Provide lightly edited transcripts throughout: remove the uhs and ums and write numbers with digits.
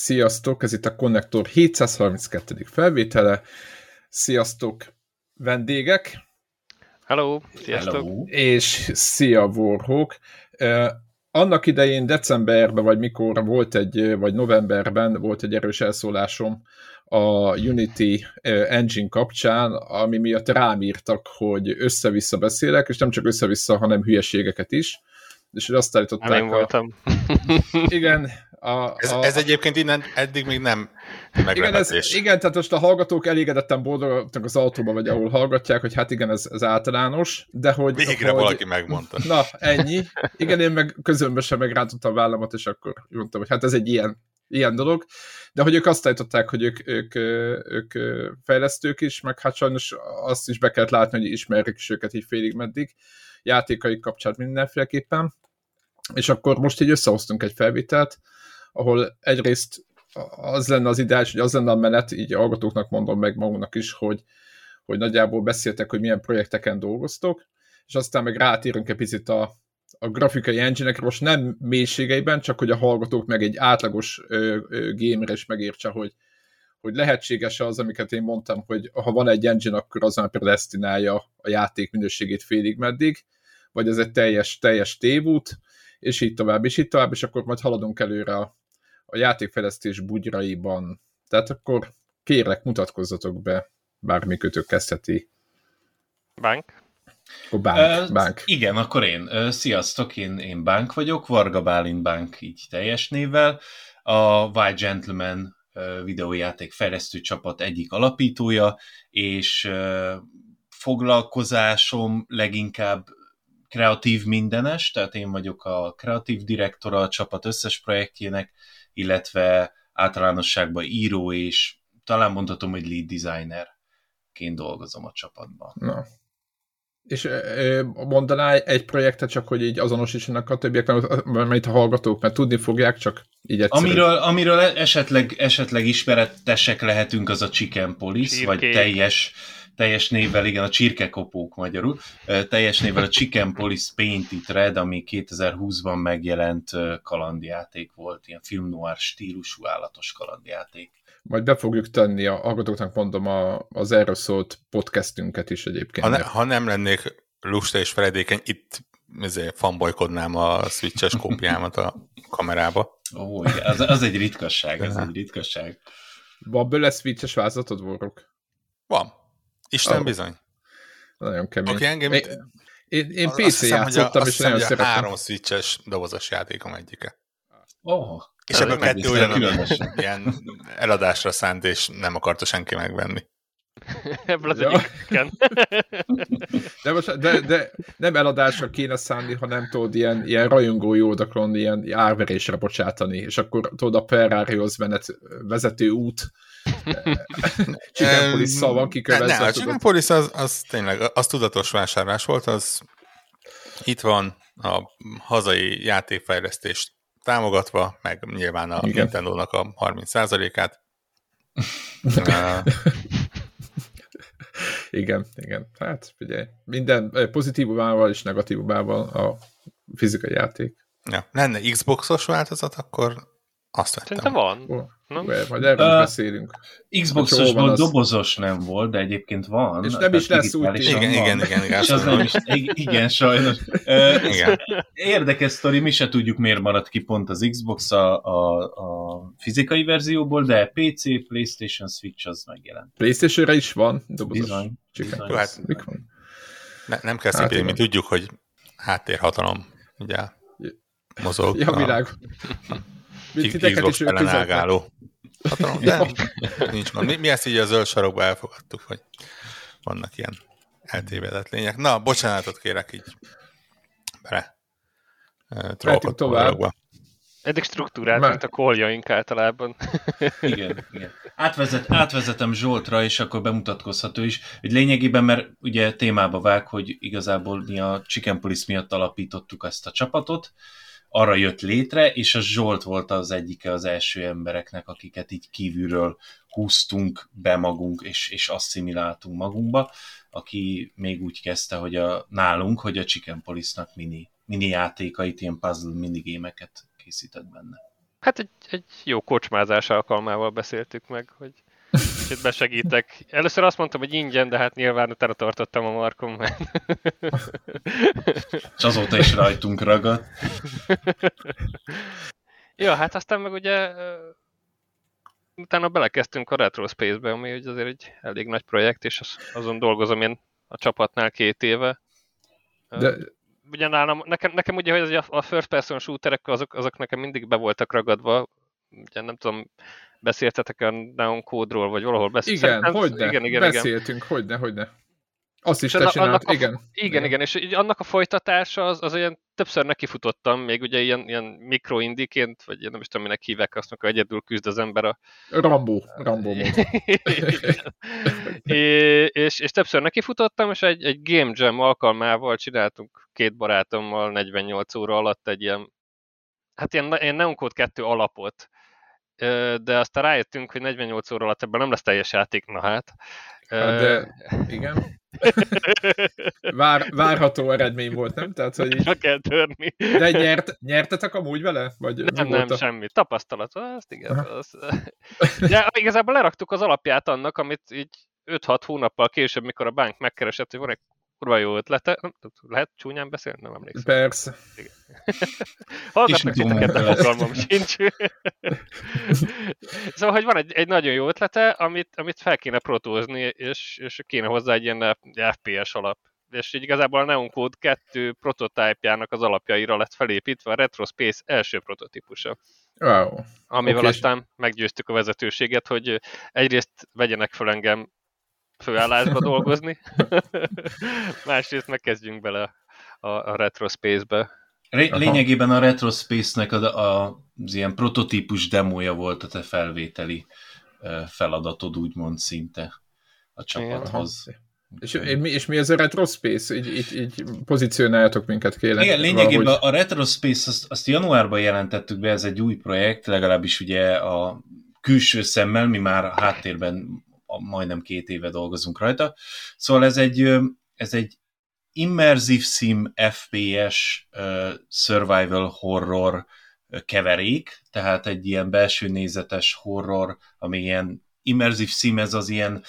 Sziasztok, ez itt a Konnektor 732. felvétele. Sziasztok, vendégek! Hello, sziasztok! Hello. És szia, Warhawk! Annak idején decemberben, vagy mikor volt vagy novemberben volt egy erős elszólásom a Unity engine kapcsán, ami miatt rám írtak, hogy össze-vissza beszélek, és nem csak össze-vissza, hanem hülyeségeket is. És hogy azt állították... Nem voltam. Igen. Ez egyébként innen eddig még nem meglepetés. Igen, tehát most a hallgatók elégedetten boldogultak az autóban, vagy ahol hallgatják, hogy hát igen, ez általános, de hogy... Végre valaki megmondta. Na, ennyi. Igen, én meg közömbösen megrántottam a vállamat, és akkor mondtam, hogy hát ez egy ilyen dolog, de hogy ők azt állították, hogy ők fejlesztők is, meg hát sajnos azt is be kellett látni, hogy ismerjük is őket így félig meddig, játékaik kapcsán mindenféleképpen, és akkor most így összehoztunk egy felvételt, ahol egyrészt az lenne az ideális, hogy az lenne a menet, így a hallgatóknak mondom meg magunknak is, hogy nagyjából beszéltek, hogy milyen projekteken dolgoztok, és aztán meg rátérünk egy picit a grafikai engine-ekre, most nem mélységeiben, csak hogy a hallgatók meg egy átlagos gamer is megértse, hogy lehetséges az, amiket én mondtam, hogy ha van egy engine, akkor az már predestinálja a játék minőségét félig meddig, vagy ez egy teljes tévút, és így tovább, és akkor majd haladunk előre a játékfejlesztés bugyraiban. Tehát akkor kérlek, mutatkozzatok be, bármi kötök kezdheti. Bank? Bank. Igen, akkor én. Sziasztok, én Bank vagyok, Varga Bálint Bank így teljes névvel. A White Gentleman videójáték fejlesztő csapat egyik alapítója, és foglalkozásom leginkább kreatív mindenes, tehát én vagyok a kreatív direktora a csapat összes projektjének, illetve általánosságban író, és talán mondhatom, hogy lead designerként dolgozom a csapatban. Na. És mondanál egy projektet, csak hogy így azonosítsanak a többiek, mert a hallgatók, mert tudni fogják, csak így egyszerűen. Amiről esetleg ismeretesek lehetünk, az a Chicken Police, vagy teljes névvel, igen, a csirkekopók magyarul, teljes névvel a Chicken Police Painted Red, ami 2020-ban megjelent kalandjáték volt, ilyen film noir stílusú állatos kalandjáték. Majd be fogjuk tenni, a hallgatóknak mondom az erről szólt podcastünket is egyébként. Ha nem lennék lusta és feledékeny, itt fanbolykodnám a Switch-es kópiámat a kamerába. Ó, igen, az egy ritkasság, egy ritkasság. Van belőle Switch-es vázlatod, Vorok? Van. Isten bizony. Nagyon kemény. Okay, engem én PC játszottam, és nagyon szeretem. 3 Switch-es dobozos játékom egyike. Oh, és ebből 2 olyan ilyen eladásra szánt, és nem akarta senki megvenni. Ebből az egyiken. De nem eladásra kéne szánni, hanem tudod, ilyen rajongói oldalon ilyen árverésre bocsátani, és akkor tudod, a Ferrarihoz vezető út Chicken Police-szal van kikövezve. Ne, a Chicken Police az tényleg, az tudatos vásárlás volt, az itt van a hazai játékfejlesztést támogatva, meg nyilván a Nintendo-nak a 30%-át. Igen. Hát figyelj, minden pozitívumával és negatívumával a fizikai játék. Ja, lenne Xbox-os változat, akkor azt vettem. Szerintem van. Majd erről beszélünk. Xbox-osból dobozos nem volt, de egyébként van. És nem is lesz úgy. Igen. És az nem is, igen, sajnos. Igen. Érdekes sztori, mi se tudjuk, miért maradt ki pont az Xbox a fizikai verzióból, de PC, PlayStation, Switch az megjelent. PlayStation-re is van dobozos. Bizony. Hát, nem kell szintén, mi tudjuk, hogy háttérhatalom ugye mozog. Ja, világ. Xbox ellenálló hatalom, de nincs gond. Mi ezt így a zöld sarokba elfogadtuk, hogy vannak ilyen eltévedett lények. Na, bocsánatot kérek így bele trollkodtam a dologba. Eddig struktúrált, mint a calljaink általában. Igen. Átvezetem Zsoltra, és akkor bemutatkozható is, hogy lényegében, mert ugye témába vág, hogy igazából mi a Chicken Police miatt alapítottuk ezt a csapatot, arra jött létre, és a Zsolt volt az egyike az első embereknek, akiket így kívülről húztunk be magunk, és asszimiláltunk magunkba, aki még úgy kezdte, hogy nálunk, hogy a Chicken Police-nak mini játékait, ilyen puzzle minigémeket készített benne. Hát egy jó kocsmázás alkalmával beszéltük meg, hogy itt besegítek. Először azt mondtam, hogy ingyen, de hát nyilván utána tartottam a markom, mert... És azóta is rajtunk ragad. Ja, hát aztán meg ugye utána belekezdtünk a Retro Space-be, ami ugye azért egy elég nagy projekt, és azon dolgozom én a csapatnál 2 éve. De... Ugye nálam, nekem ugye, hogy a first person shooterek azok nekem mindig be voltak ragadva. Ugye nem tudom, beszéltetek a Neon Code-ról, vagy valahol beszéltetek? Igen, beszéltünk, hogyne. Azt is te csinált, igen. Igen, és így annak a folytatása az olyan többször nekifutottam, még ugye ilyen mikroindiként, vagy nem is tudom, minek hívják azt, amikor egyedül küzd az ember a... Rambo mód. és többször nekifutottam, és egy Game Jam alkalmával csináltunk 2 barátommal 48 óra alatt egy ilyen Neon Code 2 alapot, de aztán rájöttünk, hogy 48 óra alatt ebben nem lesz teljes játék, na hát. De igen. Várható eredmény volt, nem? Tehát, hogy így... kell törni. De nyertetek amúgy vele? Vagy nem, semmi. Tapasztalat, azt igen. De igazából leraktuk az alapját annak, amit így 5-6 hónappal később, mikor a bank megkeresett, hogy van egy kurva jó ötlete. Lehet csúnyán beszélni? Nem emlékszem. Persze. Hallgatnak titeket, de fogalmam sincs. Szóval, hogy van egy nagyon jó ötlete, amit fel kéne protózni, és kéne hozzá egy ilyen FPS alap. És így igazából a Neon Code 2 prototípjának az alapjaira lett felépítve a Retro Space első prototípusa. Wow. Amivel aztán meggyőztük a vezetőséget, hogy egyrészt vegyenek fel engem főállásba dolgozni, másrészt megkezdjünk bele a Retro Space-be. Lényegében a Retro Space-nek az ilyen prototípus demója volt a te felvételi feladatod, úgymond szinte a csapathoz. És mi ez a Retro Space? Így pozícionáljátok minket, kérlek. Igen, lényegében valahogy... a Retro Space azt januárban jelentettük be, ez egy új projekt, legalábbis ugye a külső szemmel, mi már a háttérben majdnem 2 éve dolgozunk rajta. Szóval ez egy immersive sim FPS survival horror keverék, tehát egy ilyen belső nézetes horror, ami ilyen immersive sim, ez az ilyen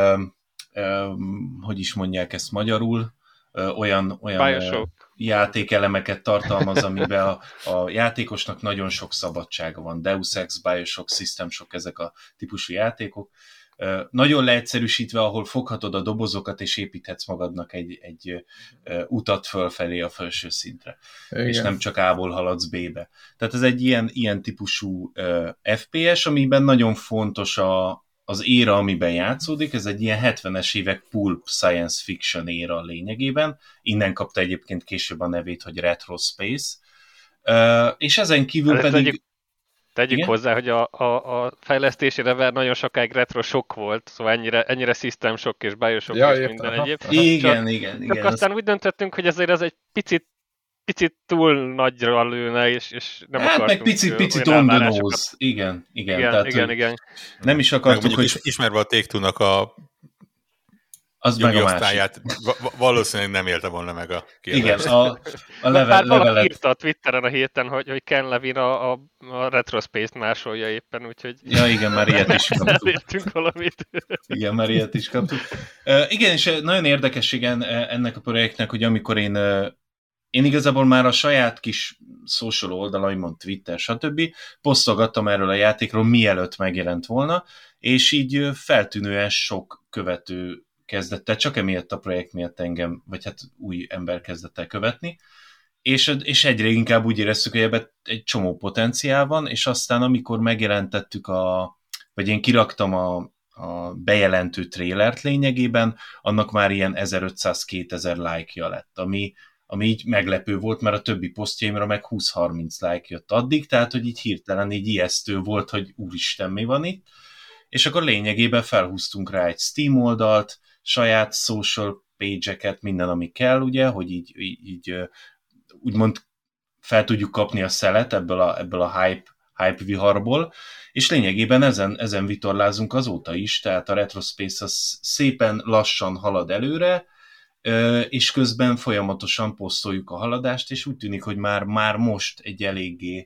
hogy is mondják ezt magyarul, olyan játékelemeket tartalmaz, amiben a játékosnak nagyon sok szabadsága van. Deus Ex, Bioshock, System Shock, ezek a típusú játékok. Nagyon leegyszerűsítve, ahol foghatod a dobozokat, és építhetsz magadnak egy utat fölfelé a felső szintre. Igen. És nem csak A-ból haladsz B-be. Tehát ez egy ilyen típusú FPS, amiben nagyon fontos az éra, amiben játszódik, ez egy ilyen 70-es évek pulp science fiction éra lényegében. Innen kapta egyébként később a nevét, hogy Retro Space. És ezen kívül pedig... Tegyük hozzá, hogy a fejlesztésére nagyon sokáig Retro Shock volt, szóval ennyire System Shock és Bioshock és minden egyéb. Igen. Csak aztán úgy döntöttünk, hogy azért az egy picit túl nagyra lőne, és nem akartunk... meg picit on the nose. Igen. Igen. Nem is akartuk, hogy... Ismerve a Take-Two-nak a jogi osztályát, valószínűleg nem élte volna meg a kérdést. Igen, a levelet... Valaki írta a Twitteren a héten, hogy Ken Levine a Retro Space-t másolja éppen, úgyhogy... Ja, igen, már ilyet is kaptuk. Elértünk valamit. Igen, már ilyet is kaptuk. Igen, és nagyon érdekes ennek a projektnek, hogy amikor én igazából már a saját kis social oldalaimon, Twitter, stb. Posztolgattam erről a játékról, mielőtt megjelent volna, és így feltűnően sok követő kezdett el, csak emiatt a projekt miatt engem, vagy hát új ember kezdett el követni, és egyre inkább úgy éreztük, hogy ebben egy csomó potenciál van, és aztán amikor megjelentettük vagy én kiraktam a bejelentő trélert lényegében, annak már ilyen 1500-2000 like-ja lett, ami így meglepő volt, mert a többi posztjaimra meg 20-30 like jött addig, tehát hogy így hirtelen így ijesztő volt, hogy úristen, mi van itt, és akkor lényegében felhúztunk rá egy Steam oldalt, saját social page-eket, minden, ami kell, ugye, hogy így úgymond fel tudjuk kapni a szelet ebből a hype viharból, és lényegében ezen vitorlázunk azóta is, tehát a Retro Space az szépen lassan halad előre, és közben folyamatosan posztoljuk a haladást, és úgy tűnik, hogy már most egy eléggé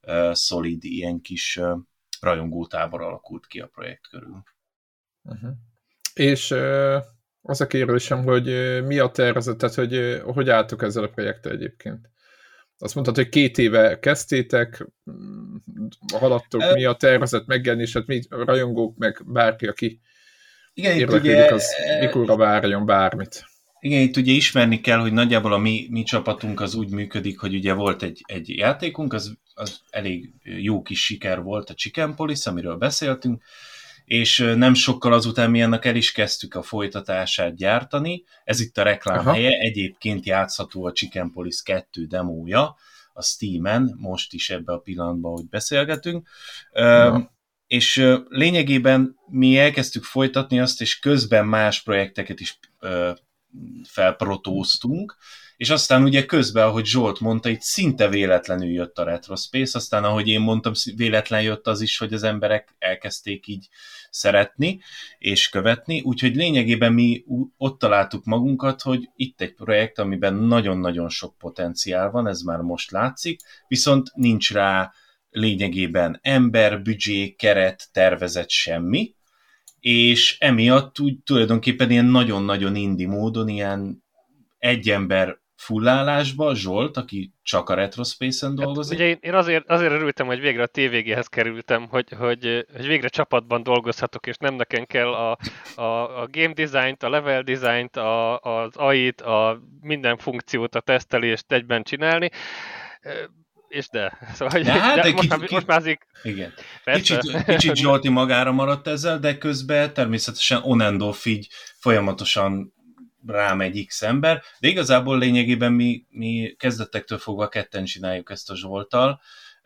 szolid, ilyen kis rajongótábor alakult ki a projekt körül. Uh-huh. És az a kérdésem, hogy mi a tervezet, tehát hogy álltok ezzel a projekttel egyébként? Azt mondtad, hogy 2 éve kezdtétek, haladtok, mi a tervezet megjelenésed, mi a rajongók, meg bárki, aki érdeklődik, az mikorra várjon bármit. Igen, itt ugye ismerni kell, hogy nagyjából a mi csapatunk az úgy működik, hogy ugye volt egy játékunk, az elég jó kis siker volt, a Chicken Police, amiről beszéltünk, és nem sokkal azután mi ennek el is kezdtük a folytatását gyártani. Ez itt a reklám helye, egyébként játszható a Chicken Police 2 demója a Steamen, most is ebben a pillanatban, hogy beszélgetünk. És lényegében mi elkezdtük folytatni azt, és közben más projekteket is felprotóztunk, és aztán ugye közben, ahogy Zsolt mondta, itt szinte véletlenül jött a Retrospace, aztán ahogy én mondtam, véletlen jött az is, hogy az emberek elkezdték így szeretni és követni, úgyhogy lényegében mi ott találtuk magunkat, hogy itt egy projekt, amiben nagyon-nagyon sok potenciál van, ez már most látszik, viszont nincs rá lényegében ember, büdzsé, keret, tervezet, semmi, és emiatt úgy tulajdonképpen ilyen nagyon-nagyon indie módon, ilyen egy ember fullálásba, Zsolt, aki csak a Retrospace-en dolgozik. Ugye én azért örültem, hogy végre a TVG-hez kerültem, hogy végre csapatban dolgozhatok, és nem nekem kell a game designt, a level designt, az AI-t, a minden funkciót, a tesztelést egyben csinálni. És szóval, most már azért... Igen. Kicsit Zsolti magára maradt ezzel, de közben természetesen on and off így folyamatosan rámegy X ember, de igazából lényegében mi kezdetektől fogva ketten csináljuk ezt a Zsolttal.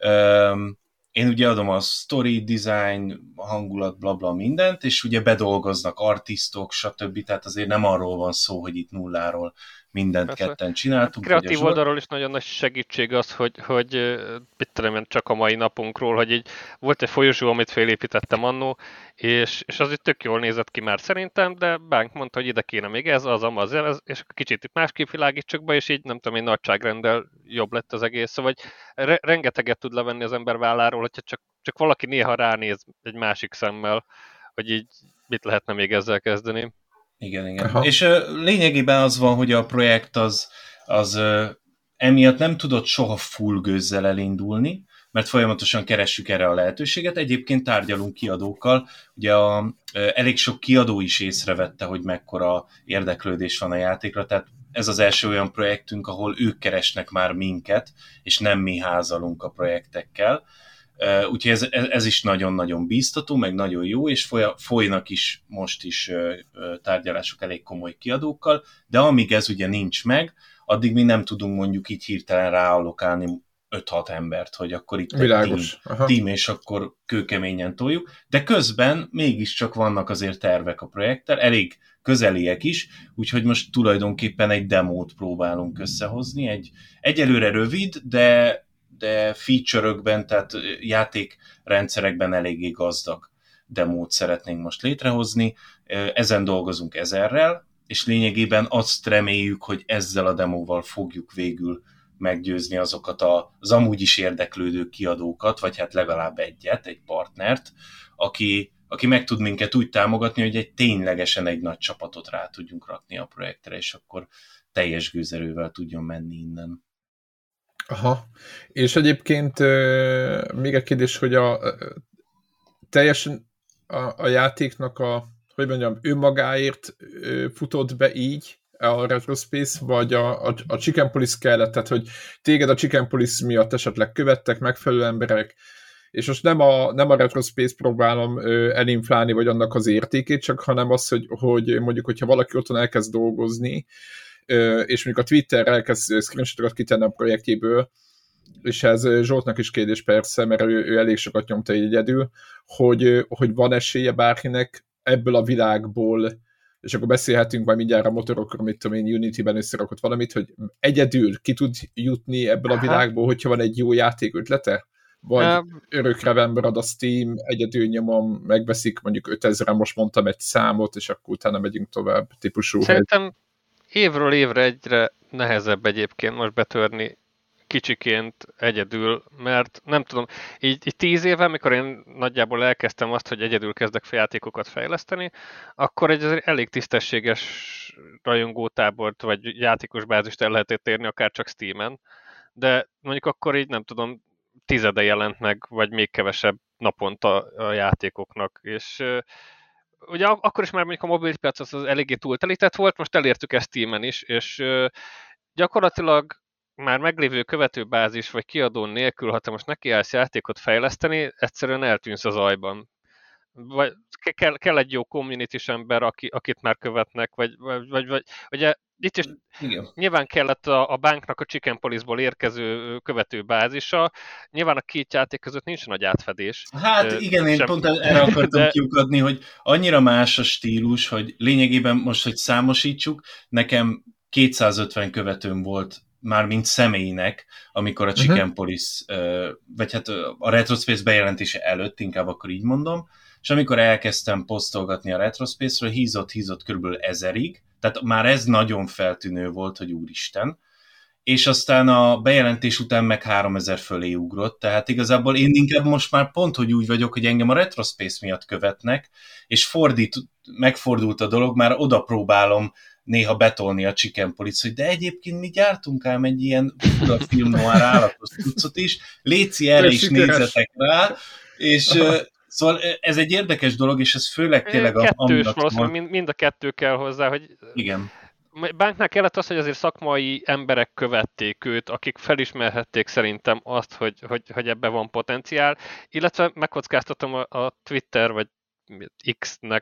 Én ugye adom a story, design, hangulat, blabla mindent, és ugye bedolgoznak artistok, stb. Tehát azért nem arról van szó, hogy itt nulláról mindent persze ketten csináltunk. Kreatív oldalról is nagyon nagy segítség az, hogy mit tudom, csak a mai napunkról, hogy így volt egy folyosó, amit felépítettem annó, és az itt tök jól nézett ki már szerintem, de Bank mondta, hogy ide kéne még ez, és kicsit itt másképp világítsak be, és így nem tudom, egy nagyságrenddel jobb lett az egész. Szóval rengeteget tud levenni az ember válláról, hogyha csak valaki néha ránéz egy másik szemmel, hogy így mit lehetne még ezzel kezdeni. Igen. Aha. És lényegében az van, hogy a projekt az emiatt nem tudott soha full gőzzel elindulni, mert folyamatosan keressük erre a lehetőséget. Egyébként tárgyalunk kiadókkal, ugye elég sok kiadó is észrevette, hogy mekkora érdeklődés van a játékra, tehát ez az első olyan projektünk, ahol ők keresnek már minket, és nem mi házalunk a projektekkel. Úgyhogy ez is nagyon-nagyon bíztató, meg nagyon jó, és folynak is most is tárgyalások elég komoly kiadókkal, de amíg ez ugye nincs meg, addig mi nem tudunk mondjuk így hirtelen ráallokálni 5-6 embert, hogy akkor itt egy team, és akkor kőkeményen toljuk, de közben mégiscsak vannak azért tervek a projekttel, elég közeliek is, úgyhogy most tulajdonképpen egy demót próbálunk összehozni, egyelőre rövid, de feature-ökben, tehát játékrendszerekben eléggé gazdag demót szeretnénk most létrehozni. Ezen dolgozunk 1000-rel, és lényegében azt reméljük, hogy ezzel a demóval fogjuk végül meggyőzni azokat az amúgy is érdeklődő kiadókat, vagy hát legalább egy partnert, aki meg tud minket úgy támogatni, hogy ténylegesen egy nagy csapatot rá tudjunk rakni a projektre, és akkor teljes gőzerővel tudjon menni innen. Aha. És egyébként még egy kérdés, hogy teljesen a játéknak hogy mondjam, önmagáért futott be így a Retrospace, vagy a Chicken Police kellett, tehát hogy téged a Chicken Police miatt esetleg követtek megfelelő emberek, és most nem a Retrospace próbálom elinflálni, vagy annak az értékét, csak hanem az, hogy mondjuk, hogyha valaki otthon elkezd dolgozni, és mondjuk a Twitterre elkezd screenshotokat kitenni a projektjéből, és ez Zsoltnak is kérdés persze, mert ő elég sokat nyomta így egyedül, hogy van esélye bárkinek ebből a világból, és akkor beszélhetünk majd mindjárt a motorokról, mit tudom én, Unity-ben összerakott valamit, hogy egyedül ki tud jutni ebből a világból, hogyha van egy jó játék ötlete? Vagy örökre marad a Steam, egyedül nyomom, megveszik mondjuk 5000-en, most mondtam egy számot, és akkor utána megyünk tovább típusú. Szerintem évről évre egyre nehezebb egyébként most betörni kicsiként egyedül, mert nem tudom, így 10 éve, amikor én nagyjából elkezdtem azt, hogy egyedül kezdek játékokat fejleszteni, akkor egy elég tisztességes rajongótábort, vagy játékos bázist el lehetett érni, akár csak Steamen, de mondjuk akkor így nem tudom, 10 jelent meg, vagy még kevesebb naponta a játékoknak, és ugye akkor is már mondjuk a mobilpiac az eléggé túltelített volt, most elértük ezt Steamen is, és gyakorlatilag már meglévő követőbázis vagy kiadó nélkül, ha te most nekiállsz játékot fejleszteni, egyszerűen eltűnsz az ajban. Vagy kell egy jó community-s ember, akit már követnek, vagy ugye itt is igen. Nyilván kellett a banknak a Chicken Police-ból érkező követőbázisa, nyilván a két játék között nincs nagy átfedés. Hát igen, én pont erre akartam kiukadni, hogy annyira más a stílus, hogy lényegében most, hogy számosítsuk, nekem 250 követőm volt már mint személynek, amikor a Chicken Police, vagy hát a Retrospace bejelentése előtt, inkább akkor így mondom, és amikor elkezdtem posztolgatni a Retrospace-ről, hízott körülbelül 1000-ig, tehát már ez nagyon feltűnő volt, hogy úristen, és aztán a bejelentés után meg 3000 fölé ugrott, tehát igazából én inkább most már pont, hogy úgy vagyok, hogy engem a Retrospace miatt követnek, és megfordult a dolog, már oda próbálom néha betolni a Chicken Police, hogy de egyébként mi gyártunk ám egy ilyen fura film noir állatos cuccot is, léci erre is nézzetek rá, és szóval ez egy érdekes dolog, és ez főleg tényleg kettős valószínűleg mind a kettő kell hozzá, hogy igen. Banknál kellett az, hogy azért szakmai emberek követték őt, akik felismerhették szerintem azt, hogy ebben van potenciál, illetve megkockáztatom a Twitter vagy X-nek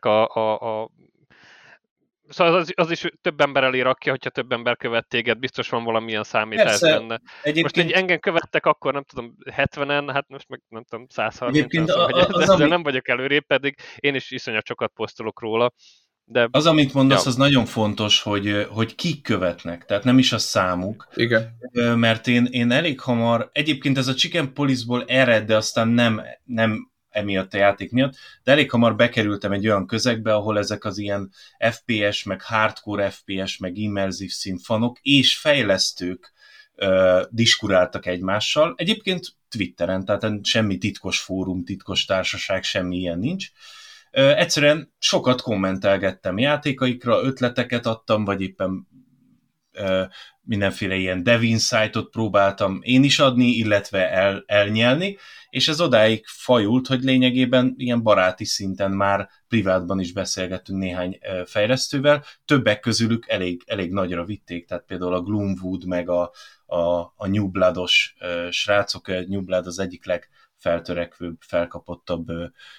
Szóval az is több ember elé rakja, hogyha több ember követ téged, biztos van valamilyen számítás benne. Most egy engem követtek, akkor nem tudom 70-en, hát most meg nem tudom 130-en, szóval nem vagyok előrébb, pedig én is iszonyat sokat posztolok róla. De... Az, amit mondasz, az nagyon fontos, hogy kik követnek, tehát nem is a számuk. Igen. Mert én elég hamar, egyébként ez a Chicken Police-ból ered, de aztán nem emiatt a játék miatt, de elég hamar bekerültem egy olyan közegbe, ahol ezek az ilyen FPS, meg hardcore FPS, meg immerzív színfanok és fejlesztők diskuráltak egymással. Egyébként Twitteren, tehát semmi titkos fórum, titkos társaság, semmi ilyen nincs. Egyszerűen sokat kommentelgettem játékaikra, ötleteket adtam, vagy éppen mindenféle ilyen dev insight-ot próbáltam én is adni, illetve elnyelni, és ez odáig fajult, hogy lényegében ilyen baráti szinten már privátban is beszélgettünk néhány fejlesztővel, többek közülük elég nagyra vitték, tehát például a Gloomwood meg a New Blood-os srácok, a New Blood az egyik legfeltörekvőbb, felkapottabb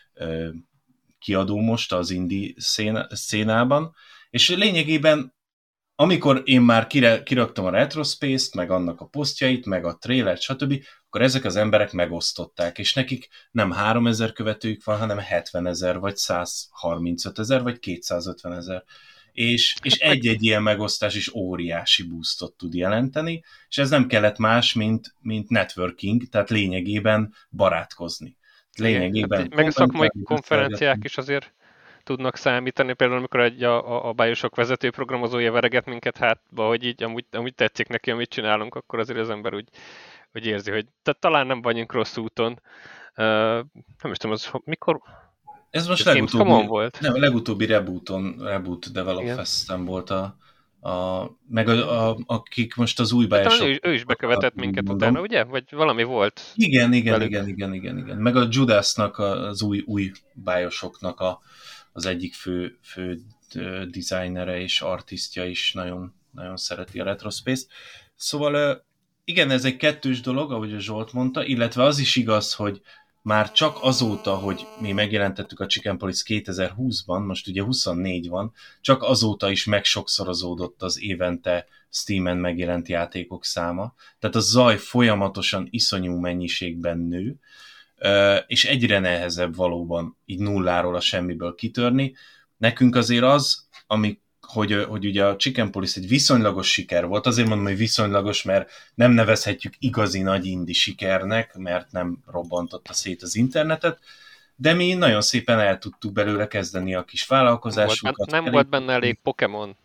kiadó most az indie szénában, és lényegében amikor én már kiraktam a Retrospace-t, meg annak a posztjait, meg a trailert, stb., akkor ezek az emberek megosztották, és nekik nem 3000 követőjük van, hanem 70 000, vagy 135 000, vagy 250 000. És egy-egy ilyen megosztás is óriási boostot tud jelenteni, és ez nem kellett más, mint networking, tehát lényegében barátkozni. Lényegében meg a szakmai konferenciák is azért tudnak számítani, például amikor a BioShock vezető programozója vereget minket hátba, hogy így amúgy tetszik neki, amit csinálunk, akkor azért az ember úgy érzi, hogy talán nem vagyunk rossz úton. Nem is tudom, az mikor... Ez most legutóbbi Reboot Develop Festen volt meg akik most az új BioShock... Ő is bekövetett minket utána, ugye? Vagy valami volt? Igen. Meg a Judasnak, az új BioShocknak az egyik fő designere és artistja is nagyon, nagyon szereti a Retrospace-t. Szóval igen, ez egy kettős dolog, ahogy a Zsolt mondta, illetve az is igaz, hogy már csak azóta, hogy mi megjelentettük a Chicken Police 2020-ban, most ugye 24 van, csak azóta is megsokszorozódott az évente Steamen megjelent játékok száma. Tehát a zaj folyamatosan iszonyú mennyiségben nő, és egyre nehezebb valóban így nulláról a semmiből kitörni. Nekünk azért az, hogy ugye a Chicken Police egy viszonylagos siker volt, azért mondom, hogy viszonylagos, mert nem nevezhetjük igazi nagy indie sikernek, mert nem robbantotta szét az internetet, de mi nagyon szépen el tudtuk belőle kezdeni a kis vállalkozásunkat. Nem volt benne elég Pokémon.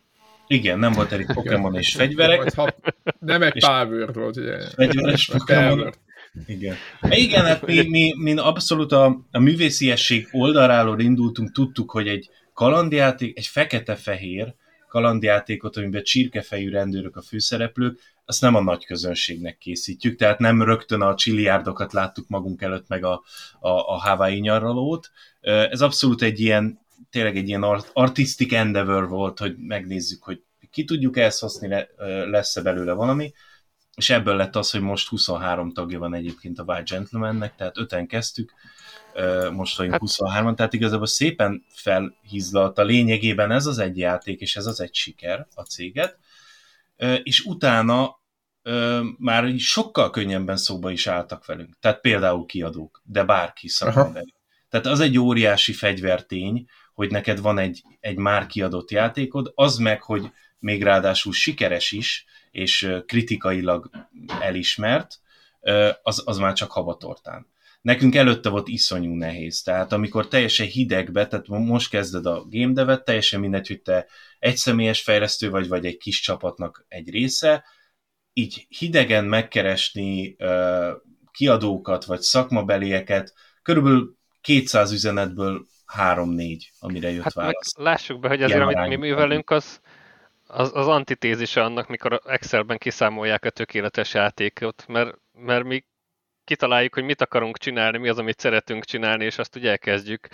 Igen, nem volt elég Pokémon és fegyverek. Nem egy Power volt, ugye. Fegyveres Pokémon. Igen, hát mi abszolút a művésziesség oldaláról indultunk, tudtuk, hogy egy kalandjáték, egy fekete-fehér kalandjátékot, amiben csirkefejű rendőrök a főszereplők, azt nem a nagy közönségnek készítjük, tehát nem rögtön a csiliárdokat láttuk magunk előtt, meg a Hawaii nyaralót. Ez abszolút tényleg egy ilyen artistic endeavor volt, hogy megnézzük, hogy ki tudjuk ezt használni, lesz-e belőle valami, és ebből lett az, hogy most 23 tagja van egyébként a Wild Gentlemannek, tehát 5-en kezdtük, most vagyunk 23-an, tehát igazából szépen felhízlalt a lényegében ez az egy játék, és ez az egy siker a céget, és utána már sokkal könnyebben szóba is álltak velünk, tehát például kiadók, de bárki szakember. Tehát az egy óriási fegyvertény, hogy neked van egy már kiadott játékod, az meg, hogy még ráadásul sikeres is, és kritikailag elismert, az már csak habatortán. Nekünk előtte volt iszonyú nehéz, tehát amikor teljesen hidegbe, tehát most kezded a game devet, teljesen mindegy, hogy te egyszemélyes fejlesztő vagy egy kis csapatnak egy része, így hidegen megkeresni kiadókat, vagy szakmabelieket, körülbelül 200 üzenetből 3-4, amire jött válasz. Lássuk be, hogy azért, amit mi művelünk, az antitézise annak, mikor Excelben kiszámolják a tökéletes játékot, mert mi kitaláljuk, hogy mit akarunk csinálni, mi az, amit szeretünk csinálni, és azt ugye elkezdjük.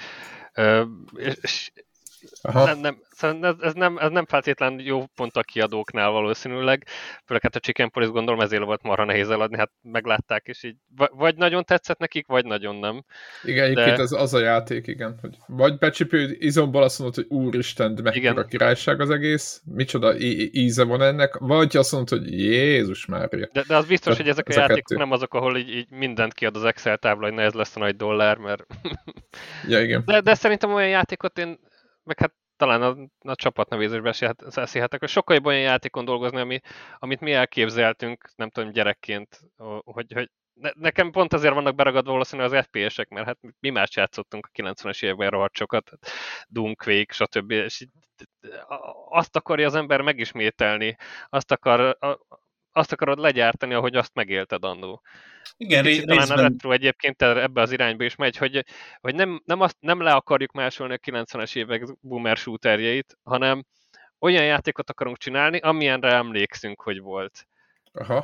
Ez nem feltétlenül jó pont a kiadóknál valószínűleg, főleg hát a Chicken Police gondolom ezért volt marha nehéz eladni, hát meglátták, és így vagy nagyon tetszett nekik, vagy nagyon nem. Igen, egyébként az a játék, igen, hogy vagy becsipő izomból azt mondod, hogy úristen, de mekkora királyság az egész, micsoda íze van ennek, vagy azt mondod, hogy Jézus Mária. De az biztos, hogy ezek a játékok nem azok, ahol így mindent kiad az Excel tábla, hogy ne ez lesz a nagy dollár, mert... Ja, igen. De szerintem olyan játékot én, meg hát talán a csapatnevezésben beszélhetek, hogy sokkal jobb olyan játékon dolgozni, amit mi elképzeltünk, nem tudom, gyerekként, hogy nekem pont azért vannak beragadva valószínűleg az FPS-ek, mert hát mi más játszottunk a 90-es években rohadt sokat, Doom, Quake, stb. És azt akarja az ember megismételni, azt akarod legyártani, ahogy azt megélted annó. Igen, talán a retro egyébként ebbe az irányba is megy, hogy nem le akarjuk másolni a 90-es évek boomer shooterjeit, hanem olyan játékot akarunk csinálni, amilyenre emlékszünk, hogy volt. Aha,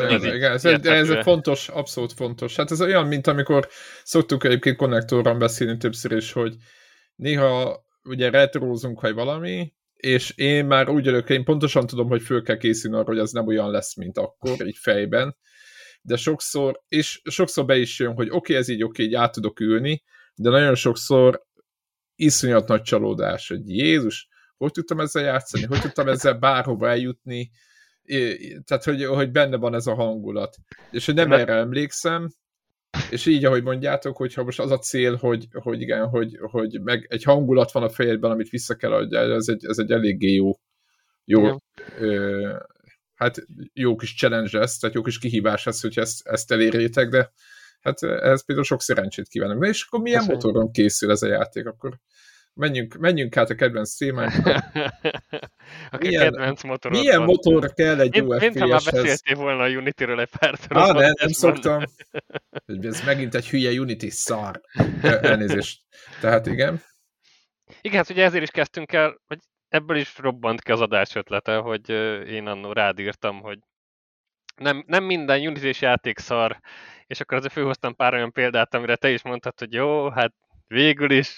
ez fontos, abszolút fontos. Hát ez olyan, mint amikor szoktuk egyébként konnektorban beszélni többször is, hogy néha ugye retrózunk, vagy valami, és én már úgy örök, én pontosan tudom, hogy föl kell készülni arra, hogy ez nem olyan lesz, mint akkor, így fejben, de sokszor be is jön, hogy oké, ez így át tudok ülni, de nagyon sokszor iszonyat nagy csalódás, hogy Jézus, hogy tudtam ezzel játszani, hogy tudtam ezzel bárhova eljutni, tehát, hogy benne van ez a hangulat. És hogy nem erre emlékszem, és így, ahogy mondjátok, hogyha most az a cél, hogy meg egy hangulat van a fejedben, amit vissza kell adni, ez egy eléggé jó hát jó kis challenge ez, tehát jó kis kihívás ez, hogy ezt elérjétek, de hát ehhez például sok szerencsét kívánok. Na és akkor milyen motoron készül ez a játék? Akkor menjünk át a kedvenc témánkra. Milyen motor kell egy jó FPS-hez? Mintha már beszéltél volna a Unity-ről egy pártól. Nem szoktam. Ez megint egy hülye Unity szar. Elnézést. Tehát igen. Igen, hát ugye ezért is kezdtünk el, hogy ebből is robbant ki az adás ötlete, hogy én annó rád írtam, hogy nem minden Unity-s játék szar, és akkor azért főhoztam pár olyan példát, amire te is mondtad, hogy jó, hát végül is.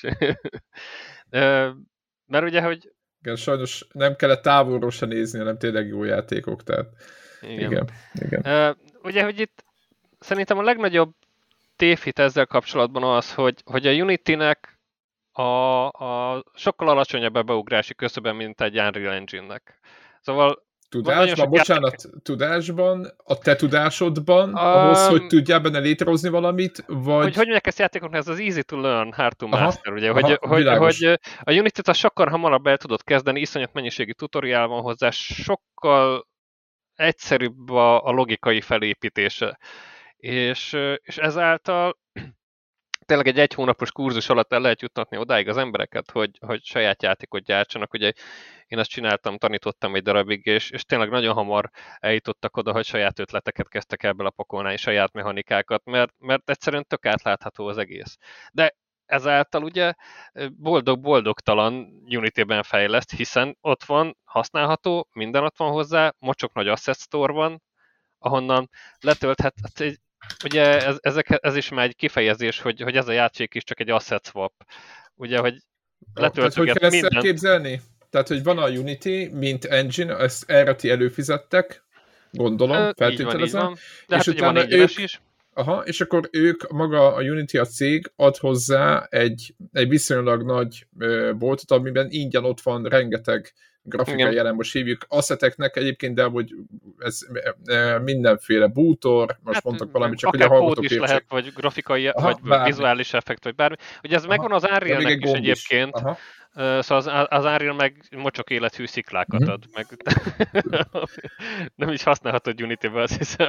Mert ugye, hogy... Igen, sajnos nem kellett távolról se nézni, hanem tényleg jó játékok, tehát igen. Ugye, hogy itt szerintem a legnagyobb tévhit ezzel kapcsolatban az, hogy a Unity-nek a sokkal alacsonyabb a beugrási küszöbben, mint egy Unreal Engine-nek. Szóval tudásban, a te tudásodban, ahhoz, hogy tudjál benne létrehozni valamit, vagy... Hogy mondják ezt játékoknál, ez az easy to learn, hard to master, ugye, hogy a Unity-t sokkal hamarabb el tudod kezdeni, iszonyat mennyiségi tutoriál van hozzá, sokkal egyszerűbb a logikai felépítése. És ezáltal tényleg egy hónapos kurzus alatt el lehet juttatni odáig az embereket, hogy saját játékot gyártsanak. Ugye én azt csináltam, tanítottam egy darabig, és tényleg nagyon hamar eljutottak oda, hogy saját ötleteket kezdtek el belepakolni, és saját mechanikákat, mert egyszerűen tök átlátható az egész. De ezáltal ugye boldog-boldogtalan Unity-ben fejleszt, hiszen ott van használható, minden ott van hozzá, mocsok nagy asset store van, ahonnan letölthet, ugye ez is már egy kifejezés, hogy ez a játék is csak egy asset swap. Ugye, hogy letöltöget mindent. Hogy kell ezt elképzelni? Tehát, hogy van a Unity, mint engine, ezt erre ti előfizettek, gondolom, feltételezem. De és hát utána van ők, is. Aha, és akkor ők, maga a Unity, a cég ad hozzá egy viszonylag nagy boltot, amiben ingyen ott van rengeteg grafikai jelen, most hívjuk asszeteknek egyébként, de hogy ez mindenféle bútor, most mondtak valamit, csak hogy a hallgatók is lehet, vagy grafikai, vagy vizuális effekt, vagy bármi. Ugye ez megvan az Unreal-nek is egyébként, szóval az Unreal meg mocsok élethű sziklákat ad, meg nem is használhatod Unity-ben, azt hiszem.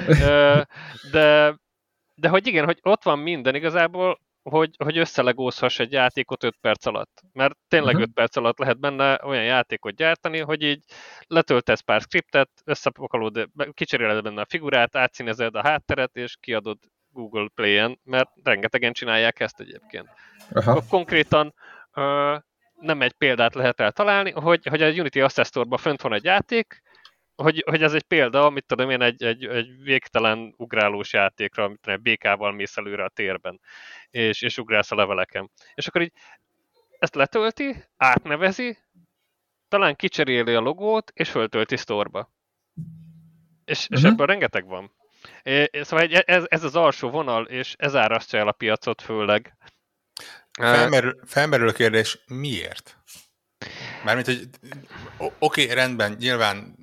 De hogy igen, hogy ott van minden igazából, hogy összelegózhass egy játékot 5 perc alatt. Mert tényleg 5 perc alatt lehet benne olyan játékot gyártani, hogy így letöltesz pár skriptet, összepakolod, kicseréled benne a figurát, átszínezed a hátteret, és kiadod Google Play-en, mert rengetegen csinálják ezt egyébként. Konkrétan nem egy példát lehet eltalálni, hogy a Unity Asset Store-ban fönt van egy játék, hogy ez egy példa, mit tudom én, egy végtelen ugrálós játékra, amit tudom, békával mész előre a térben, és ugrálsz a leveleken. És akkor így ezt letölti, átnevezi, talán kicseréli a logót, és föltölti store-ba. És ebből rengeteg van. Szóval ez az alsó vonal, és ez árasztja el a piacot főleg. Felmerül a kérdés, miért? Mármint, hogy oké, rendben, nyilván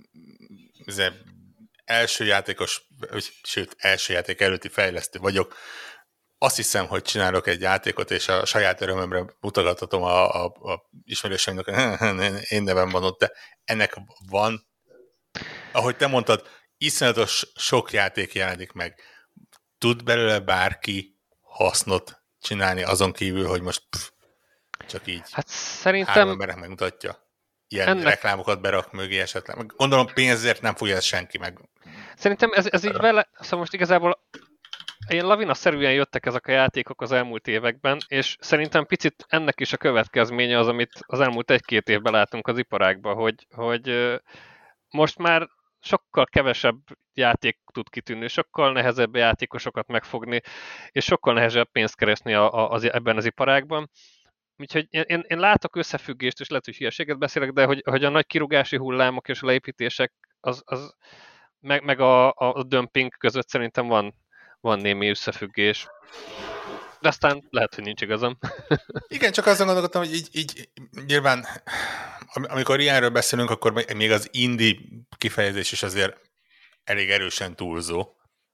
első játékos, sőt, első játék előtti fejlesztő vagyok. Azt hiszem, hogy csinálok egy játékot, és a saját örömömre mutogathatom a ismerőseimnek, én nevem van ott, de ennek van, ahogy te mondtad, iszonyatos sok játék jelenik meg. Tud belőle bárki hasznot csinálni azon kívül, hogy most csak így hát szerintem 3 emberek megmutatja. Ilyen reklámokat berak mögé esetleg. Gondolom pénzért nem fogja ezt senki meg. Szerintem ez így vele, szóval most igazából ilyen lavinaszerűen jöttek ezek a játékok az elmúlt években, és szerintem picit ennek is a következménye az, amit az elmúlt 1-2 évben látunk az iparágban, hogy most már sokkal kevesebb játék tud kitűnni, sokkal nehezebb játékosokat megfogni, és sokkal nehezebb pénzt keresni ebben az iparágban. Úgyhogy én látok összefüggést, és lehet, hogy hülyeséget beszélek, de hogy a nagy kirúgási hullámok és a leépítések, meg a dömping között szerintem van némi összefüggés. De aztán lehet, hogy nincs igazam. Igen, csak azon gondolkodtam, hogy így nyilván, amikor ilyenről beszélünk, akkor még az indie kifejezés is azért elég erősen túlzó.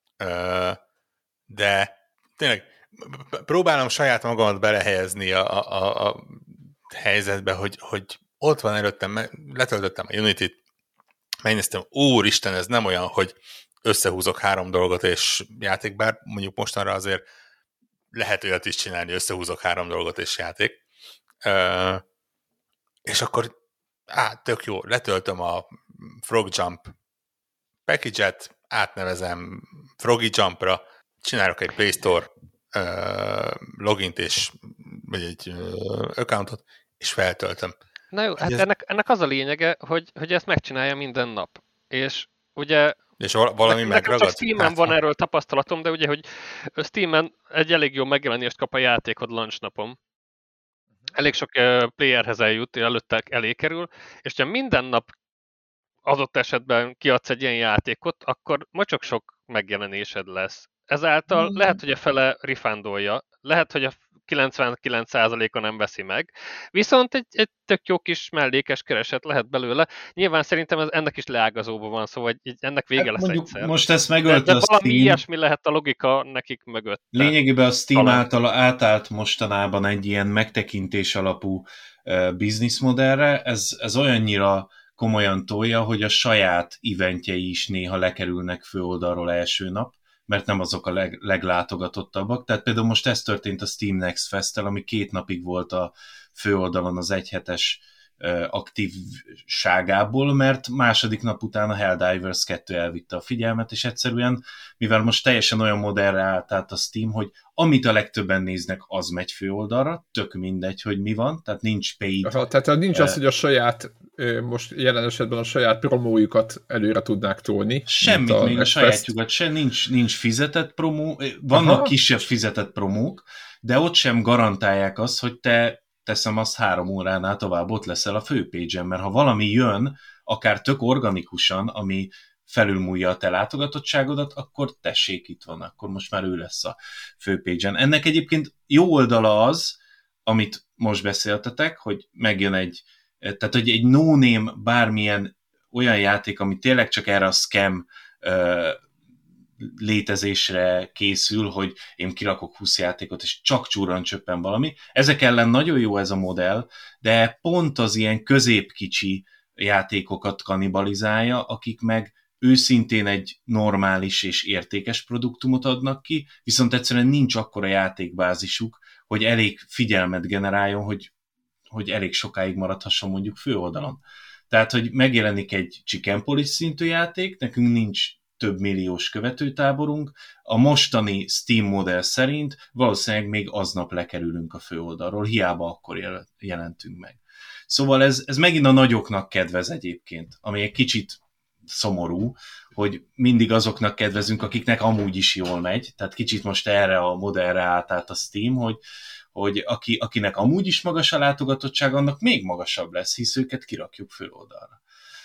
De tényleg próbálom saját magamat belehelyezni a helyzetbe, hogy ott van előttem, letöltöttem a Unity-t, megnéztem, úristen, ez nem olyan, hogy összehúzok 3 dolgot és játék, bár mondjuk mostanra azért lehet olyat is csinálni, összehúzok 3 dolgot és játék. És akkor tök jó, letöltöm a Frog Jump package-et, átnevezem Froggy Jumpra, csinálok egy Play Store logint vagy egy accountot, és feltöltöm. Na jó, hát ennek az a lényege, hogy ezt megcsinálja minden nap. És ugye és valami megragad? Csak Steamen van erről tapasztalatom, de ugye, hogy Steamen egy elég jó megjelenést kap a játékod launch napon. Elég sok playerhez eljut, előtte elé kerül, és ha minden nap adott esetben kiadsz egy ilyen játékot, akkor mocsok sok megjelenésed lesz. Ezáltal lehet, hogy a fele refundolja, lehet, hogy a 99%-a nem veszi meg, viszont egy tök jó kis mellékes kereset lehet belőle. Nyilván szerintem ennek is leágazóban van, szóval ennek vége lesz egyszer. Most ezt megölte de valami ilyesmi lehet a logika nekik mögött. Lényegében a Steam által átállt mostanában egy ilyen megtekintés alapú bizniszmodellre. Ez olyannyira komolyan tolja, hogy a saját eventjei is néha lekerülnek főoldalról első nap, mert nem azok a leglátogatottabbak. Tehát például most ez történt a Steam Next Fest-tel, ami 2 napig volt a főoldalon az egyhetes aktívságából, mert második nap után a Helldivers 2 elvitte a figyelmet, és egyszerűen, mivel most teljesen olyan modellre állt át a Steam, hogy amit a legtöbben néznek, az megy főoldalra, tök mindegy, hogy mi van, tehát nincs paid. Aha, tehát nincs az, hogy a saját, most jelen esetben a saját promójukat előre tudnák tolni. Semmit, még a sajátjukat se, nincs fizetett promó, vannak kisebb fizetett promók, de ott sem garantálják azt, hogy te teszem azt 3 óránál tovább ott leszel a főpage-en, mert ha valami jön, akár tök organikusan, ami felülmúlja a te látogatottságodat, akkor tessék, itt van, akkor most már ő lesz a főpage-en. Ennek egyébként jó oldala az, amit most beszéltetek, hogy megjön tehát hogy egy no-name bármilyen olyan játék, ami tényleg csak erre a scam létezésre készül, hogy én kirakok 20 játékot, és csak csúran csöppen valami. Ezek ellen nagyon jó ez a modell, de pont az ilyen középkicsi játékokat kannibalizálja, akik meg őszintén egy normális és értékes produktumot adnak ki, viszont egyszerűen nincs akkora játékbázisuk, hogy elég figyelmet generáljon, hogy elég sokáig maradhasson mondjuk főoldalon. Tehát, hogy megjelenik egy Chicken Police szintű játék, nekünk nincs több milliós követőtáborunk, a mostani Steam modell szerint valószínűleg még aznap lekerülünk a főoldalról, hiába akkor jelentünk meg. Szóval ez megint a nagyoknak kedvez egyébként, ami egy kicsit szomorú, hogy mindig azoknak kedvezünk, akiknek amúgy is jól megy, tehát kicsit most erre a modellre állt át a Steam, hogy akinek amúgy is magas a látogatottság, annak még magasabb lesz, hisz őket kirakjuk főoldalra.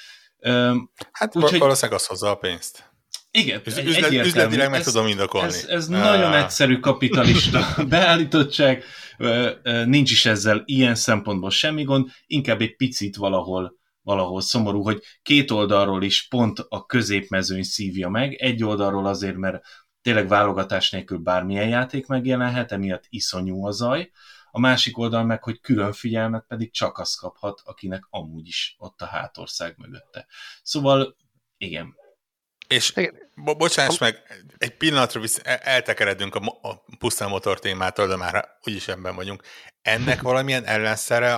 Hát valószínűleg az hozza a pénzt. Igen, üzletileg meg tudom indokolni. Ez nagyon egyszerű kapitalista beállítottság, nincs is ezzel ilyen szempontból semmi gond, inkább egy picit valahol szomorú, hogy 2 oldalról is pont a középmezőny szívja meg, egy oldalról azért, mert tényleg válogatás nélkül bármilyen játék megjelenhet, emiatt iszonyú a zaj, a másik oldal meg, hogy külön figyelmet pedig csak az kaphat, akinek amúgy is ott a hátország mögötte. Szóval, igen. És bocsáss meg, egy pillanatra eltekeredünk a pusztán motor témától, de már úgyis ebben vagyunk. Ennek valamilyen ellenszere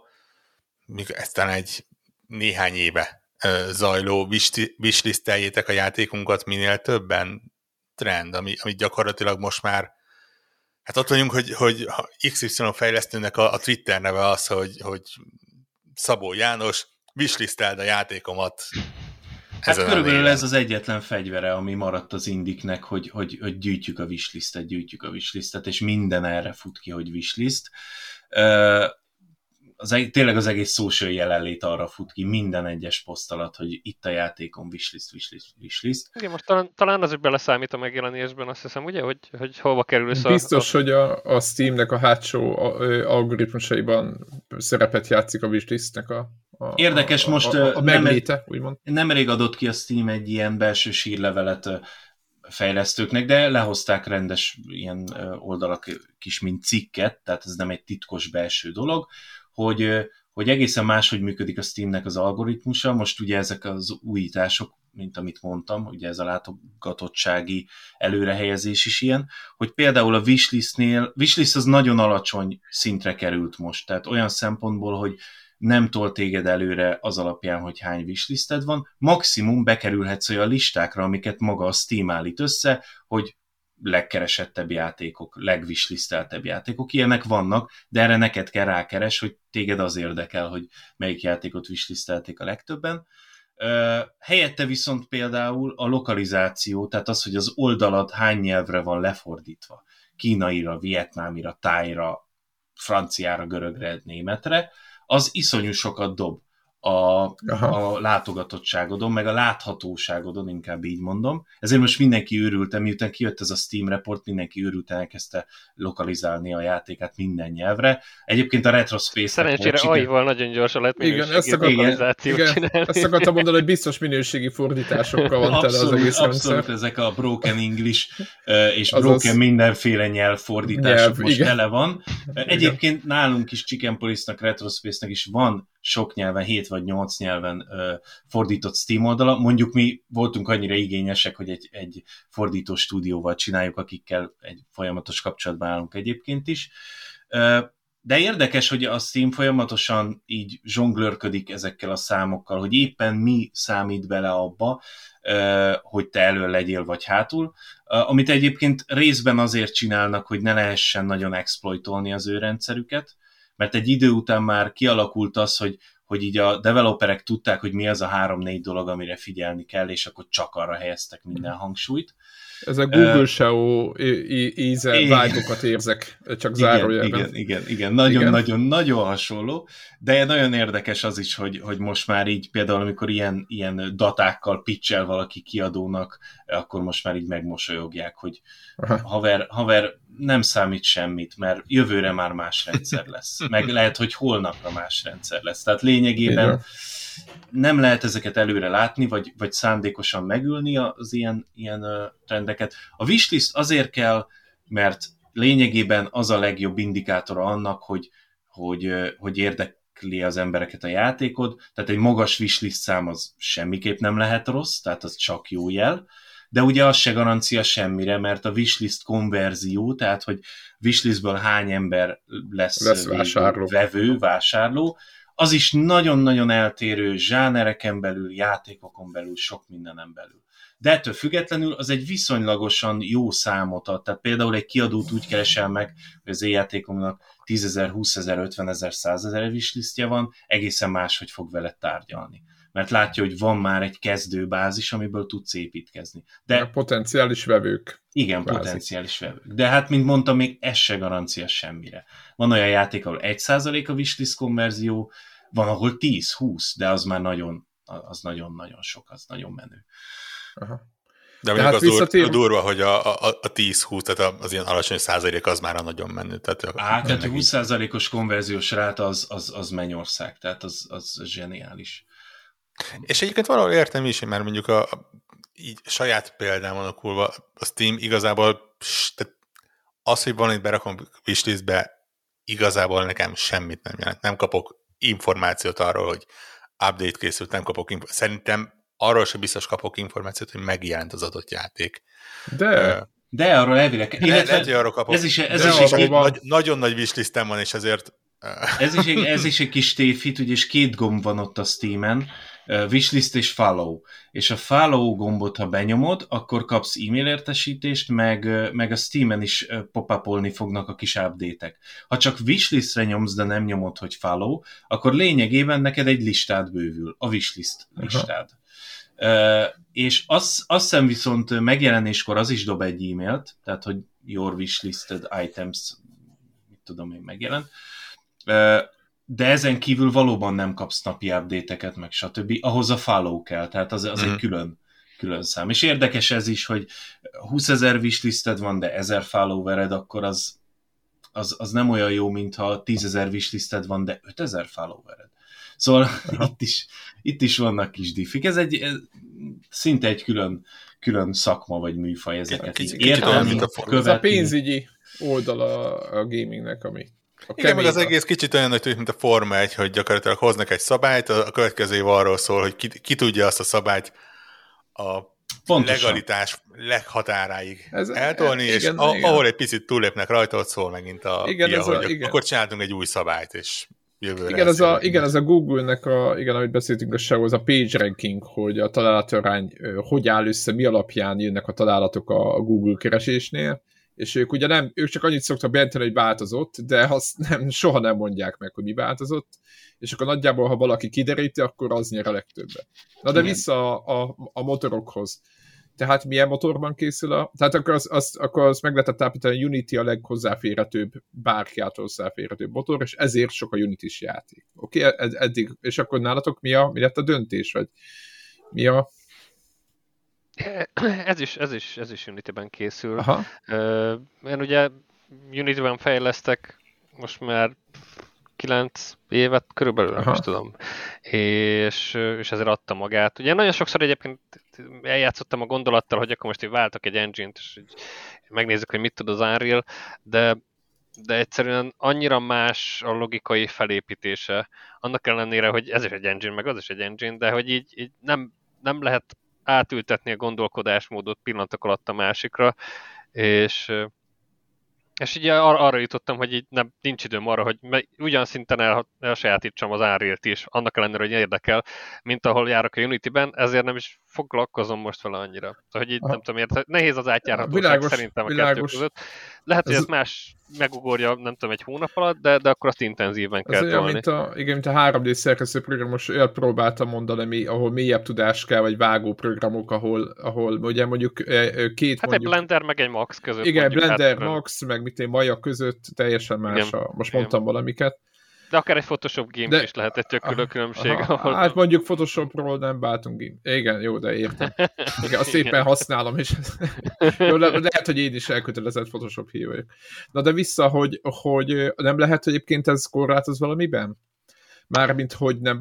ez talán egy néhány éve zajló wishlisteljétek a játékunkat minél többen trend, ami gyakorlatilag most már, hát ott vagyunk, hogy XY fejlesztőnek a Twitter neve az, hogy Szabó János, wishlisteld a játékomat. Hát körülbelül ez az egyetlen fegyvere, ami maradt az indiknek, hogy gyűjtjük a wishlistet, és minden erre fut ki, hogy wishlist. Tényleg az egész social jelenlét arra fut ki, minden egyes poszt alatt, hogy itt a játékom wishlist. Igen, most talán az, hogy beleszámít a megjelenésben, azt hiszem, ugye, hogy hova kerülsz biztos, hogy a Steamnek a hátsó algoritmusaiban szerepet játszik a wishlistnek érdekes, most a megléte, úgymond. Nemrég adott ki a Steam egy ilyen belső sírlevelet fejlesztőknek, de lehozták rendes ilyen oldalak is, mint cikket, tehát ez nem egy titkos belső dolog, hogy egészen máshogy működik a Steamnek az algoritmusa. Most ugye ezek az újítások, mint amit mondtam, ugye ez a látogatottsági előrehelyezés is ilyen, hogy például a wishlist az nagyon alacsony szintre került most, tehát olyan szempontból, hogy nem tol téged előre az alapján, hogy hány wishlisted van, maximum bekerülhetsz olyan listákra, amiket maga a Steam állít össze, hogy legkeresettebb játékok, legwishlisteltebb játékok, ilyenek vannak, de erre neked kell rákeres, hogy téged az érdekel, hogy melyik játékot wishlistelték a legtöbben. Helyette viszont például a lokalizáció, tehát az, hogy az oldalad hány nyelvre van lefordítva, kínaira, vietnámira, tájra, franciára, görögre, németre, az iszonyú sokat dob a látogatottságodon, meg a láthatóságodon, inkább így mondom. Ezért most mindenki őrült, miután kijött ez a Steam report, mindenki őrült, elkezdte lokalizálni a játékát minden nyelvre. Egyébként a Retrospace... Szerencsére AI-val nagyon gyorsan lehet minőségi lokalizációt csinálni. Ezt akartam mondani, hogy biztos minőségi fordításokkal van tele az egész rendszer. Abszolút, ezek a broken English és broken mindenféle nyelvfordítások most tele van. Egyébként nálunk is Chicken Police-nak, Retrospace-nek is van sok nyelven, 7 vagy 8 nyelven fordított Steam oldala. Mondjuk mi voltunk annyira igényesek, hogy egy fordító stúdióval csináljuk, akikkel egy folyamatos kapcsolatban állunk egyébként is. De érdekes, hogy a Steam folyamatosan így zsonglőrködik ezekkel a számokkal, hogy éppen mi számít bele abba, hogy te elől legyél vagy hátul, amit egyébként részben azért csinálnak, hogy ne lehessen nagyon exploitolni az ő rendszerüket, mert egy idő után már kialakult az, hogy így a developerek tudták, hogy mi az a 3-4 dolog, amire figyelni kell, és akkor csak arra helyeztek minden hangsúlyt. Ez a Google SEO vibe-okat érzek, csak zárójelben. Igen. Nagyon hasonló, de nagyon érdekes az is, hogy most már így például, amikor ilyen datákkal pitchel valaki kiadónak, akkor most már így megmosolyogják, hogy haver, nem számít semmit, mert jövőre már más rendszer lesz. Meg lehet, hogy holnapra más rendszer lesz. Tehát lényegében nem lehet ezeket előre látni, vagy szándékosan megülni az ilyen trendeket. A wishlist azért kell, mert lényegében az a legjobb indikátora annak, hogy érdekli az embereket a játékod. Tehát egy magas wishlist szám az semmiképp nem lehet rossz, tehát az csak jó jel. De ugye az se garancia semmire, mert a wishlist konverzió, tehát hogy wishlistből hány ember lesz vásárló, az is nagyon-nagyon eltérő zsánereken belül, játékokon belül, sok mindenen belül. De ettől függetlenül az egy viszonylagosan jó számot ad. Tehát például egy kiadót úgy keresel meg, hogy az játékomnak 10.000, 20.000, 50.000, 100.000 wishlistje van, egészen máshogy fog vele tárgyalni. Mert látja, hogy van már egy kezdőbázis, amiből tudsz építkezni. De a potenciális vevők. Igen, potenciális vevők. De hát, mint mondtam, még ez se garancia semmire. Van olyan játék, ahol 1% a wishlist konverzió, van, ahol 10-20, de az már nagyon-nagyon sok, az nagyon menő. Aha. De mondjuk az durva, hogy a 10-20, tehát az ilyen alacsony százalék az már nagyon menő. Tehát a 20%-os konverziós ráta az mennyország, tehát az zseniális. És egyébként valahol értem is, mert mondjuk így saját példám alakulva a Steam igazából az, hogy valamit berakom wishlistbe, igazából nekem semmit nem jelent. Nem kapok információt arról, hogy update készült, nem kapok szerintem arról sem biztos kapok információt, hogy megjelent az adott játék. De arról elvileg. Lehet, hogy arról kapok. Nagyon nagy wishlistem van, és ezért... Ez is egy kis tévhit, és 2 gomb van ott a Steamen, wishlist és follow. És a follow gombot, ha benyomod, akkor kapsz e-mail értesítést, meg a Steamen is pop-upolni fognak a kis update-ek. Ha csak wishlistre nyomsz, de nem nyomod, hogy follow, akkor lényegében neked egy listád bővül, a wishlist listád. És azt hiszem viszont megjelenéskor az is dob egy e-mailt, tehát hogy your wishlisted items, mit tudom én, megjelent. De ezen kívül valóban nem kapsz napi update-eket, meg stb. Ahhoz a follow kell, tehát az egy külön szám. És érdekes ez is, hogy 20.000 wishlisted van, de 1000 followered, akkor az nem olyan jó, mintha 10.000 wishlisted van, de 5000 followered. Szóval itt is vannak kis diffik. Ez szinte egy külön szakma vagy műfaj ezeket. Ez a pénzügyi oldala a gamingnek, ami igen, meg az egész kicsit olyan, hogy mint a Forma 1, hogy gyakorlatilag hoznak egy szabályt, a következő év arról szól, hogy ki tudja azt a szabályt a legalitás leghatáráig eltolni, és ahol egy picit túllépnek rajta, ott szól megint a pia, hogy akkor csináltunk egy új szabályt, és jövőre. Ez a Google-nek, amit beszéltünk a SEO, az a page ranking, hogy a találatorány hogy áll össze, mi alapján jönnek a találatok a Google keresésnél, és ők ugye ők csak annyit szoktak bejelenteni, hogy változott, de azt soha nem mondják meg, hogy mi változott, és akkor nagyjából, ha valaki kideríti, akkor az nyer a legtöbbet. Na de vissza a motorokhoz. Tehát milyen motorban készül tehát akkor azt meg lehetett állítani, a Unity a leghozzáférhetőbb, bárki által hozzáférhetőbb motor, és ezért sok a Unity-s játék. Oké, eddig, és akkor nálatok mi lett a döntés, vagy mi a... Ez is Unity-ben készül. Én ugye Unity-ben fejlesztek most már 9 évet körülbelül, nem is tudom. És ezért adta magát. Ugye nagyon sokszor egyébként eljátszottam a gondolattal, hogy akkor most így váltok egy engine-t, és megnézzük, hogy mit tud az Unreal, de de egyszerűen annyira más a logikai felépítése, annak ellenére, hogy ez is egy engine, meg az is egy engine, de hogy így nem lehet átültetni a gondolkodásmódot pillanatok alatt a másikra, és így arra jutottam, hogy így nincs időm arra, hogy ugyan szinten elsajátítsam az Unreal-t is, annak ellenére, hogy érdekel, mint ahol járok a Unity-ben, ezért nem is foglalkozom most vele annyira. Hogy így nem tudom, nehéz az átjárhatóság szerintem a kettő között. Lehet, hogy ez más megugorja, nem tudom, egy hónap alatt, de akkor azt intenzíven kell tolni. Mint a 3D szerkesztő programos, olyat próbáltam mondani, ahol mélyebb tudás kell, vagy vágó programok, ahol ugye mondjuk két hát mondjuk... egy Blender meg egy Max között. Igen, Blender, Max, meg egy Maya között teljesen más. Most mondtam valamiket. De akár egy Photoshop game is lehet egy tök különbség. Hát mondjuk Photoshopról nem váltunk game. Igen, jó, de értem. Igen, azt szépen használom, és lehet, hogy én is elkötelezett Photoshop hívó vagyok. Na de vissza, hogy nem lehet, hogy egyébként ez korlátoz valamiben? Mármint, hogy nem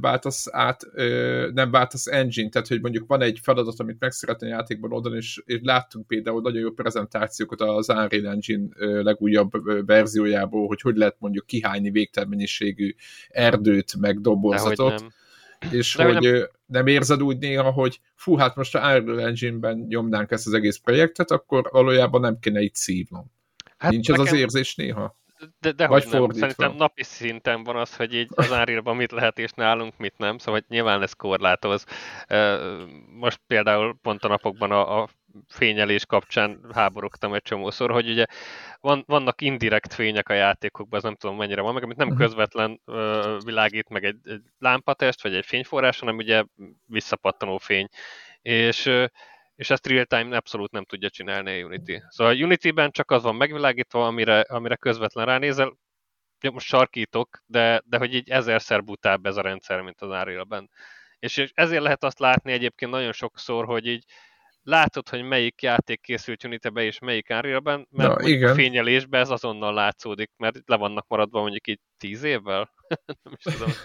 váltasz engine, tehát, hogy mondjuk van egy feladat, amit meg szeretné a játékban oldani, és láttunk például nagyon jó prezentációkat az Unreal Engine legújabb verziójából, hogy lehet mondjuk kihányni végtelen mennyiségű erdőt, meg dobozatot, és hogy nem érzed úgy néha, hogy fú, hát most a Unreal Engine-ben nyomnánk ezt az egész projektet, akkor valójában nem kéne itt szívnom. Hát nincs ez az érzés néha? De hogy nem. Szerintem napi szinten van az, hogy így az Unreal-ban mit lehet és nálunk mit nem, szóval nyilván ez korlátoz. Most például pont a napokban a fényelés kapcsán háborogtam egy csomószor, hogy ugye vannak indirekt fények a játékokban, az nem tudom mennyire van, meg amit nem közvetlen világít meg egy lámpatest, vagy egy fényforrás, hanem ugye visszapattanó fény. És ezt real-time abszolút nem tudja csinálni a Unity. Szóval a Unity-ben csak az van megvilágítva, amire közvetlen ránézel. Most sarkítok, de hogy így 1000-szer butább ez a rendszer, mint az Unreal-ben. És ezért lehet azt látni egyébként nagyon sokszor, hogy így látod, hogy melyik játék készült Unity-be és melyik Unreal-ben, mert a fényelésben ez azonnal látszódik, mert le vannak maradva mondjuk így 10 évvel. Nem is tudom.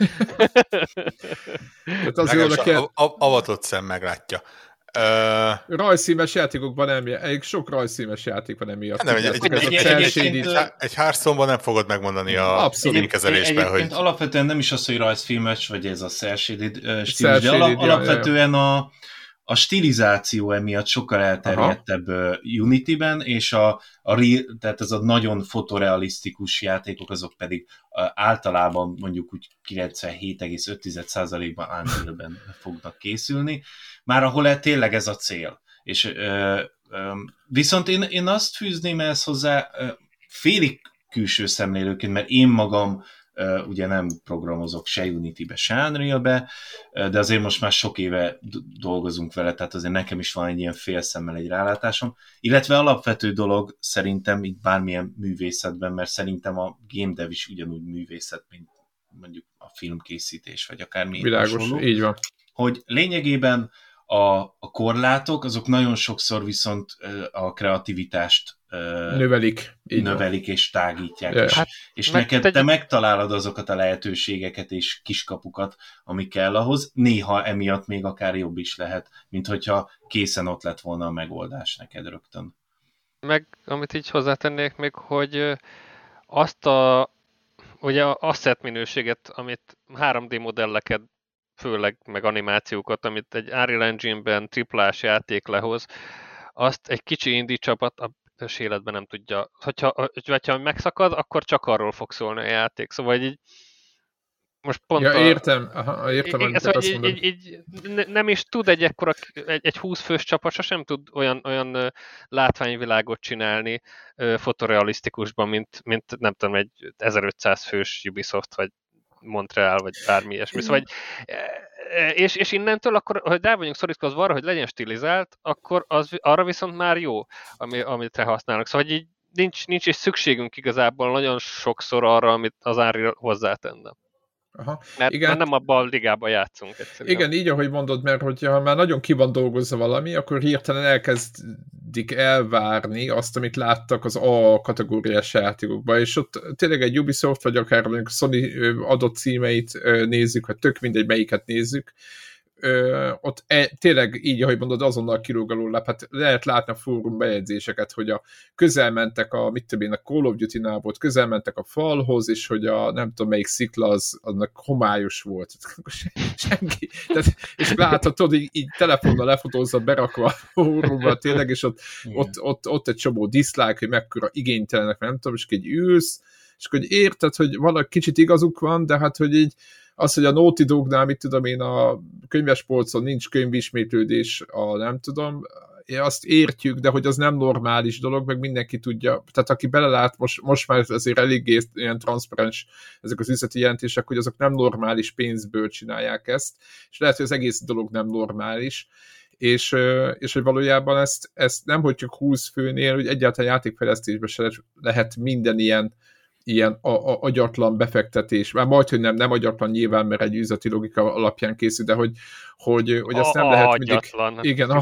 Avatott szem meglátja. Rajzszínes játékokban elég sok rajzszínes játék van emiatt. Nem, egy Hearthstone-ban nem fogod megmondani a fénykezelésben, hogy... Alapvetően nem is az, hogy rajzfilmes, vagy ez a cel-shaded stílus, de alapvetően a stilizáció emiatt sokkal elterjedtebb Unity-ben, és tehát ez a nagyon fotorealisztikus játékok, azok pedig általában mondjuk úgy 97,5%-ban Unreal-ben fognak készülni, már ahol tényleg ez a cél. És viszont én azt fűzném ehhez hozzá félig külső szemlélőként, mert én magam ugye nem programozok se Unity-be, se Unreal-be, de azért most már sok éve dolgozunk vele, tehát azért nekem is van egy ilyen félszemmel egy rálátásom. Illetve alapvető dolog szerintem itt bármilyen művészetben, mert szerintem a game dev is ugyanúgy művészet, mint mondjuk a filmkészítés, vagy akármi. Világos, hasonló, így van. Hogy lényegében a korlátok, azok nagyon sokszor viszont a kreativitást növelik és tágítják. Yeah. És neked te megtalálod azokat a lehetőségeket és kiskapukat, ami kell ahhoz. Néha emiatt még akár jobb is lehet, mint hogyha készen ott lett volna a megoldás neked rögtön. Meg amit így hozzátennék még, hogy ugye asset minőséget, amit 3D modelleket főleg meg animációkat, amit egy Unreal Engine-ben triplás játék lehoz, azt egy kicsi indie csapat a életben nem tudja. Hogyha megszakad, akkor csak arról fog szólni a játék. Szóval így most pont értem, amit azt mondod. Így nem is tud egy 20 fős csapat sosem tud olyan látványvilágot csinálni fotorealisztikusban, mint nem tudom, egy 1500 fős Ubisoft, vagy Montreal, vagy bármi ilyesmi. Szóval, és innentől akkor, hogy rá vagyunk szorítkozva arra, hogy legyen stilizált, akkor arra viszont már jó, amit használnak. Szóval így nincs is szükségünk igazából nagyon sokszor arra, amit az Unreal hozzátenne. Aha. Mert nem abban a ligában játszunk egyszerűen. Igen, így ahogy mondod, mert hogyha már nagyon ki van dolgozva valami, akkor hirtelen elkezdik elvárni azt, amit láttak az A kategóriás játékokban, és ott tényleg egy Ubisoft, vagy akár a Sony adott címeit nézzük, vagy tök mindegy, melyiket nézzük, ott tényleg így, ahogy mondod, azonnal kirúg alul, hát lehet látni a fórum bejegyzéseket, hogy közelmentek a Call of Duty-nál volt, közelmentek a falhoz, és hogy nem tudom melyik szikla annak homályos volt. Senki. Tehát, és láthatod, így telefonnal lefotózza berakva a fórumba tényleg, és ott egy csomó dislike, hogy mekkora igénytelenek, nem tudom, és így ülsz, és akkor érted, hogy valami kicsit igazuk van, de hát, hogy így az, hogy a Naughty Dognál, mit tudom én, a könyvespolcon nincs könyvismétlődés, nem tudom, azt értjük, de hogy az nem normális dolog, meg mindenki tudja, tehát aki belelát, most már azért eléggé ilyen transzparens ezek az üzleti jelentések, hogy azok nem normális pénzből csinálják ezt, és lehet, hogy az egész dolog nem normális, és hogy valójában ezt nem, hogy csak 20 főnél, hogy egyáltalán játékfejlesztésben se lehet minden ilyen agyatlan befektetés, már majd, hogy nem agyatlan nyilván, mert egy üzleti logika alapján készül, de hogy ezt nem lehet mindig... Igen,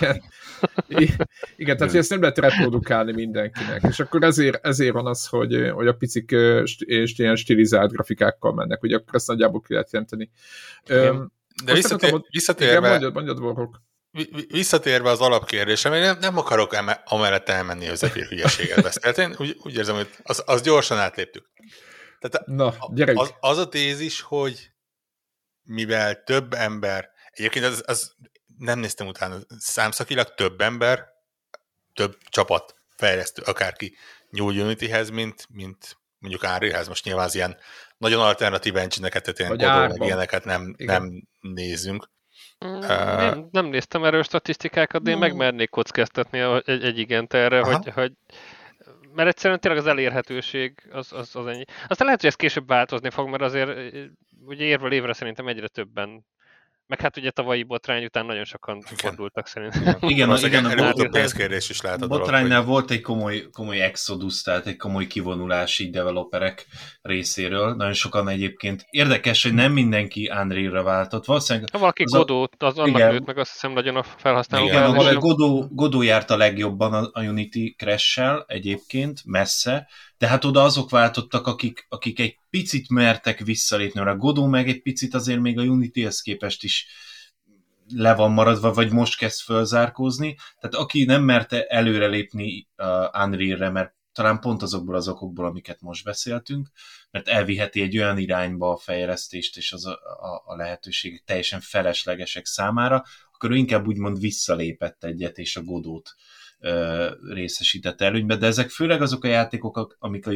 tehát hogy ezt nem lehet reprodukálni mindenkinek, és akkor ezért van az, hogy a picik ilyen stilizált grafikákkal mennek, hogy akkor ezt nagyjából ki lehet jelenteni. De visszatérve... Mondjad, Warhawk. Visszatérve az alapkérdésre, én nem akarok amellett elmenni, hogy Zephyr hülyeséget beszélt. Én úgy érzem, hogy az gyorsan átléptük. Tehát az a tézis, hogy mivel több ember, egyébként az nem néztem utána, számszakilag több ember, több csapat fejlesztő, akárki nyúl Unityhez, mint mondjuk Unrealhez. Most nyilván az ilyen nagyon alternatív engine-eket, tehát ilyen Godot, meg ilyeneket nem nézünk. Én nem néztem erről statisztikákat, de én megmernék kockáztatni egy igent erre, hogy mert egyszerűen tényleg az elérhetőség az ennyi. Aztán lehet, hogy ez később változni fog, mert azért ugye évről évre szerintem egyre többen, meg hát ugye tavalyi botrány után nagyon sokan fordultak szerintem. Igen, a pénzkérdés is lehet a botránynál volt egy komoly exodus, tehát egy komoly kivonulás így developerek részéről. Nagyon sokan egyébként. Érdekes, hogy nem mindenki Unreal-re váltott. Valószínűleg valaki Godot, az annak lőtt meg azt hiszem nagyon a felhasználó. Igen, Godot járt a legjobban a Unity crash-sel egyébként, messze, de hát oda azok váltottak, akik egy picit mertek visszalépni, mert a Godot meg egy picit azért még a Unityhez képest is le van maradva, vagy most kezd fölzárkózni. Tehát aki nem merte előrelépni Unreal-re, mert talán pont azokból az okokból, amiket most beszéltünk, mert elviheti egy olyan irányba a fejlesztést, és az a lehetőségek teljesen feleslegesek számára, akkor ő inkább úgymond visszalépett egyet, és a Godot részesített előnybe, de ezek főleg azok a játékok, amik a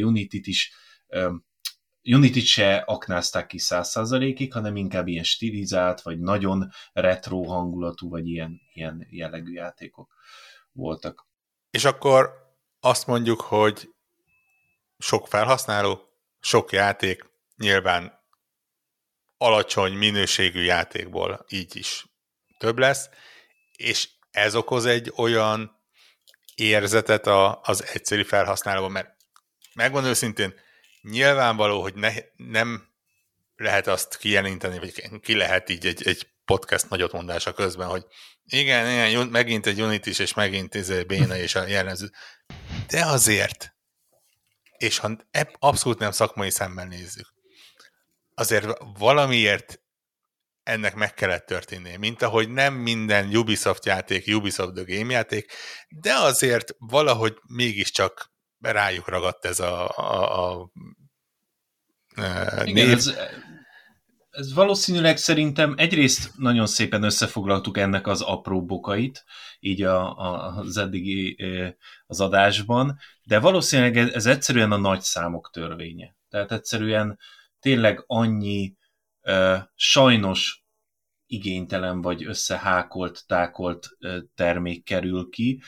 Unity-t se aknázták ki 100%-ig, hanem inkább ilyen stilizált, vagy nagyon retro hangulatú, vagy ilyen jellegű játékok voltak. És akkor azt mondjuk, hogy sok felhasználó, sok játék, nyilván alacsony minőségű játékból így is több lesz, és ez okoz egy olyan érzetet az egyszerű felhasználóban, mert megmondom őszintén, nyilvánvaló, hogy nem lehet azt kijelenteni, vagy ki lehet így egy podcast nagyotmondása közben, hogy igen, megint egy Unity-s, és megint béna és a jellemző. De azért, és ha abszolút nem szakmai szemmel nézzük, azért valamiért ennek meg kellett történnie, mint ahogy nem minden Ubisoft játék, Ubisoft The Game játék, de azért valahogy mégiscsak rájuk ragadt ez a igen, név. Ez valószínűleg szerintem egyrészt nagyon szépen összefoglaltuk ennek az apró bokait, így az eddigi az adásban, de valószínűleg ez egyszerűen a nagy számok törvénye. Tehát egyszerűen tényleg annyi sajnos igénytelen vagy összehákolt, tákolt termék kerül ki,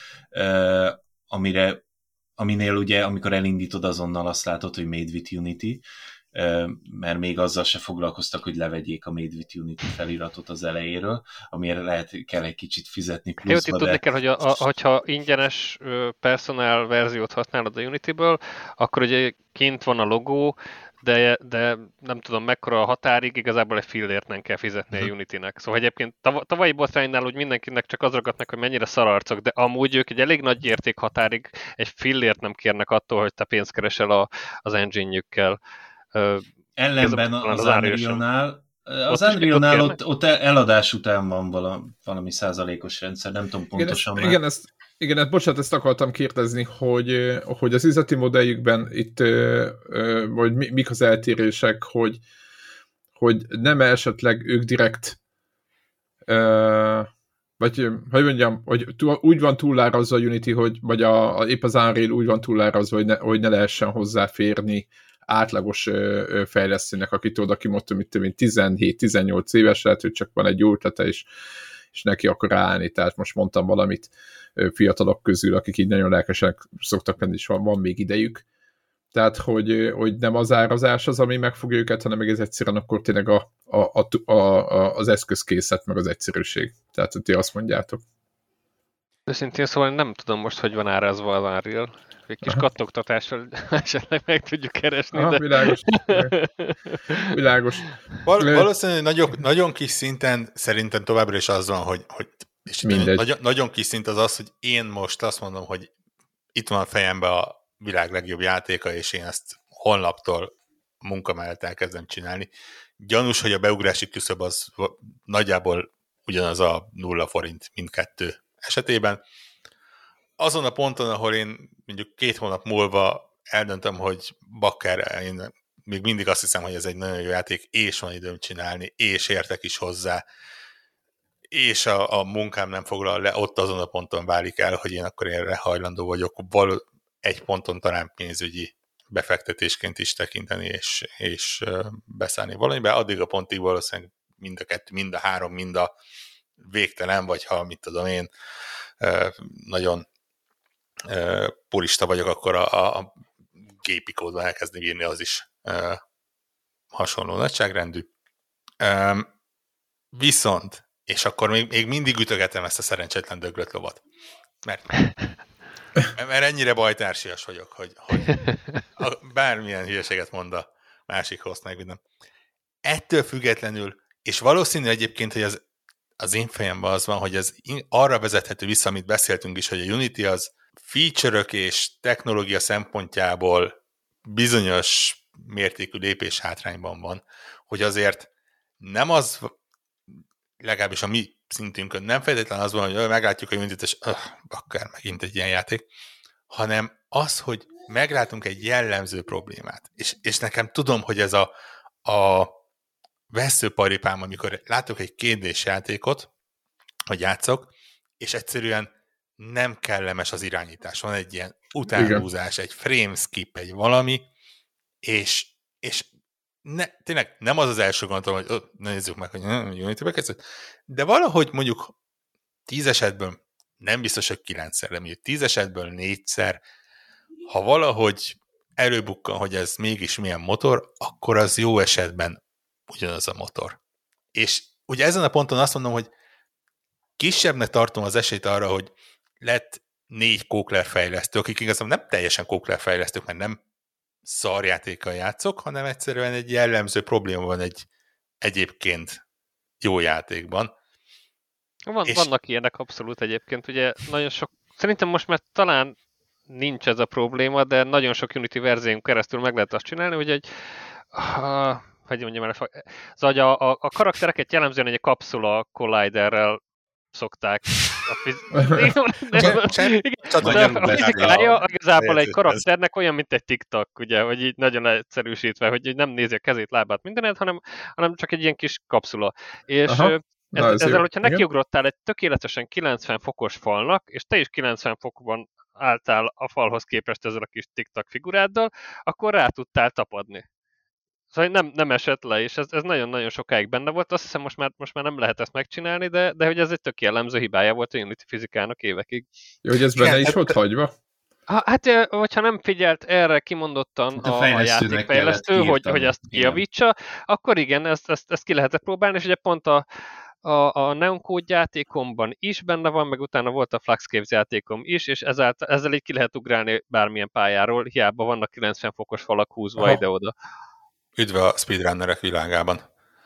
aminél ugye, amikor elindítod, azonnal azt látod, hogy Made with Unity, mert még azzal se foglalkoztak, hogy levegyék a Made with Unity feliratot az elejéről, amire kell egy kicsit fizetni pluszba. Tudni kell, hogy hogyha ingyenes personal verziót használod a Unity-ből, akkor ugye kint van a logó, de nem tudom mekkora a határig, igazából egy fillért nem kell fizetni a Unity-nek. Szóval egyébként tavalyi botránynál úgy mindenkinek csak az ragadt meg, hogy mennyire szararcok, de amúgy ők egy elég nagy értékhatárig egy fillért nem kérnek attól, hogy te pénzt keresel az engine-jükkel. Ellenben az Unreal-nál Az Unreal-nál ott eladás után van valami százalékos rendszer, nem tudom pontosan. Igen, bocsánat, ezt akartam kérdezni, hogy az üzleti modelljükben itt, vagy mik az eltérések, hogy nem esetleg ők direkt, vagy hogy mondjam, hogy úgy van túlárazva a Unity, vagy épp az Unreal úgy van túlárazva, hogy ne lehessen hozzáférni átlagos fejlesztőnek, akitől oda kimondtam, mint 17-18 éves, lehet, hogy csak van egy jó ötlete, és neki akar állni. Tehát most mondtam valamit fiatalok közül, akik így nagyon lelkesek szoktak lenni, és van még idejük. Tehát, hogy nem az árazás az, ami megfogja őket, hanem egész egyszerűen akkor tényleg az eszközkészlet, meg az egyszerűség. Tehát, hogy ti azt mondjátok. De szintén szóval nem tudom most, hogy van árazva az Unreal. Egy kis kattogtatással esetleg meg tudjuk keresni. Aha, de... Világos. Valószínűleg nagyon kis szinten szerintem továbbra is az van, hogy és nagyon kis szint az, hogy én most azt mondom, hogy itt van a fejemben a világ legjobb játéka, és én ezt holnaptól munka mellett elkezdem csinálni. Gyanús, hogy a beugrási küszöb az nagyjából ugyanaz a 0 forint mindkettő esetében. Azon a ponton, ahol én mondjuk 2 hónap múlva eldöntöm, hogy bakker, én még mindig azt hiszem, hogy ez egy nagyon jó játék, és van időm csinálni, és értek is hozzá, és a munkám nem foglal le, ott azon a ponton válik el, hogy én akkor erre hajlandó vagyok egy ponton talán pénzügyi befektetésként is tekinteni, és beszállni valamiben. Addig a pontig valószínűleg mind a kettő, mind a három, mind a végtelen, vagy ha, mit tudom én, nagyon purista vagyok, akkor a gépi kódban elkezdni írni, az is hasonló nagyságrendű. Viszont, és akkor még mindig ütögetem ezt a szerencsétlen döglött lovat. Mert ennyire bajtársias vagyok, hogy bármilyen hülyeséget mond a másik host, meg minden. Ettől függetlenül, és valószínű egyébként, hogy az én fejemben az van, hogy ez arra vezethető vissza, amit beszéltünk is, hogy a Unity az feature-ök és technológia szempontjából bizonyos mértékű lépés hátrányban van, hogy azért nem az, legalábbis a mi szintünkön nem feltétlenül az van, hogy meglátjuk a Unity-t, és akár megint egy ilyen játék, hanem az, hogy meglátunk egy jellemző problémát. És nekem tudom, hogy ez a vesszőparipám, amikor látok egy 2D-s játékot, hogy játszok, és egyszerűen nem kellemes az irányítás. Van egy ilyen utánhúzás, egy frame skip, egy valami, és tényleg nem az első gondolom, hogy nézzük meg, hogy Unity-be kezdett, de valahogy mondjuk 10 esetből, nem biztos, hogy 9-szer, de mondjuk 10 esetből 4-szer, ha valahogy előbukkan, hogy ez mégis milyen motor, akkor az jó esetben ugyanaz a motor. És ugye ezen a ponton azt mondom, hogy kisebbnek tartom az esélyt arra, hogy lett 4 kókler fejlesztő, akik igazából nem teljesen kókler fejlesztők, mert nem szarjátékkal játszok, hanem egyszerűen egy jellemző probléma van egy egyébként jó játékban. Vannak ilyenek abszolút egyébként, ugye nagyon sok, szerintem most már talán nincs ez a probléma, de nagyon sok Unity verzión keresztül meg lehet azt csinálni, hogy mondjam el, a karaktereket jellemzően egy kapszula colliderrel szokták. A fizikája igazából egy karakternek olyan, mint egy TikTok, ugye, hogy így nagyon egyszerűsítve, hogy nem nézi a kezét, lábát, mindenet, hanem csak egy ilyen kis kapszula. És ezzel, hogyha nekiugrottál egy tökéletesen 90 fokos falnak, és te is 90 fokban álltál a falhoz képest ezzel a kis TikTok figuráddal, akkor rá tudtál tapadni. Szóval nem esett le, és ez nagyon-nagyon sokáig benne volt. Azt hiszem, most már nem lehet ezt megcsinálni, de hogy ez egy tök jellemző hibája volt a Unity fizikának évekig. Jó, hogy ez benne is ott hagyva? Hát, hogyha nem figyelt erre kimondottan a játékfejlesztő, hogy ezt kijavítsa, akkor igen, ezt ki lehetett próbálni, és ugye pont a Neon Code játékomban is benne van, meg utána volt a Flux Caves játékom is, és ezzel így ki lehet ugrálni bármilyen pályáról, hiába vannak 90 fokos falak húzva ide-oda. Üdv a speedrunnerek világában.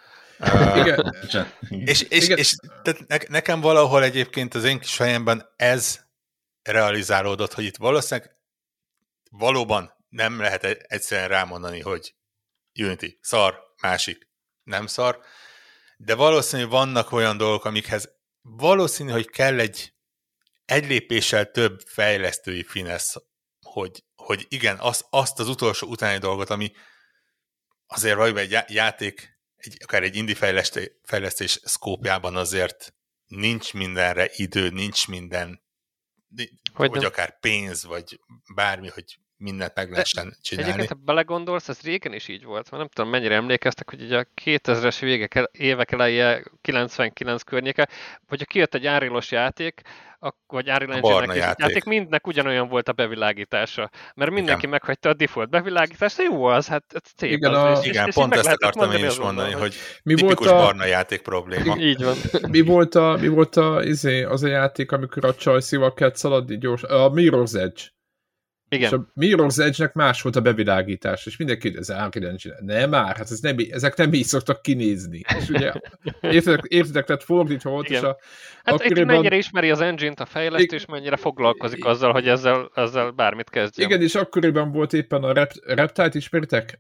És tehát nekem valahol egyébként az én kis fejemben ez realizálódott, hogy itt valószínűleg valóban nem lehet egyszerűen rámondani, hogy Unity szar, másik nem szar, de valószínű vannak olyan dolgok, amikhez valószínű, hogy kell egy lépéssel több fejlesztői finesz, hogy igen, azt az utolsó utáni dolgot, ami azért valójában egy játék, akár egy indie fejlesztés szkópjában azért nincs mindenre idő, nincs minden, hogy akár pénz, vagy bármi, hogy mindent meg lehessen csinálni. Egyébként, ha belegondolsz, ez régen is így volt. Nem tudom, mennyire emlékeztek, hogy ugye a 2000-es évek eleje, 99 környéke, hogyha kijött egy Unreal-os játék, vagy Unreal Engine-nek játék, mindnek ugyanolyan volt a bevilágítása. Mert mindenki meghagyta a default bevilágítást, jó az, hát ez szép. Igen, pont ezt akartam én is mondani, hogy tipikus barna játék probléma. Így van. Mi volt az a játék, amikor a csajszival kellett szaladni gyors? A Mirror's Edge. Igen. És a Mirror's Edge-nek más volt a bevilágítás, és mindenki, ez Unreal Engine. Nem már, hát ezek nem így szoktak kinézni. És ugye, értitek, tehát fordítva volt, igen. És hát itt mennyire ismeri az engine-t a fejlesztő, és mennyire foglalkozik azzal, hogy ezzel bármit kezdjen. Igen, és akkoriban volt éppen a Reptile-t, ismeritek?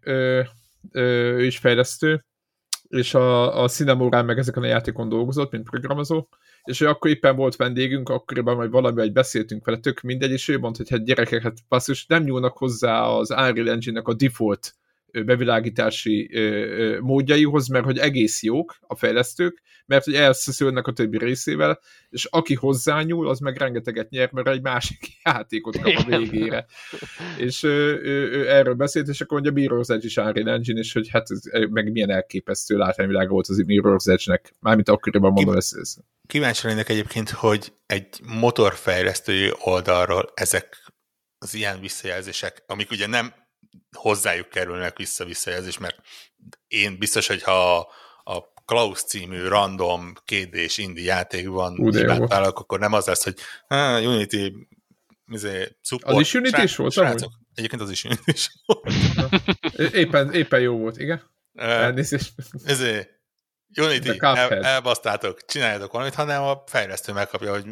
Ő is fejlesztő, és a Cinemorán meg ezeken a játékon dolgozott, mint programozó, és ő akkor éppen volt vendégünk, akkoriban majd valamivel beszéltünk vele, tök mindegy, és ő mondta, hogy hát gyerekek, hát basszus, nem nyúlnak hozzá az Unreal Engine-nek a default bevilágítási módjaihoz, mert hogy egész jók a fejlesztők, mert hogy elszeszülnek a többi részével, és aki hozzányúl, az meg rengeteget nyer, mert egy másik játékot kap a végére. És ő erről beszélt, és akkor mondja, Mirror's Edge is Unreal Engine, és hogy hát ez, meg milyen elképesztő látványvilága volt az Mirror's Edge-nek. Mármint akkoriban mondom ezt. Kíváncsi lennék egyébként, hogy egy motorfejlesztői oldalról ezek az ilyen visszajelzések, amik ugye nem hozzájuk kerülnek visszajelzés, mert én biztos, hogy ha a Klaus című random 2D-s indie játékban hibát találok, akkor nem az lesz, hogy Unity support. Az is Unity-s volt? Srácok, egyébként az is Unity-s volt. éppen jó volt, igen. Elnézést. Unity, elbasztátok, csináljátok valamit, hanem a fejlesztő megkapja, hogy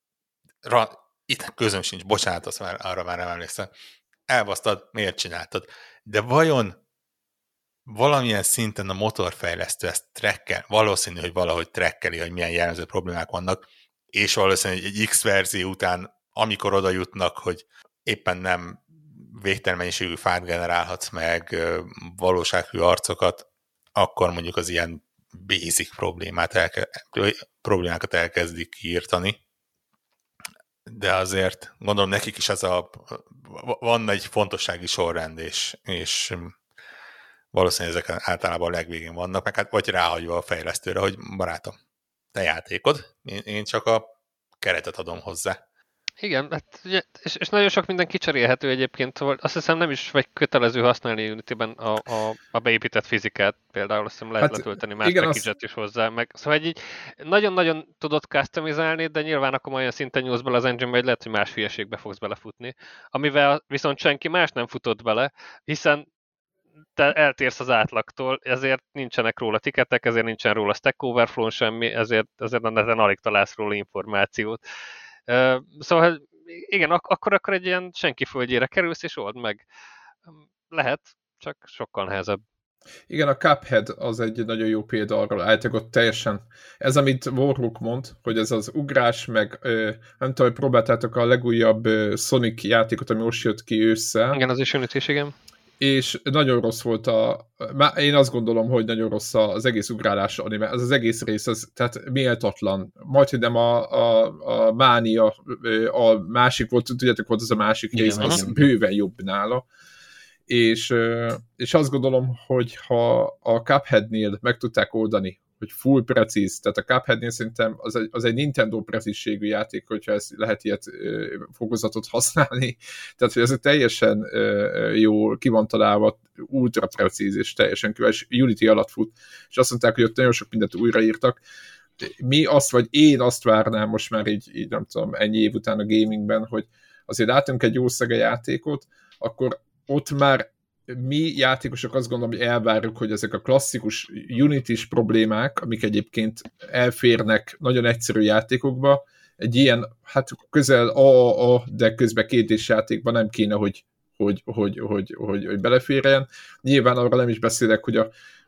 itt közöm sincs, bocsánat, azt arra már nem emlékszem. Elbasztad, miért csináltad? De vajon valamilyen szinten a motorfejlesztő ezt trekkel, valószínű, hogy valahogy trekkeli, hogy milyen jellemző problémák vannak, és valószínű, hogy egy X verzió után, amikor oda jutnak, hogy éppen nem végtelen mennyiségű fát generálhatsz meg, valósághű arcokat, akkor mondjuk az ilyen basic problémákat elkezdik kiírtani. De azért gondolom nekik is van egy fontossági sorrend, és valószínűleg ezek általában a legvégén vannak, meg hát vagy ráhagyva a fejlesztőre, hogy barátom, te játékod, én csak a keretet adom hozzá. Igen, hát ugye, és nagyon sok minden kicserélhető egyébként, azt hiszem nem is vagy kötelező használni Unity-ben a beépített fizikát, például azt hiszem lehet letölteni más package-et is hozzá, meg szóval így nagyon-nagyon tudod customizálni, de nyilván akkor olyan szinten nyúlsz bele az engine-be, hogy lehet, hogy más hülyeségbe fogsz belefutni, amivel viszont senki más nem futott bele, hiszen te eltérsz az átlagtól, ezért nincsenek róla tiketek, ezért nincsen róla Stack Overflow semmi, ezért a neten alig találsz róla információt. Szóval igen, akkor egy ilyen senki földjére kerülsz, és old meg. Lehet, csak sokkal nehezebb. Igen, a Cuphead az egy nagyon jó példa arról, állítok ott teljesen. Ez, amit Warhawk mond, hogy ez az ugrás, meg nem tudom, hogy próbáltátok a legújabb Sonic játékot, ami most jött ki ősszel. Igen, az is Unity-s, igen. És nagyon rossz volt én azt gondolom, hogy nagyon rossz az egész ugrálás anime, az egész rész, tehát méltatlan. Majdhogy nem a Mánia, a másik volt, tudjátok, volt az a másik rész, az bőven jobb nála. És azt gondolom, hogy ha a Cupheadnél meg tudták oldani, hogy full precíz, tehát a Cupheadnél szerintem az egy Nintendo precízségű játék, hogyha ezt lehet ilyet fokozatot használni, tehát hogy ez teljesen jó ki van találva, ultra precíz és teljesen kíváncsi, és Unity alatt fut, és azt mondták, hogy ott nagyon sok mindent újraírtak. Én azt várnám most már így nem tudom, ennyi év után a gamingben, hogy azért látunk egy jó szege játékot, akkor ott már mi játékosok azt gondolom, hogy elvárjuk, hogy ezek a klasszikus Unity-s problémák, amik egyébként elférnek nagyon egyszerű játékokba, egy ilyen, hát közel de közben 2D-s játékban nem kéne, hogy beleférjen. Nyilván arra nem is beszélek, hogy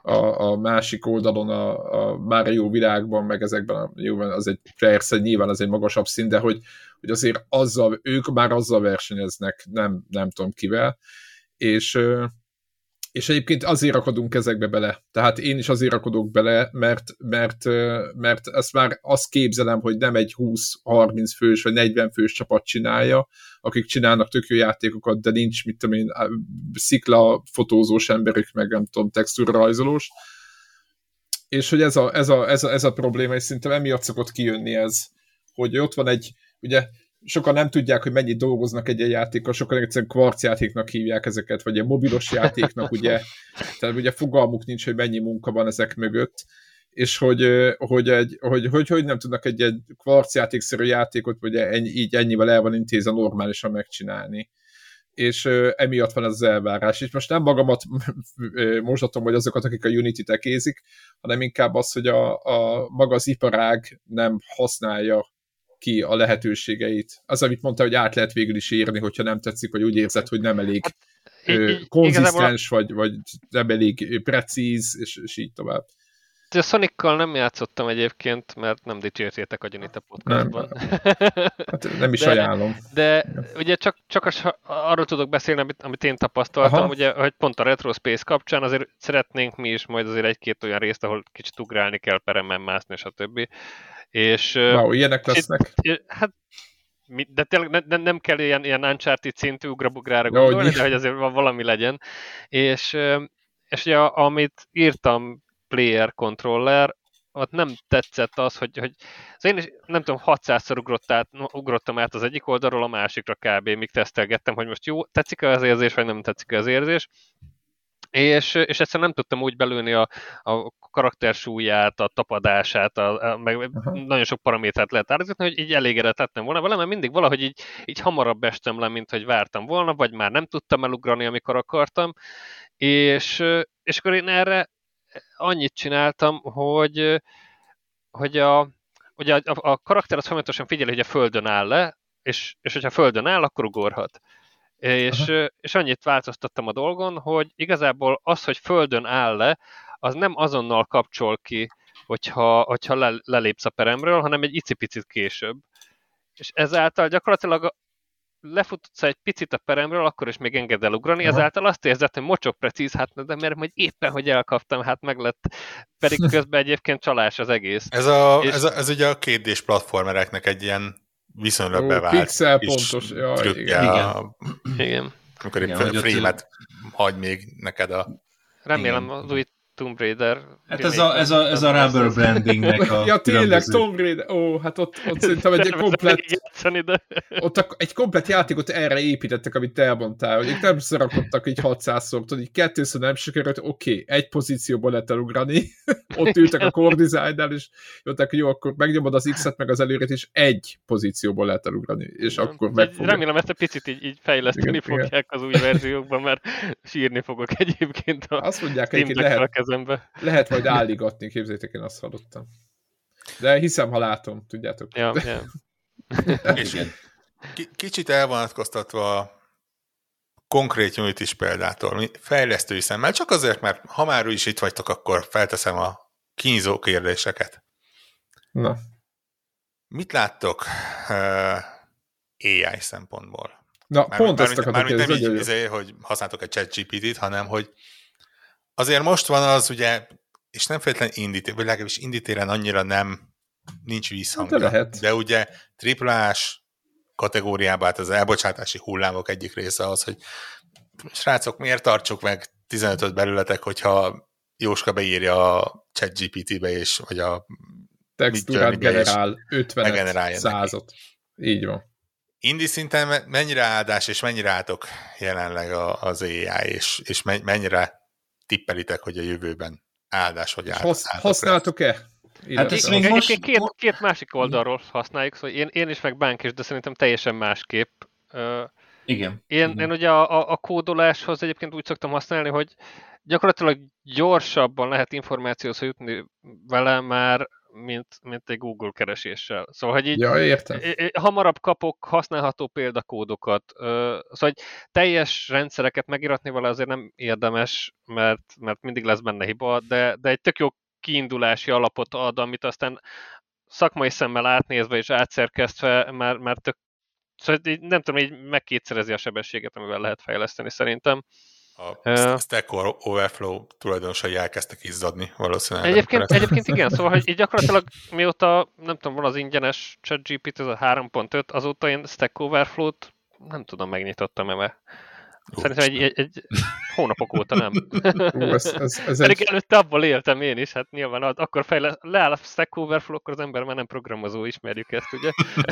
a másik oldalon a Mario világban, meg ezekben nyilván az egy, persze nyilván az egy magasabb szint, de hogy azért ők már azzal versenyeznek, nem tudom kivel, és egyébként azért rakodunk ezekbe bele. Tehát én is azért rakodok bele, mert ezt már azt képzelem, hogy nem egy 20-30 fős vagy 40 fős csapat csinálja, akik csinálnak tök jó játékokat, de nincs, mit tudom én, szikla fotózós emberük, meg nem tudom, textúrrajzolós. És hogy ez a probléma, és szerintem emiatt szokott kijönni ez, hogy ott van egy, ugye sokan nem tudják, hogy mennyit dolgoznak egy játékkal, sokan egyszerűen kvarcjátéknak hívják ezeket, vagy egy mobilos játéknak, ugye, tehát ugye fogalmuk nincs, hogy mennyi munka van ezek mögött, és hogy nem tudnak egy kvarcjátékszerű játékot, vagy így ennyivel el van intézve normálisan megcsinálni. És emiatt van ez az elvárás. És most nem magamat mosatom, vagy azokat, akik a Unity-t ekézik, hanem inkább az, hogy maga az iparág nem használja ki a lehetőségeit. Az, amit mondta, hogy át lehet végül is írni, hogyha nem tetszik, vagy úgy érzed, hogy nem elég konzisztens, vagy nem elég precíz, és így tovább. A Sonic-kal nem játszottam egyébként, mert nem dicsértétek a Unity podcastban. Hát nem is ajánlom. De ugye csak arról tudok beszélni, amit én tapasztaltam, ugye, hogy pont a Retro Space kapcsán azért szeretnénk mi is majd azért egy-két olyan részt, ahol kicsit ugrálni kell, peremen mászni, és a többi. És, wow, ilyenek lesznek? Hát, de tényleg nem kell ilyen Uncharted szintű ugrabugrára gondolni, de hogy azért valami legyen. És ugye, amit írtam player controller, ott nem tetszett az, hogy én is nem tudom, 600-szor ugrottam át az egyik oldalról a másikra kb. Míg tesztelgettem, hogy most jó, tetszik-e az érzés, vagy nem tetszik-e az érzés. És egyszerűen nem tudtam úgy belőni a karaktersúlyát, a tapadását, meg nagyon sok paramétert lehet árazgatni, hogy így elégedett lettem volna vele, mert mindig valahogy így hamarabb estem le, mint hogy vártam volna, vagy már nem tudtam elugrani, amikor akartam. És akkor én erre annyit csináltam, hogy a karakter az folyamatosan figyeli, hogy a földön áll le, és hogyha a földön áll, akkor ugorhat. És annyit változtattam a dolgon, hogy igazából az, hogy földön áll le, az nem azonnal kapcsol ki, hogyha lelépsz a peremről, hanem egy icipicit később. És ezáltal gyakorlatilag lefutsz egy picit a peremről, akkor is még enged el ugrani, ezáltal azt érzed, hogy mocsok precíz, hát de mert majd éppen, hogy elkaptam, hát meg lett, pedig közben egyébként csalás az egész. Ez ugye a 2D-s platformereknek egy ilyen viszonylag bevált pixel pontos, igen. Amikor egy frame-et hagy még neked a... Remélem az új Tomb Raider. Hát ez a rubber brandingnek a... Ja, tényleg, Tomb Raider. Ó, hát ott szerintem egy komplett játékot erre építettek, amit te elmondtál, hogy nem szarakodtak így 600-szor, tudod, így kettőször nem sikerült, oké, egy pozícióból lehet elugrani, ott ültek a core design-nál, és jöttek, hogy jó, akkor megnyomod az X-et, meg az előret, és egy pozícióból lehet elugrani, és akkor megfogja. Remélem, ezt egy picit így fejleszteni fogják az új verziókban, mert sírni fogok egyébként azt mondják, egyébként lehet majd álligatni, képzeljétek, én azt hallottam. De hiszem, ha látom, tudjátok. Ja. És kicsit elvonatkoztatva a konkrét Unity-s példától, fejlesztői szemmel, csak azért, mert ha már is itt vagytok, akkor felteszem a kínzó kérdéseket. Na. Mit láttok AI szempontból? Na, pont ezt akarok kérdezni. Nem így, hogy használtok egy ChatGPT-t, hanem hogy azért most van az, ugye, és nem feltétlenül indítéren, vagy legalábbis indítéren annyira nincs vízhangja. De ugye triplás kategóriában az elbocsátási hullámok egyik része az, hogy srácok, miért tartsuk meg 15-öt belületek, hogyha Jóska beírja a ChatGPT-be, és vagy a textúrát generál 50-et, 100-ot. Így van. Indie szinten mennyire áldás, és mennyire álltok jelenleg az AI, és mennyire tippelitek, hogy a jövőben áldás, hogy használtok-e? Hát két másik oldalról használjuk, szóval én is meg Bánk is, de szerintem teljesen másképp. Igen. Én ugye a kódoláshoz egyébként úgy szoktam használni, hogy gyakorlatilag gyorsabban lehet információhoz jutni vele, már mint egy Google kereséssel. Szóval, hogy így értem. Hamarabb kapok használható példakódokat. Szóval, hogy teljes rendszereket megiratni vele azért nem érdemes, mert mindig lesz benne hiba, de egy tök jó kiindulási alapot ad, amit aztán szakmai szemmel átnézve és átszerkesztve már tök, szóval nem tudom, így megkétszerezi a sebességet, amivel lehet fejleszteni szerintem. A Stack Overflow tulajdonosai elkezdtek izzadni valószínűleg. Egyébként igen, szóval hogy így gyakorlatilag mióta, nem tudom, van az ingyenes ChatGPT, ez a 3.5, azóta én Stack Overflow-t nem tudom, megnyitottam-e. Szerintem egy hónapok óta nem. Pedig előtte abból éltem én is, hát nyilván akkor leáll a Stack Overflow, akkor az ember már nem programozó, ismerjük ezt, ugye?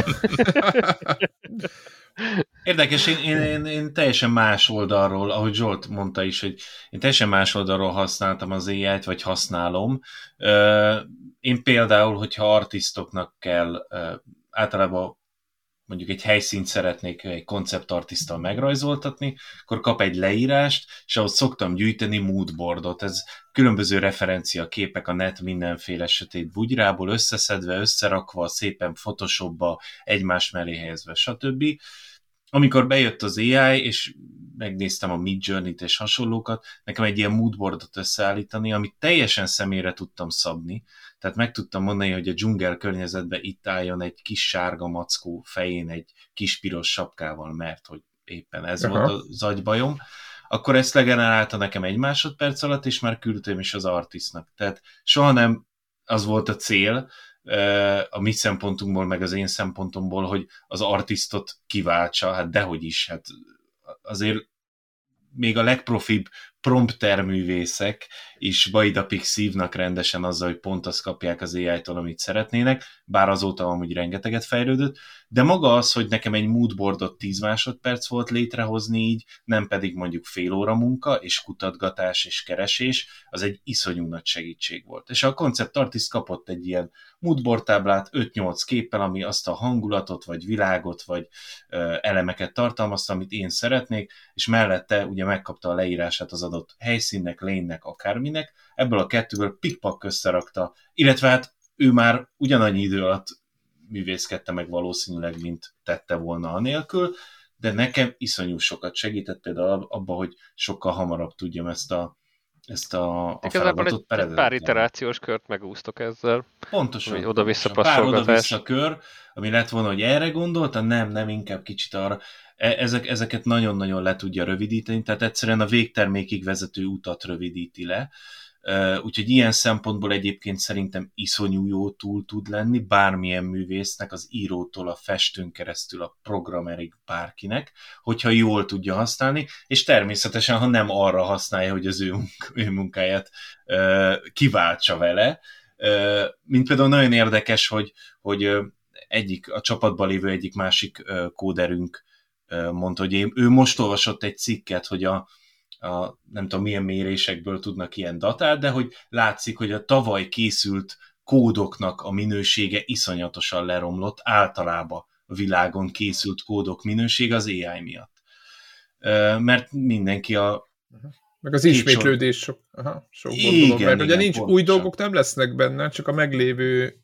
Érdekes, én teljesen más oldalról, ahogy Zsolt mondta is, hogy én teljesen más oldalról használtam az AI-t, vagy használom. Én például, hogyha artistoknak kell általában mondjuk egy helyszínt szeretnék egy konceptartiszttal megrajzoltatni, akkor kap egy leírást, és ahhoz szoktam gyűjteni moodboardot. Ez különböző referenciaképek a net mindenféle sötét bugyrából összeszedve, összerakva, szépen Photoshopba, egymás mellé helyezve, stb. Amikor bejött az AI, és megnéztem a Midjourney-t és hasonlókat, nekem egy ilyen moodboardot összeállítani, amit teljesen személyre tudtam szabni, tehát meg tudtam mondani, hogy a dzsungel környezetben itt álljon egy kis sárga mackó fején egy kis piros sapkával, mert hogy éppen ez volt az agybajom, akkor ezt legenerálta nekem 1 másodperc alatt, és már küldtem is az artistnak. Tehát soha nem az volt a cél, a mi szempontunkból, meg az én szempontomból, hogy az artistot kiváltsa, hát dehogy is, hát azért még a legprofibb prompterművészek is vajdapig szívnak rendesen azzal, hogy pont azt kapják az AI-tól, amit szeretnének, bár azóta amúgy rengeteget fejlődött, de maga az, hogy nekem egy moodboardot 10 másodperc volt létrehozni így, nem pedig mondjuk fél óra munka, és kutatgatás, és keresés, az egy iszonyú nagy segítség volt. És a Concept Artist kapott egy ilyen moodboard táblát 5-8 képpel, ami azt a hangulatot, vagy világot, vagy elemeket tartalmazta, amit én szeretnék, és mellette ugye megkapta a leírását az adott helyszínnek, lénynek, akárminek, ebből a kettőből pikpak összerakta, illetve hát ő már ugyanannyi idő alatt művészkedte meg valószínűleg, mint tette volna anélkül, de nekem iszonyú sokat segített például abban, hogy sokkal hamarabb tudjam ezt a feladatot perezni. Egy pár iterációs kört megúsztok ezzel. Pontosan. Oda-vissza passzolgatás. Pár oda-vissza kör, ami lett volna, hogy erre gondolta, nem, inkább kicsit arra. Ezeket nagyon-nagyon le tudja rövidíteni, tehát egyszerűen a végtermékig vezető utat rövidíti le. Úgyhogy ilyen szempontból egyébként szerintem iszonyú jó túl tud lenni bármilyen művésznek, az írótól a festőn keresztül a programerig bárkinek, hogyha jól tudja használni, és természetesen, ha nem arra használja, hogy az ő munkáját kiváltsa vele. Mint például nagyon érdekes, hogy a csapatban lévő egyik másik kóderünk mondta, hogy ő most olvasott egy cikket, hogy a nem tudom milyen mérésekből tudnak ilyen datát, de hogy látszik, hogy a tavaly készült kódoknak a minősége iszonyatosan leromlott, általában a világon készült kódok minősége az AI miatt. Mert mindenki meg az ismétlődés sok gondolom, mert ugye nincs pontosan. Új dolgok nem lesznek benne, csak a meglévő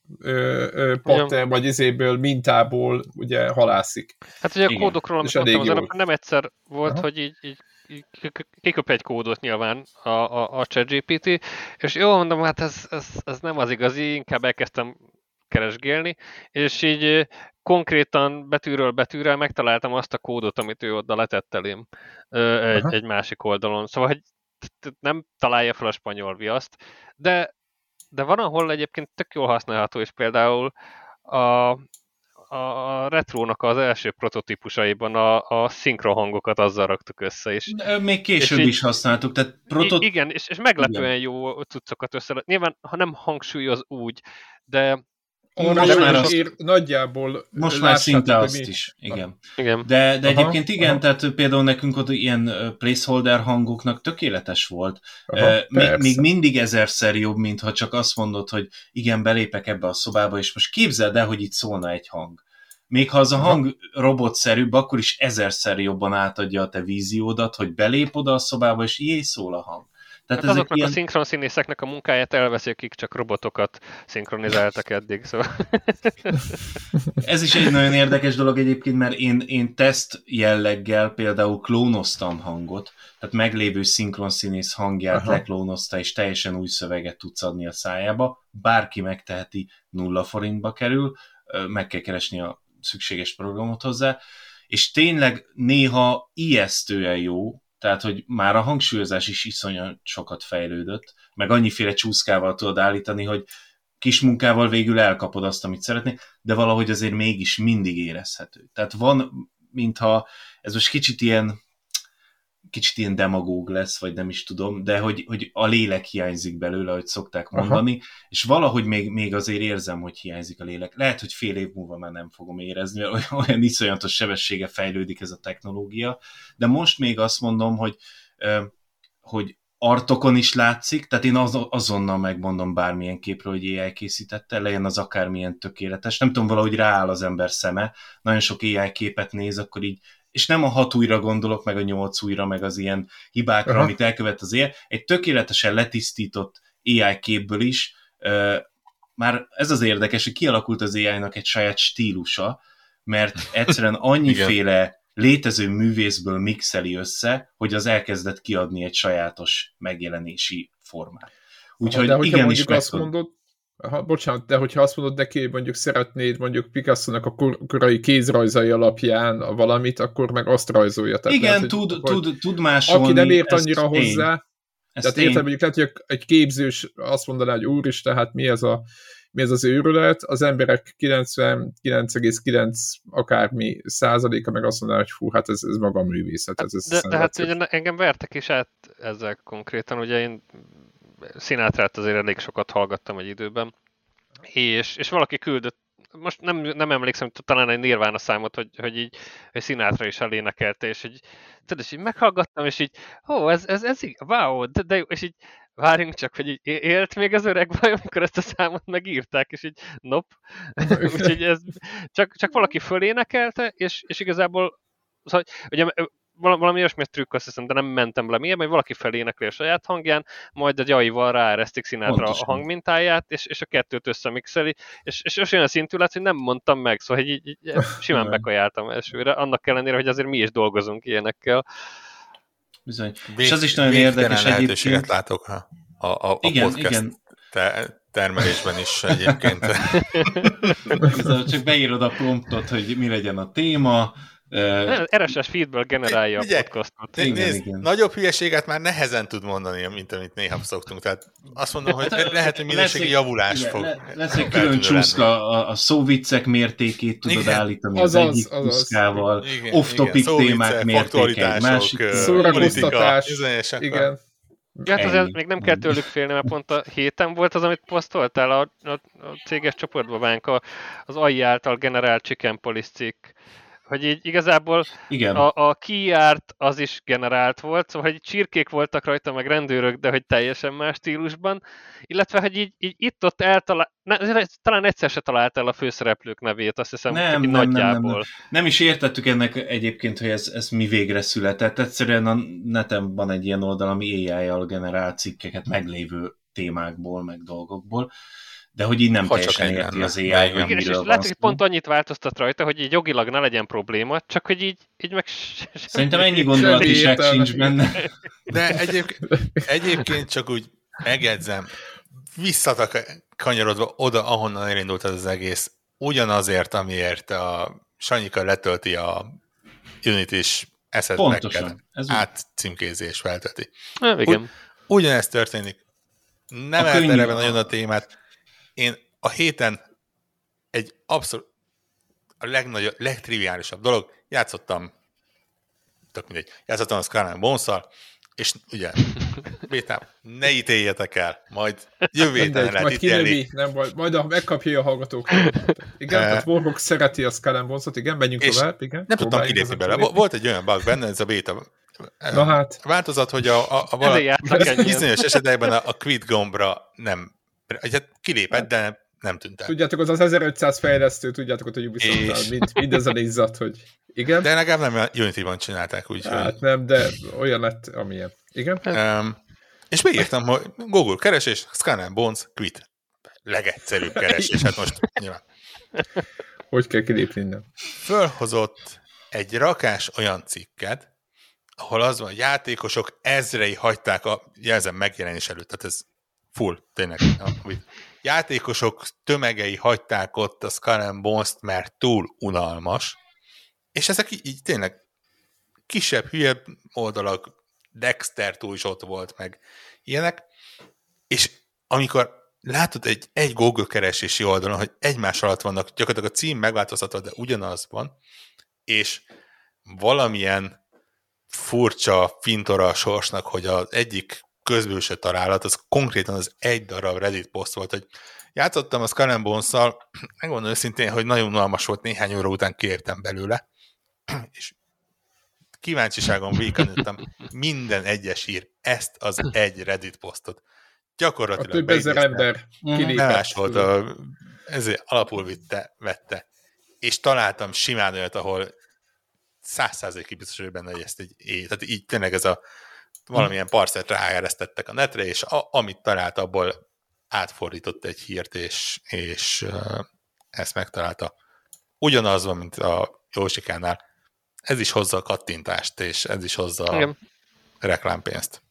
pattern vagy izéből, mintából ugye halászik. Hát ugye a kódokról, amit mondtam, az nem egyszer volt, hogy így kiköp egy kódot nyilván a ChatGPT, és jól mondom, hát ez nem az igazi, inkább elkezdtem keresgélni, és így konkrétan betűről betűre megtaláltam azt a kódot, amit ő oda letett elém egy másik oldalon. Szóval, hogy nem találja fel a spanyol viaszt, de van, ahol egyébként tök jól használható, és például a retrónak az első prototípusaiban a szinkrohangokat azzal raktuk össze is. Még később is használtuk, tehát igen, és meglepően jó cuccokat össze. Nyilván, ha nem hangsúlyoz úgy, de nagyjából most már szinte azt is, igen. De egyébként igen, tehát például nekünk ott ilyen placeholder hangoknak tökéletes volt. Még mindig 1000-szer jobb, mint ha csak azt mondod, hogy igen, belépek ebbe a szobába, és most képzeld el, hogy itt szólna egy hang. Még ha az a hang robotszerűbb, akkor is 1000-szer jobban átadja a te víziódat, hogy belép oda a szobába, és így szól a hang. Tehát hát azoknak a szinkronszínészeknek a munkáját elveszik, akik csak robotokat szinkronizáltak eddig, szóval... Ez is egy nagyon érdekes dolog egyébként, mert én teszt jelleggel például klónoztam hangot, tehát meglévő szinkronszínész hangját leklónozta, és teljesen új szöveget tudsz adni a szájába. Bárki megteheti, 0 forintba kerül, meg kell keresni a szükséges programot hozzá, és tényleg néha ijesztően jó, tehát, hogy már a hangsúlyozás is iszonyat sokat fejlődött, meg annyiféle csúszkával tudod állítani, hogy kis munkával végül elkapod azt, amit szeretnél, de valahogy azért mégis mindig érezhető. Tehát van, mintha ez most kicsit ilyen demagóg lesz, vagy nem is tudom, de hogy a lélek hiányzik belőle, ahogy szokták mondani, és valahogy még azért érzem, hogy hiányzik a lélek. Lehet, hogy fél év múlva már nem fogom érezni, mert olyan iszonyatos sebessége fejlődik ez a technológia, de most még azt mondom, hogy artokon is látszik, tehát én azonnal megmondom bármilyen képről, hogy AI készítette, legyen az akármilyen tökéletes. Nem tudom, valahogy rááll az ember szeme, nagyon sok AI képet néz, akkor így, és nem a 6 újra gondolok, meg a 8 újra, meg az ilyen hibákra, amit elkövet az AI, egy tökéletesen letisztított AI képből is, már ez az érdekes, hogy kialakult az AI-nak egy saját stílusa, mert egyszerűen annyiféle létező művészből mixeli össze, hogy az elkezdett kiadni egy sajátos megjelenési formát. Úgyhogy igenis bocsánat, de hogyha azt mondod neki, hogy mondjuk szeretnéd mondjuk Picasso-nak a korai kézrajzai alapján valamit, akkor meg azt rajzolja. Tehát igen, lehet, tud másolni. Aki nem ért annyira hozzá, tehát érted, mondjuk lehet, hogy egy képzős azt mondaná, hogy úristen, hát mi ez az őrület, az emberek 99,9 akármi százaléka meg azt mondaná, hogy fú, hát ez maga a művészet. De hát ugye engem vertek is át ezzel konkrétan, ugye én Sinatrát azért elég sokat hallgattam egy időben, és valaki küldött, most nem emlékszem, talán egy Nirvana számot, hogy Sinatra is elénekelte, és így meghallgattam, és így, ez wow, de és így várjunk csak, hogy így élt még az öreg baj, amikor ezt a számot megírták, és így nope. Úgyhogy ez csak valaki fölénekelte, és igazából, szóval, ugye valami olyasmi trükk, azt hiszem, de nem mentem le mélyebb, hogy valaki felénekli a saját hangján, majd egy AI-val ráeresztik Sinatra a hangmintáját, és a kettőt összemixeli, és olyan szintű lett, hogy nem mondtam meg, szóval így simán bekajáltam elsőre, annak ellenére, hogy azért mi is dolgozunk ilyenekkel. Bizony. És az is nagyon érdekes lehetőséget látok a podcast termelésben is egyébként. Csak beírod a promptot, hogy mi legyen a téma. RSS feedből generálja a podcastot. Nézd, nagyobb hülyeséget már nehezen tud mondani, mint amit néha szoktunk. Tehát azt mondom, hogy lehet, hogy minőségi javulás fog. Lesz egy külön csúszka, a szóviccek mértékét tudod állítani az egyik csúszkával, off-topic témák mértéke egy másik. Szórakoztatás. Igen. Hát azért még nem kell tőlük félni, mert pont a héten volt az, amit posztoltál a céges csoportban, Vánk, az AI által generált Chicken Police cikk. Hogy így igazából a key art az is generált volt, szóval hogy csirkék voltak rajta, meg rendőrök, de hogy teljesen más stílusban, illetve hogy így itt-ott talán egyszer se talált el a főszereplők nevét, azt hiszem, nagyjából. Nem is értettük ennek egyébként, hogy ez mi végre született. Egyszerűen a neten van egy ilyen oldal, ami AI-jal generál cikkeket meglévő témákból, meg dolgokból, de hogy így nem teljesen érti az AI, hogy miről és van lehet, hogy pont annyit változtat rajta, hogy így jogilag ne legyen probléma, csak hogy így meg... Szerintem ennyi gondolatiság sincs benne. De egyébként csak úgy megjegyzem, visszakanyarodva oda, ahonnan elindult az egész, ugyanazért, amiért a Sanyika letölti a Unity-s asset-packet átcímkézés feltölti. Igen. Ugyanezt történik. Nem elterelve nagyon a témát. Én a héten egy abszolút a legtriviálisabb dolog, játszottam a Skull and Bones-szal, és ugye, Bétám, ne ítéljetek el, majd jövő héten lehet ítélni. Majd megkapja a hallgatók. Igen, tehát Warhawk szereti a Skull and Bones-ot, igen, menjünk tovább, igen. Nem tudtam kilépni bele. Volt egy olyan bug benne, ez a béta változat, hogy a bizonyos esetekben a quit gombra nem, kilépett, de nem tűnt el. Tudjátok, az 1500 fejlesztő, tudjátok, hogy Ubisoft mindezen izzat, hogy igen. De legalább nem Unity-ban csinálták, úgyhogy... Hát nem, de olyan lett, amilyen. Igen? És beírtam, hogy Google keresés, Skull and Bones, quit. Legegyszerűbb keresés, hát most nyilván. Hogy kell kilépni innen? Fölhozott egy rakás olyan cikket, ahol az van, játékosok ezrei hagyták jelzem megjelenés előtt, tehát ez full, tényleg. Játékosok tömegei hagyták ott a Skull and Bones-t, mert túl unalmas, és ezek így tényleg kisebb, hülyebb oldalak, Dexter túl is ott volt, meg ilyenek, és amikor látod egy Google keresési oldalon, hogy egymás alatt vannak, gyakorlatilag a cím megváltoztatva, de ugyanaz van, és valamilyen furcsa fintora a sorsnak, hogy az egyik közbülső találat, az konkrétan az egy darab Reddit poszt volt, hogy játszottam a Skull and Bones-szal, megmondom őszintén, hogy nagyon unalmas volt, néhány óra után kiértem belőle, és kíváncsiságon végigkanültem minden egyes ír ezt az egy Reddit posztot. Gyakorlatilag a több ezer ember kilépett. Ezért alapul vette. És találtam simán olyat, ahol 100%-ig biztos, hogy benne, hogy ezt tehát így tényleg ez a valamilyen parszert ráeresztettek a netre, és amit talált, abból átfordított egy hírt, és ezt megtalálta. Ugyanaz van, mint a Jósikánál. Ez is hozza a kattintást, és ez is hozza a reklámpénzt.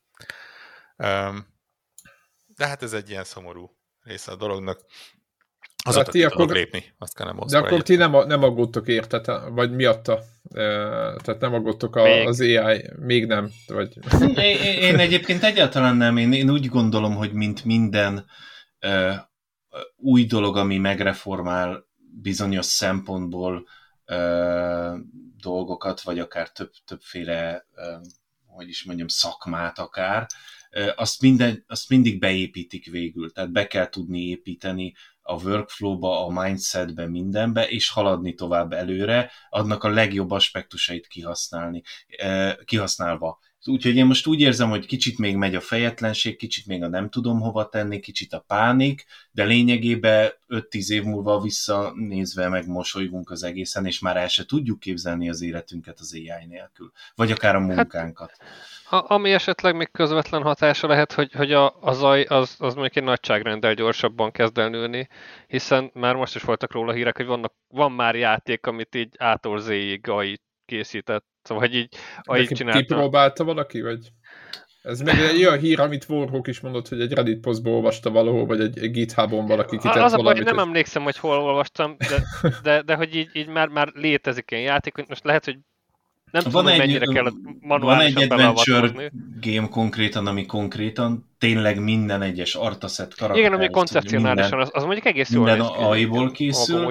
De hát ez egy ilyen szomorú része a dolognak. Azóta ki tudok lépni. Azt kell nem de akkor ti nem aggódtok érte, vagy miatta? Tehát nem aggódtok az AI, még nem? Vagy... Én egyébként egyáltalán nem. Én úgy gondolom, hogy mint minden új dolog, ami megreformál bizonyos szempontból dolgokat, vagy akár többféle, hogy is mondjam, szakmát akár, azt mindig beépítik végül. Tehát be kell tudni építeni a workflow-ba, a mindsetbe, mindenbe, és haladni tovább előre, annak a legjobb aspektusait kihasználva. Úgyhogy én most úgy érzem, hogy kicsit még megy a fejetlenség, kicsit még a nem tudom hova tenni, kicsit a pánik, de lényegében 5-10 év múlva visszanézve megmosolygunk az egészen, és már el se tudjuk képzelni az életünket az AI nélkül. Vagy akár a munkánkat. Hát, ami esetleg még közvetlen hatása lehet, hogy a zaj az mondjuk egy nagyságrenddel gyorsabban kezd el nőni, hiszen már most is voltak róla hírek, hogy van már játék, amit így A-tól Z-ig AI készített, vagy így AI csinálta. Kipróbálta valaki, vagy? Ez meg egy olyan hír, amit Warhawk is mondott, hogy egy Reddit posztból olvasta valahol, vagy egy GitHubon valaki kitett valamit. Az a baj, hogy nem emlékszem, hogy hol olvastam, de hogy így már létezik ilyen játék, most lehet, hogy nem tudom, mennyire kell manuálisan beleavatkozni. Van egy adventure game konkrétan, ami konkrétan tényleg minden egyes artaszett karakter. Igen, ami koncepcionálisan, az mondjuk egész jól minden AI-ból készül.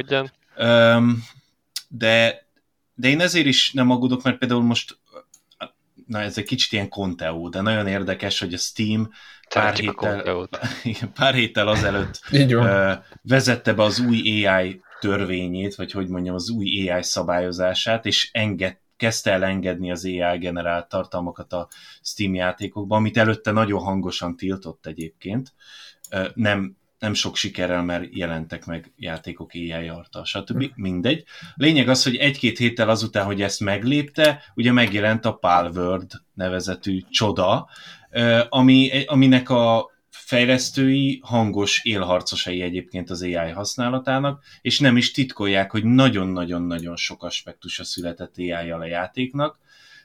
De én ezért is nem aggódok, mert például most, na ez egy kicsit ilyen Conteo, de nagyon érdekes, hogy a Steam pár héttel azelőtt vezette be az új AI törvényét, vagy hogy mondjam, az új AI szabályozását, és kezdte el engedni az AI generált tartalmakat a Steam játékokban, amit előtte nagyon hangosan tiltott egyébként. Nem sok sikerrel, mert jelentek meg játékok AI arccal, stb. Mindegy. Lényeg az, hogy 1-2 héttel azután, hogy ezt meglépte, ugye megjelent a Palworld nevezetű csoda, aminek a fejlesztői hangos élharcosai egyébként az AI használatának, és nem is titkolják, hogy nagyon-nagyon-nagyon sok aspektusa született AI-jal a játéknak.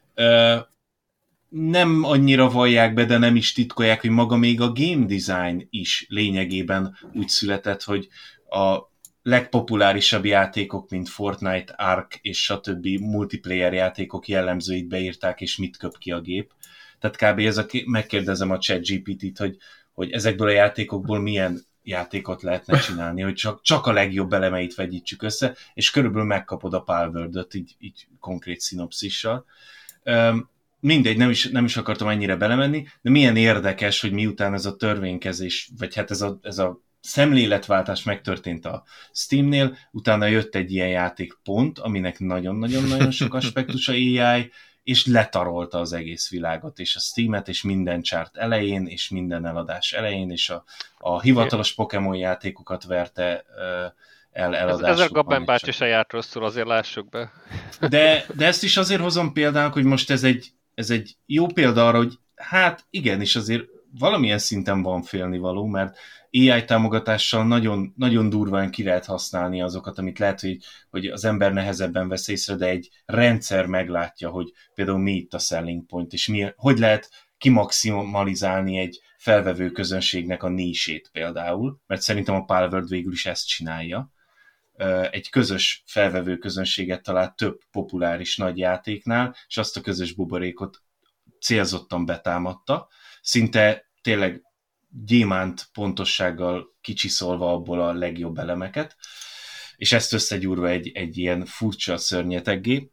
Nem annyira vallják be, de nem is titkolják, hogy maga még a game design is lényegében úgy született, hogy a legpopulárisabb játékok, mint Fortnite, Ark és stb. Multiplayer játékok jellemzőit beírták, és mit köp ki a gép. Tehát kb. Megkérdezem a ChatGPT-t, hogy ezekből a játékokból milyen játékot lehetne csinálni, hogy csak a legjobb elemeit vegyítsük össze, és körülbelül megkapod a Palworld-öt így konkrét szinopszissal. Mindegy, nem is akartam ennyire belemenni, de milyen érdekes, hogy miután ez a törvénykezés, vagy hát ez a szemléletváltás megtörtént a Steamnél, utána jött egy ilyen játékpont, aminek nagyon-nagyon-nagyon sok aspektusa AI, és letarolta az egész világot, és a Steamet, és minden chart elején, és minden eladás elején, és a hivatalos Pokémon játékokat verte eladásokban. Ezzel Gabben bácsi se járt rosszul, azért lássuk be. De ezt is azért hozom példának, hogy most ez egy jó példa arra, hogy hát igenis azért valamilyen szinten van félnivaló, mert AI támogatással nagyon, nagyon durván ki lehet használni azokat, amit lehet, hogy az ember nehezebben vesz észre, de egy rendszer meglátja, hogy például mi itt a selling point, és hogy lehet kimaximalizálni egy felvevő közönségnek a nisét például, mert szerintem a Palworld végül is ezt csinálja. Egy közös felvevő közönséget talált több populáris nagy játéknál, és azt a közös buborékot célzottan betámadta, szinte tényleg gyémánt pontossággal kicsiszolva abból a legjobb elemeket, és ezt összegyúrva egy ilyen furcsa szörnyeteggé.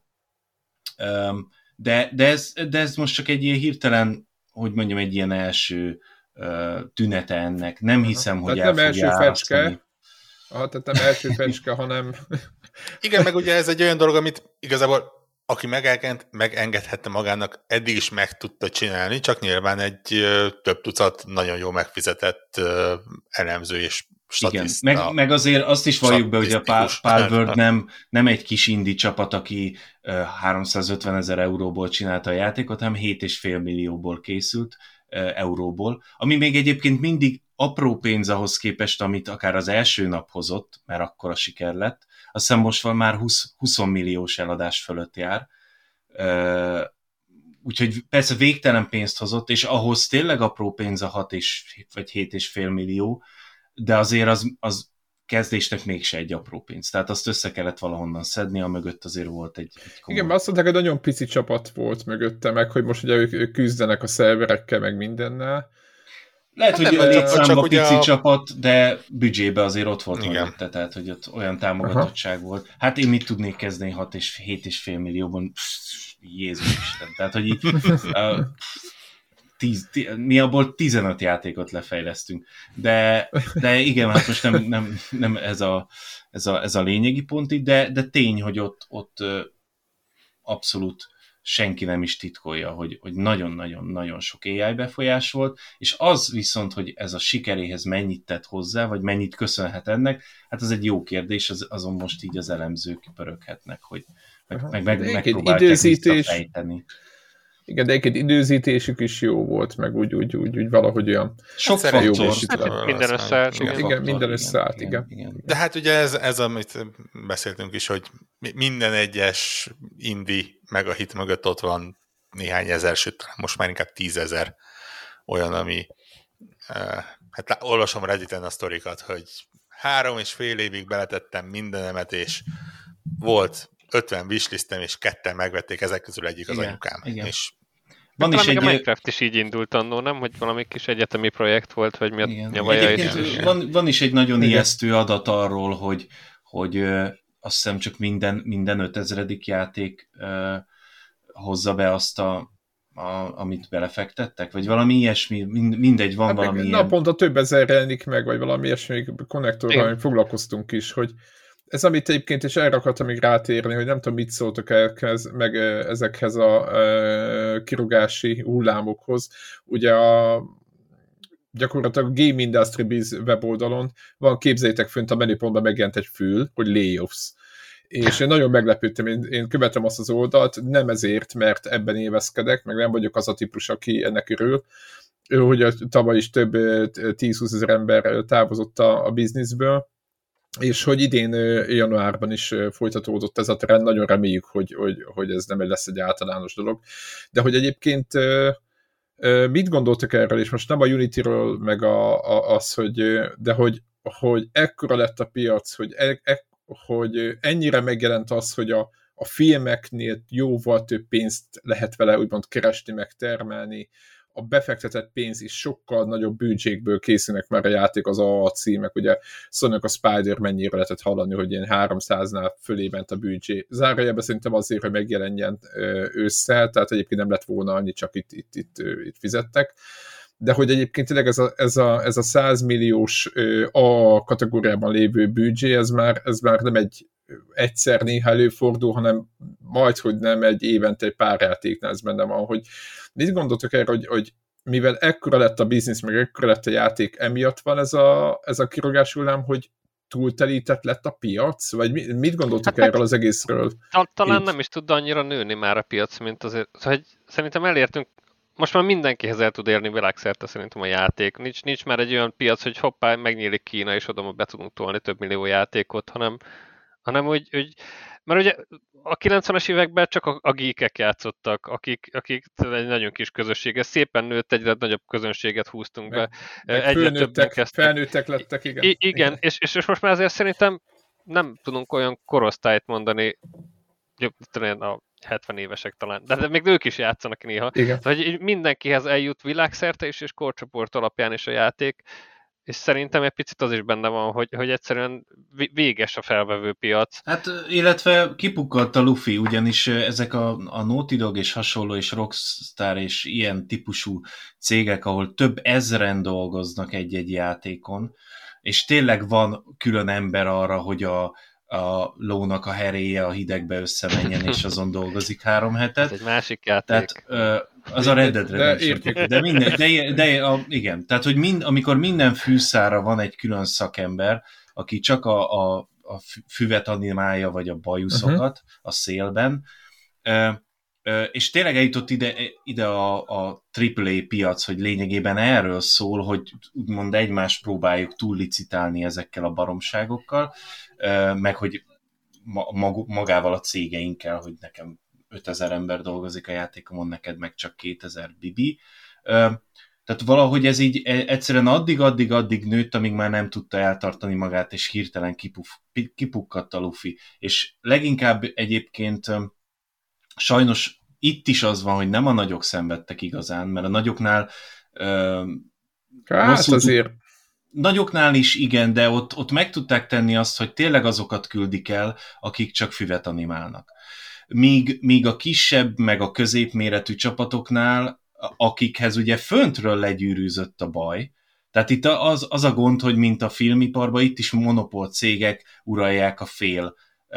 De ez most csak egy ilyen hirtelen, hogy mondjam, egy ilyen első tünete ennek. Nem hiszem, hogy el fogja árasztani. Tehát nem első fecske, hanem... Igen, meg ugye ez egy olyan dolog, amit igazából aki megengedhette magának, eddig is meg tudta csinálni, csak nyilván egy több tucat nagyon jó megfizetett elemző és statiszta. Igen, meg azért azt is valljuk be, hogy a Palworld nem egy kis indie csapat, aki 350 000 euróból csinálta a játékot, hanem 7,5 millióból készült euróból, ami még egyébként mindig apró pénz ahhoz képest, amit akár az első nap hozott, mert akkora siker lett. Azt hiszem most van már 20 milliós eladás fölött jár. Úgyhogy persze végtelen pénzt hozott, és ahhoz tényleg apró pénz a 6 vagy 7,5 millió, de azért az kezdésnek mégse egy apró pénz. Tehát azt össze kellett valahonnan szedni, mögött azért volt egy komoly... Igen, azt mondták, hogy nagyon pici csapat volt mögötte, meg hogy most ugye ők küzdenek a szerverekkel, meg mindennel. Lehet, hogy a létszámban pici csapat, de büdzsébe azért ott volt mögötte, tehát hogy ott olyan támogatottság volt. Hát én mit tudnék kezdeni 7,5 millióban? Jézus Isten. Tehát, hogy így, mi abból 15 játékot lefejlesztünk. De igen, hát most nem ez a lényegi pont itt, de tény, hogy ott abszolút senki nem is titkolja, hogy nagyon-nagyon-nagyon sok AI befolyás volt, és az viszont, hogy ez a sikeréhez mennyit tett hozzá, vagy mennyit köszönhet ennek, hát ez egy jó kérdés, azon most így az elemzők pöröghetnek, hogy megpróbálják visszafejteni. Igen, de egyébként időzítésük is jó volt, meg úgy valahogy olyan... Sok faktor. Minden összeállt. Igen, minden összeállt, igen. De hát ugye ez, amit beszéltünk is, hogy minden egyes indie megahit mögött ott van néhány ezer, sőt, most már inkább 10 000 olyan, ami... Hát olvasom Redditen a sztorikat, hogy 3,5 évig beletettem mindenemet, és volt 50 wishlistem, és 2 megvették, ezek közül egyik az anyukám. Igen. És van is egy Minecraft is így indult annó, nem? Hogy valami kis egyetemi projekt volt, vagy mi a nyavaja is. Van is egy nagyon ijesztő adat arról, hogy azt hiszem csak minden 5000. játék hozza be azt amit belefektettek, vagy valami ilyesmi, mindegy, van valami ilyen. Naponta több ezer jelenik meg, vagy valami ilyesmi konnektorral, amit foglalkoztunk is, hogy ez, amit egyébként is erre akartam még rátérni, hogy nem tudom, mit szóltok meg ezekhez a kirúgási hullámokhoz. Ugye gyakorlatilag a Game Industry Biz weboldalon van, képzeljétek fönt a menüpontban megjelent egy fül, hogy layoffs. És én nagyon meglepődtem, én követem azt az oldalt, nem ezért, mert ebben éveszkedek, meg nem vagyok az a típus, aki ennek örül, hogy tavaly is több 10-20 000 ember távozott a bizniszből, és hogy idén januárban is folytatódott ez a trend, nagyon reméljük, hogy ez nem lesz egy általános dolog. De hogy egyébként mit gondoltak erről, és most nem a Unity-ről, meg az, de hogy ekkora lett a piac, hogy ennyire megjelent az, hogy a filmeknél jóval több pénzt lehet vele úgymond keresni, meg termelni, a befektetett pénz is sokkal nagyobb büdzsékből készülnek már a játék, az AA címek, ugye Sonic a Spider mennyire lehetett hallani, hogy ilyen 300-nál fölé ment a büdzsé. Zárójelben szerintem azért, hogy megjelenjen ősszel, tehát egyébként nem lett volna annyi, csak itt fizettek. De hogy egyébként tényleg ez a 100 milliós A kategóriában lévő büdzsé, ez már nem egyszer néha előfordul, hanem majdhogy nem egy évente egy pár játéknál ez benne van, hogy mit gondoltok erre, hogy mivel ekkora lett a biznisz, meg ekkora lett a játék, emiatt van ez a kirúgás hullám, hogy túltelített lett a piac? Vagy mit gondoltok erről az egészről? Talán nem is tud annyira nőni már a piac, mint azért. Szóval, szerintem elértünk most már mindenkihez el tud érni világszerte szerintem a játék. Nincs már egy olyan piac, hogy hoppá, megnyílik Kína, és oda be tudunk tolni több millió játékot, hanem úgy mert ugye a 90-es években csak a geekek játszottak, akik egy nagyon kis közösség. Ez szépen nőtt, egyre nagyobb közönséget húztunk be. Egyre felnőttek lettek, igen. Igen, és most már azért szerintem nem tudunk olyan korosztályt mondani, a 70 évesek talán, de még ők is játszanak néha. Igen. Hogy mindenkihez eljut világszerte is, és korcsoport alapján is a játék, és szerintem egy picit az is benne van, hogy egyszerűen véges a felvevő piac. Hát, illetve kipukkadt a lufi, ugyanis ezek a Naughty Dog és hasonló, és Rockstar és ilyen típusú cégek, ahol több ezren dolgoznak egy-egy játékon, és tényleg van külön ember arra, hogy a lónak a heréje a hidegbe összemenjen, és azon dolgozik 3 hetet. Ez egy másik játék. Tehát, az a Red Dead Redemption. De minden, igen. Tehát, hogy amikor minden fűszára van egy külön szakember, aki csak a füvet animálja, vagy a bajuszokat a szélben, és tényleg eljutott ide a AAA piac, hogy lényegében erről szól, hogy úgymond egymást próbáljuk túllicitálni ezekkel a baromságokkal, meg hogy magával a cégeinkkel, hogy nekem 5000 ember dolgozik a játékomon, neked meg csak 2000 bibi. Tehát valahogy ez így egyszerűen addig nőtt, amíg már nem tudta eltartani magát, és hirtelen kipukkadt a lufi. És leginkább egyébként sajnos itt is az van, hogy nem a nagyok szenvedtek igazán, mert a nagyoknál azért nagyoknál is igen, de ott meg tudták tenni azt, hogy tényleg azokat küldik el, akik csak füvet animálnak. Míg a kisebb, meg a középméretű csapatoknál, akikhez ugye föntről legyűrűzött a baj, tehát itt az a gond, hogy mint a filmiparban, itt is monopól cégek uralják a fél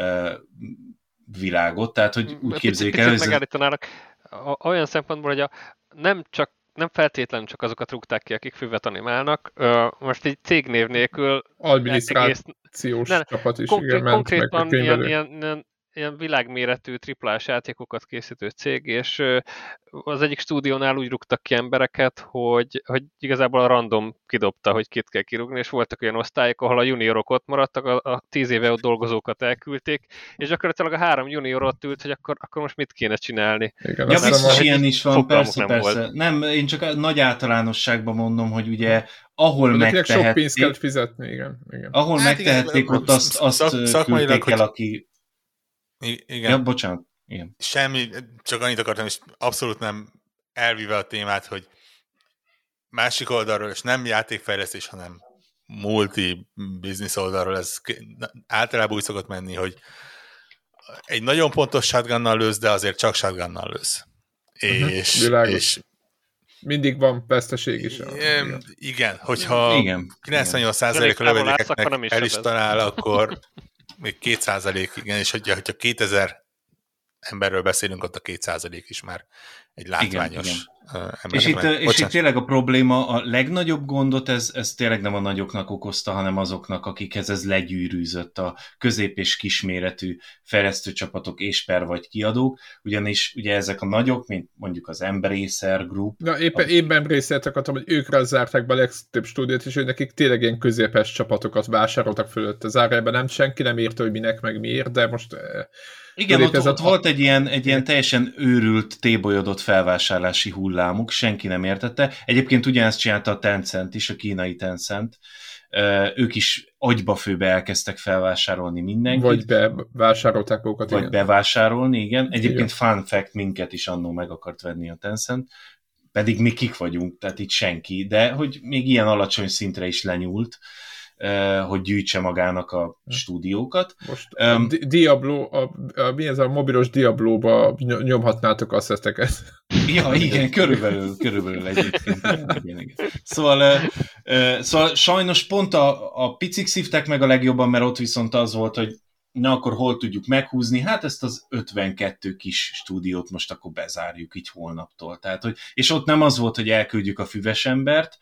világot, tehát hogy úgy képzeljük el. Picit megállítanának olyan szempontból, hogy nem feltétlenül csak azokat rúgták ki, akik füvet animálnak. Most egy cégnév nélkül adminisztrációs csapat is konkrétan ilyen világméretű triplás játékokat készítő cég, és az egyik stúdiónál úgy rúgtak ki embereket, hogy igazából a random kidobta, hogy kit kell kirúgni, és voltak olyan osztályok, ahol a juniorok ott maradtak, a 10 éve ott dolgozókat elküldték, és gyakorlatilag a 3 junior ott ült, hogy akkor most mit kéne csinálni. Igen, ja, biztos ilyen is van, persze. Nem, én csak nagy általánosságban mondom, hogy ugye ahol megtehették... Sok pénzt kell fizetni, igen. Ahol hát megtehették, ott azt küldték el, aki... Igen. Ja, bocsánat. Igen. Semmi, csak annyit akartam, és abszolút nem elvíve a témát, hogy másik oldalról, és nem játékfejlesztés, hanem multi-business oldalról, ez általában úgy szokott menni, hogy egy nagyon pontos shotgunnal lősz, de azért csak shotgunnal lősz. És mindig van veszteség is. Igen, hogyha 98% a lövedékeknek el is talál, akkor még 2%, igen, és hogyha 2000 emberről beszélünk, ott a 2% is már egy látványos ember. És itt tényleg a probléma, a legnagyobb gondot ez tényleg nem a nagyoknak okozta, hanem azoknak, akikhez ez legyűrűzött, a közép- és kisméretű fejlesztőcsapatok és vagy kiadók, ugyanis ugye ezek a nagyok, mint mondjuk az Embracer Group. Na éppen Embracer-t akartam, hogy őkre zárták be a legtöbb stúdiót, és hogy nekik tényleg ilyen középes csapatokat vásároltak fölött. Zárjában nem senki nem érte, hogy minek meg miért, de most... Igen, ott volt egy ilyen teljesen őrült, tébolyodott felvásárlási hullámuk, senki nem értette. Egyébként ugyanezt csinálta a Tencent is, a kínai Tencent. Ők is agybafőbe elkezdtek felvásárolni mindenkit. Vagy bevásárolták magukat. Vagy bevásárolni, igen. Egyébként fun fact, minket is annó meg akart venni a Tencent. Pedig mi kik vagyunk, tehát itt senki. De hogy még ilyen alacsony szintre is lenyúlt, hogy gyűjtse magának a stúdiókat. Most Diablo, mi ez a mobilos Diablo-ba nyomhatnátok a asszeteket. Ja, igen, körülbelül egyébként. Szóval sajnos pont a picik szívták meg a legjobban, mert ott viszont az volt, hogy na akkor hol tudjuk meghúzni, hát ezt az 52 kis stúdiót most akkor bezárjuk így holnaptól. Tehát, és ott nem az volt, hogy elküldjük a füves embert,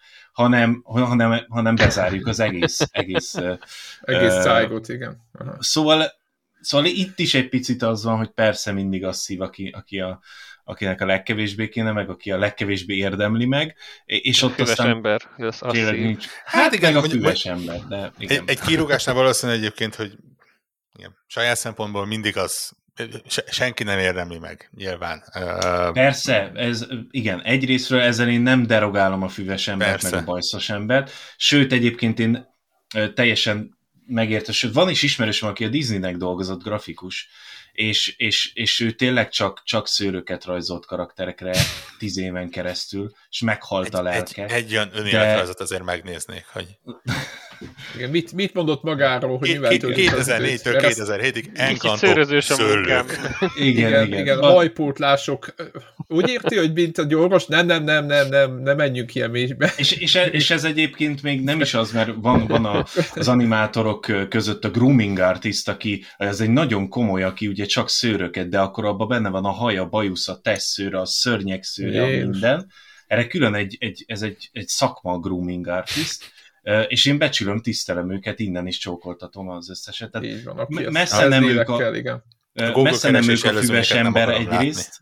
hanem bezárjuk az egész szájgot, igen. Szóval itt is egy picit az van, hogy persze mindig az szív, aki akinek a legkevésbé kéne, meg aki a legkevésbé érdemli meg, és ott füves aztán ember, tényleg nincs. Hát igen, meg a füves ember, de igen. Egy kirúgásnál valószínűleg egyébként, hogy igen, saját szempontból mindig az senki nem érdemli meg, nyilván. Persze, ez, igen, egyrésztről ezzel én nem derogálom a füves embert, meg a bajszos embert, sőt, egyébként én teljesen megértem, sőt, van is ismerősöm, aki a Disneynek dolgozott, grafikus, és ő tényleg csak szőröket rajzolt karakterekre 10 éven keresztül, és meghalt a lelke. Egy olyan önéletrajzot azért megnéznék, hogy... Igen, mit mondott magáról, hogy mivel töltött? 2004-től 2007-ig Encanto szőlők. Igen, hajpótlások. Úgy érti, hogy mint a orvos? Nem menjünk ilyen mélybe. És ez egyébként még nem is az, mert van az animátorok között a grooming artist, aki ez egy nagyon komoly, aki ugye csak szőröket, de akkor abban benne van a haja, bajusz, a testszőre, a szörnyek szőre, minden. Erre külön ez egy szakma, a grooming artist, és én becsülöm, tisztelem őket, innen is csókoltatom az összeset. Így van, messze nem ők a füves ember egyrészt.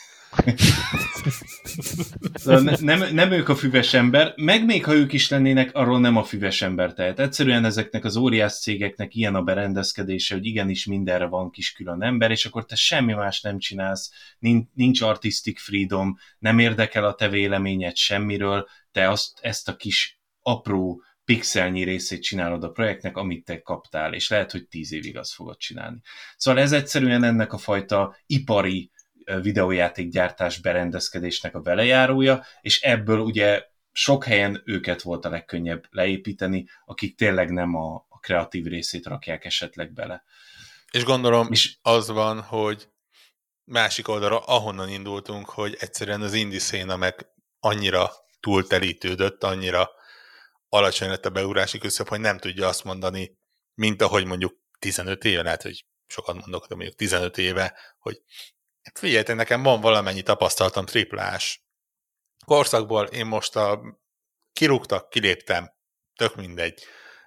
nem ők a füves ember, meg még ha ők is lennének, arról nem a füves ember tehet. Egyszerűen ezeknek az óriás cégeknek ilyen a berendezkedése, hogy igenis mindenre van kis külön ember, és akkor te semmi más nem csinálsz, nincs artistic freedom, nem érdekel a te véleményed semmiről, te ezt a kis apró pixelnyi részét csinálod a projektnek, amit te kaptál, és lehet, hogy 10 évig azt fogod csinálni. Szóval ez egyszerűen ennek a fajta ipari videójátékgyártás berendezkedésnek a velejárója, és ebből ugye sok helyen őket volt a legkönnyebb leépíteni, akik tényleg nem a kreatív részét rakják esetleg bele. És gondolom az van, hogy másik oldalra ahonnan indultunk, hogy egyszerűen az indie széna meg annyira túltelítődött, annyira alacsony lett a beugrási küszöb, hogy nem tudja azt mondani, mint ahogy mondjuk 15 éve, lehet, hogy sokat mondok, de mondjuk 15 éve, hogy figyeljetek, nekem van valamennyi tapasztalatom triplás korszakból, én most kirúgtak, kiléptem, tök mindegy.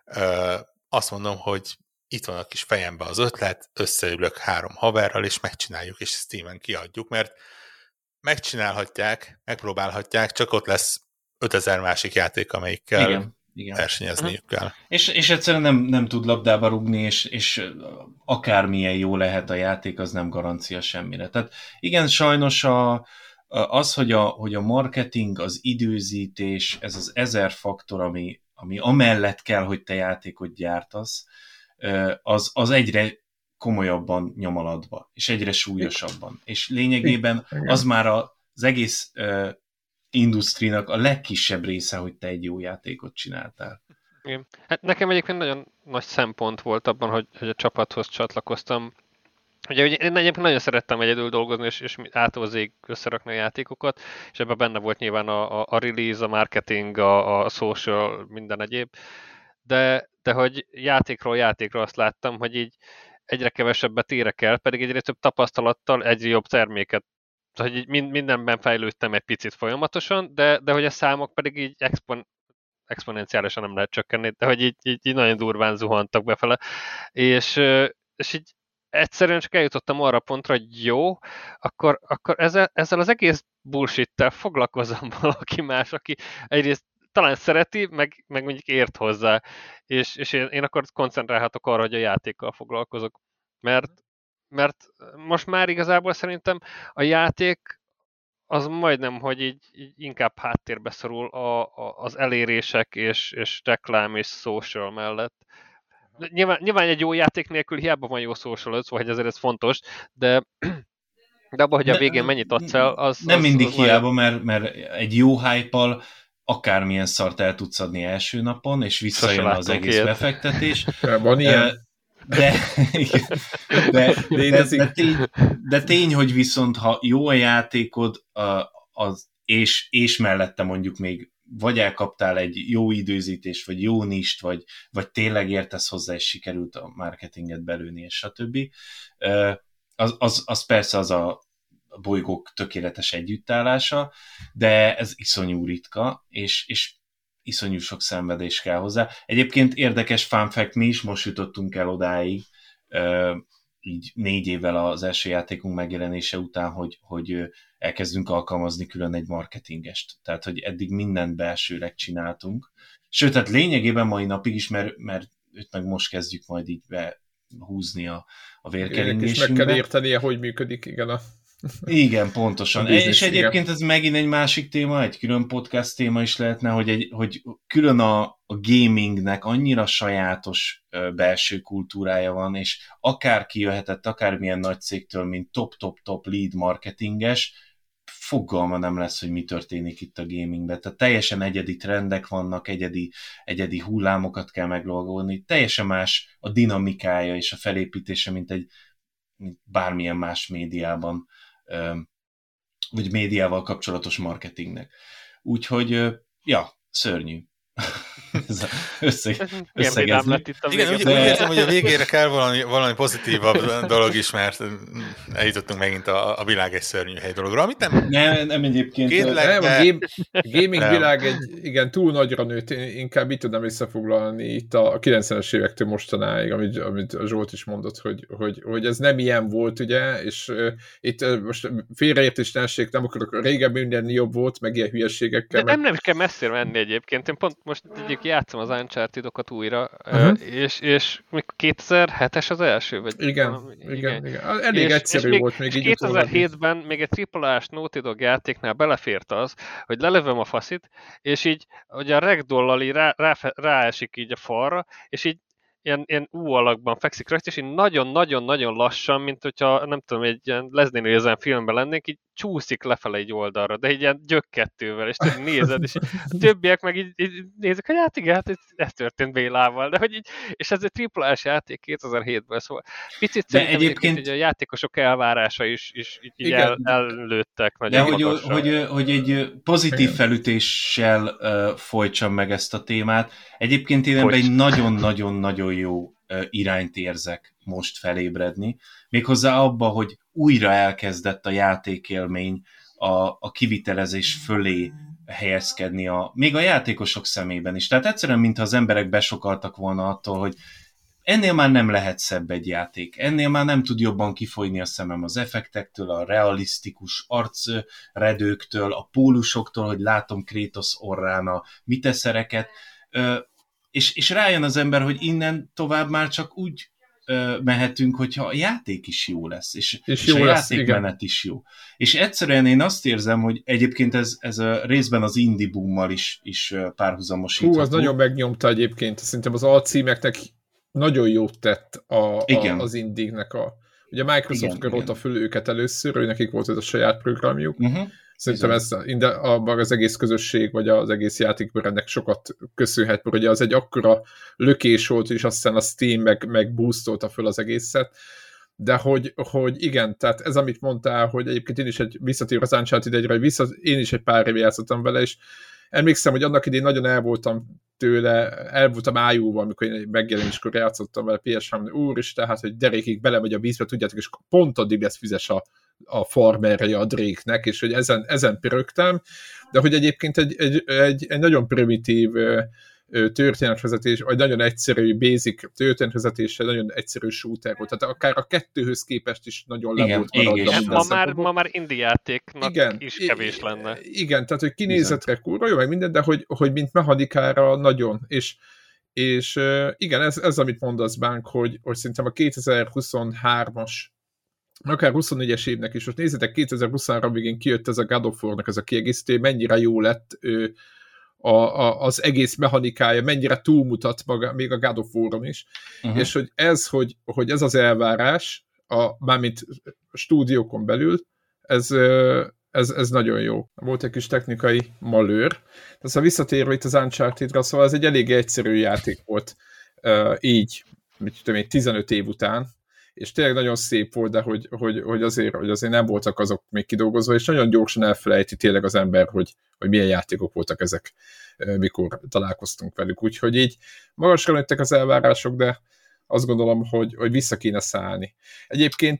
Azt mondom, hogy itt van a kis fejembe az ötlet, összeülök 3 haverral, és megcsináljuk, és Steven kiadjuk, mert megcsinálhatják, megpróbálhatják, csak ott lesz 5000 másik játék, amelyikkel versenyezniük kell. És egyszerűen nem tud labdába rúgni, és akármilyen jó lehet a játék, az nem garancia semmire. Tehát igen, sajnos az, hogy a marketing, az időzítés, ez az 1000 faktor, ami amellett kell, hogy te játékot gyártasz, az egyre komolyabban nyom alatba, és egyre súlyosabban. És lényegében az már az egész industrinak a legkisebb része, hogy te egy jó játékot csináltál. Igen. Hát nekem egyébként nagyon nagy szempont volt abban, hogy a csapathoz csatlakoztam. Ugye én egyébként nagyon szerettem egyedül dolgozni, és átolzék összerakni a játékokat, és ebben benne volt nyilván a release, a marketing, a social, minden egyéb. De hogy játékról azt láttam, hogy így egyre kevesebbet érek el, pedig egyre több tapasztalattal egyre jobb terméket. Tehát, hogy mindenben fejlődtem egy picit folyamatosan, de hogy a számok pedig így exponenciálisan nem lehet csökkenni, de hogy így nagyon durván zuhantak befele. És így egyszerűen csak eljutottam arra a pontra, hogy jó, akkor ezzel az egész bullshit-tel foglalkozzam valaki más, aki egyrészt talán szereti, meg mondjuk ért hozzá. És én akkor koncentrálhatok arra, hogy a játékkal foglalkozok. Mert most már igazából szerintem a játék az majdnem, hogy így inkább háttérbe szorul az elérések és reklám és social mellett. Nyilván egy jó játék nélkül hiába van jó social, szóval ezért ez fontos, de abban, hogy a végén mennyit adsz el, az... Nem mindig hiába, mert egy jó hype-al akármilyen szart el tudsz adni első napon, és visszajön az egész befektetés. Van ilyen? De tény, hogy viszont ha jó a játékod, és mellette mondjuk még vagy elkaptál egy jó időzítést, vagy jó nist, vagy tényleg értesz hozzá, és sikerült a marketinget belőni, és stb. Az persze az a bolygók tökéletes együttállása, de ez iszonyú ritka, és iszonyú sok szenvedés kell hozzá. Egyébként érdekes fun fact, mi is most jutottunk el odáig, így 4 évvel az első játékunk megjelenése után, hogy elkezdünk alkalmazni külön egy marketingest. Tehát, hogy eddig mindent belsőleg csináltunk. Sőt, tehát lényegében mai napig is, mert őt meg most kezdjük majd így behúzni a vérkeringésünkbe. És meg kell értenie, hogy működik, igen. Igen, pontosan. És egyébként igen. Ez megint egy másik téma, egy külön podcast téma is lehetne, hogy külön a gamingnek annyira sajátos belső kultúrája van, és akárki jöhetett, akármilyen nagy cégtől, mint top lead marketinges, fogalma nem lesz, hogy mi történik itt a gamingben. Tehát teljesen egyedi trendek vannak, egyedi hullámokat kell meglogolni, teljesen más a dinamikája és a felépítése, mint bármilyen más médiában, vagy médiával kapcsolatos marketingnek. Úgyhogy, szörnyű. Összegezni. Igen, úgy érzem, hogy a végére kell valami pozitívabb dolog is, mert eljutottunk megint a világ egy szörnyű hely dologra, amit nem egyébként. A gaming világ igen, túl nagyra nőtt, inkább így tudnám visszafoglalni itt a 90-es évektől mostanáig, amit a Zsolt is mondott, hogy ez nem ilyen volt, ugye, és itt most félreértéstelenség, nem akarok, régebben minden jobb volt, meg ilyen hülyeségekkel. De nem is kell messzire menni egyébként, én pont most egyik játszom az Uncharted-okat újra, és 2007-es az első? Vagy igen. Elég egyszerű volt még így. 2007-ben még egy AAA-s Naughty Dog játéknál belefért az, hogy lelövöm a faszit, és így, hogy a ragdoll ráesik így a falra, és így ilyen U alakban fekszik rajta, és így nagyon-nagyon-nagyon lassan, mint hogyha, nem tudom, egy ilyen Leslie Nielsen filmben lennénk, így csúszik lefele egy oldalra, de egy ilyen gyökkettővel, és tudod, nézed, és a többiek meg így nézik, hogy hát igen, hát ez történt Bélával, de hogy így, és ez egy AAA-s játék 2007-ből, szóval picit szerintem egyébként a játékosok elvárása is így ellőttek nagyon de hogy egy pozitív felütéssel folytsam meg ezt a témát, egyébként én ebben egy nagyon-nagyon-nagyon jó irányt érzek most felébredni, méghozzá abba, hogy újra elkezdett a játékélmény a kivitelezés fölé helyezkedni még a játékosok szemében is. Tehát egyszerűen, mintha az emberek besokaltak volna attól, hogy ennél már nem lehet szebb egy játék, ennél már nem tud jobban kifolyni a szemem az effektektől, a realisztikus arcredőktől, a pólusoktól, hogy látom Kratos orrán a miteszereket, és rájön az ember, hogy innen tovább már csak úgy mehetünk, hogyha a játék is jó lesz, és jó a játékmenet is jó. És egyszerűen én azt érzem, hogy egyébként ez a részben az indie boommal is párhuzamosítható. Az nagyon megnyomta egyébként, szerintem az alcímeknek nagyon jót tett az indie-nek ugye Microsoft karolta föl őket először, hogy nekik volt ez a saját programjuk. Szerintem ez az egész közösség, vagy az egész játékban ennek sokat köszönhet, mert ugye az egy akkora lökés volt, és aztán a Steam meg boostolta föl az egészet, de hogy igen, tehát ez, amit mondtál, hogy egyébként én is visszatér az Uncharted 1-re, én is egy pár éve játszottam vele, és emlékszem, hogy annak idén nagyon el voltam ájúval, amikor én megjelenéskor játszottam vele PS3-n, úristen, hát, hogy derékig belemegy a vízbe, tudjátok, és pont addig lesz füzes a farmerje a Drake-nek, és hogy ezen pörögtem, de hogy egyébként egy nagyon primitív történetvezetés, vagy nagyon egyszerű, basic történetvezetés, nagyon egyszerű shooter volt. Tehát akár a 2-höz képest is nagyon le volt maradva. Ma már indie játéknak is kevés lenne. Igen, tehát hogy kinézetre kurva jó, meg minden, de hogy mint mechanikára nagyon. És igen, ez amit mondasz, Bánk, hogy szerintem a 2023-as, akár 24-es évnek is, most nézzétek, 2023 végén kijött ez a God of War-nak ez a kiegészítő, mennyire jó lett az egész mechanikája, mennyire túlmutat maga, még a God of War-on is, és hogy ez az elvárás, mármint stúdiókon belül, ez nagyon jó. Volt egy kis technikai malőr. Tehát visszatérve itt az Uncharted-ra, szóval ez egy elég egyszerű játék volt így, mit tudom én, 15 év után, és tényleg nagyon szép volt, de hogy azért nem voltak azok még kidolgozva, és nagyon gyorsan elfelejti tényleg az ember, hogy milyen játékok voltak ezek, mikor találkoztunk velük. Úgyhogy így magasra nőttek az elvárások, de azt gondolom, hogy vissza kéne szállni. Egyébként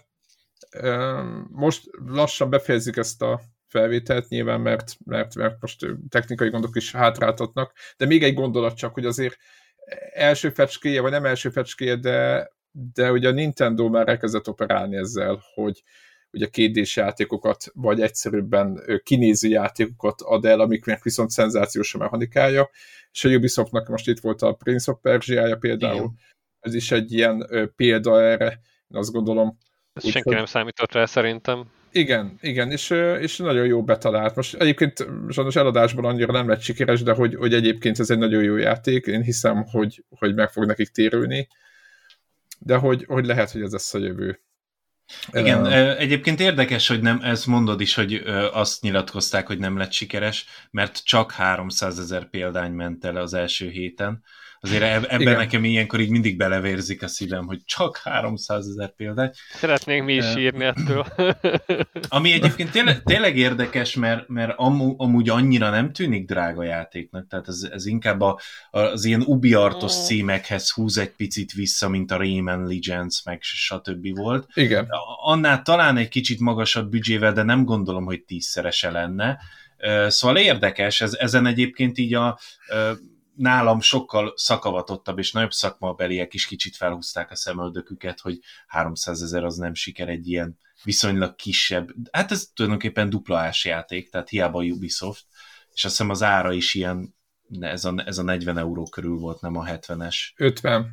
most lassan befejezzük ezt a felvételt nyilván, mert most technikai gondok is hátráltatnak, de még egy gondolat csak, hogy azért első fecskéje, vagy nem első fecskéje, de de ugye a Nintendo már elkezdett operálni ezzel, hogy ugye 2D-s játékokat, vagy egyszerűbben kinéző játékokat ad el, amiknek viszont szenzációs a mechanikája, és a Ubisoftnak most itt volt a Prince of Persia-ja például, igen. Ez is egy ilyen példa erre, én azt gondolom. Ezt senki nem számított rá szerintem. Igen, és nagyon jó betalált. Most egyébként sajnos eladásban annyira nem lett sikeres, de hogy egyébként ez egy nagyon jó játék, én hiszem, hogy meg fog nekik térülni, de hogy lehet, hogy ez lesz a jövő. Igen, egyébként érdekes, hogy nem, ezt mondod is, hogy azt nyilatkozták, hogy nem lett sikeres, mert csak 300 000 példány ment el az első héten. Azért ebben nekem ilyenkor így mindig belevérzik a szívem, hogy csak 300 000 példány. Szeretnénk mi is írni ettől. Ami egyébként tényleg érdekes, mert amúgy annyira nem tűnik drága játéknak, tehát ez inkább az ilyen ubiartos címekhez húz egy picit vissza, mint a Rayman Legends, meg stb. Volt. Igen. Annál talán egy kicsit magasabb büdzsével, de nem gondolom, hogy 10-szerese lenne. Szóval érdekes, ezen egyébként így nálam sokkal szakavatottabb és nagyobb szakmabeliek is kicsit felhúzták a szemöldöküket, hogy 300 000 az nem siker egy ilyen viszonylag kisebb, hát ez tulajdonképpen dupla-ás játék, tehát hiába Ubisoft, és azt hiszem az ára is ilyen, ez a 40 euró körül volt, nem a 70-es. 50.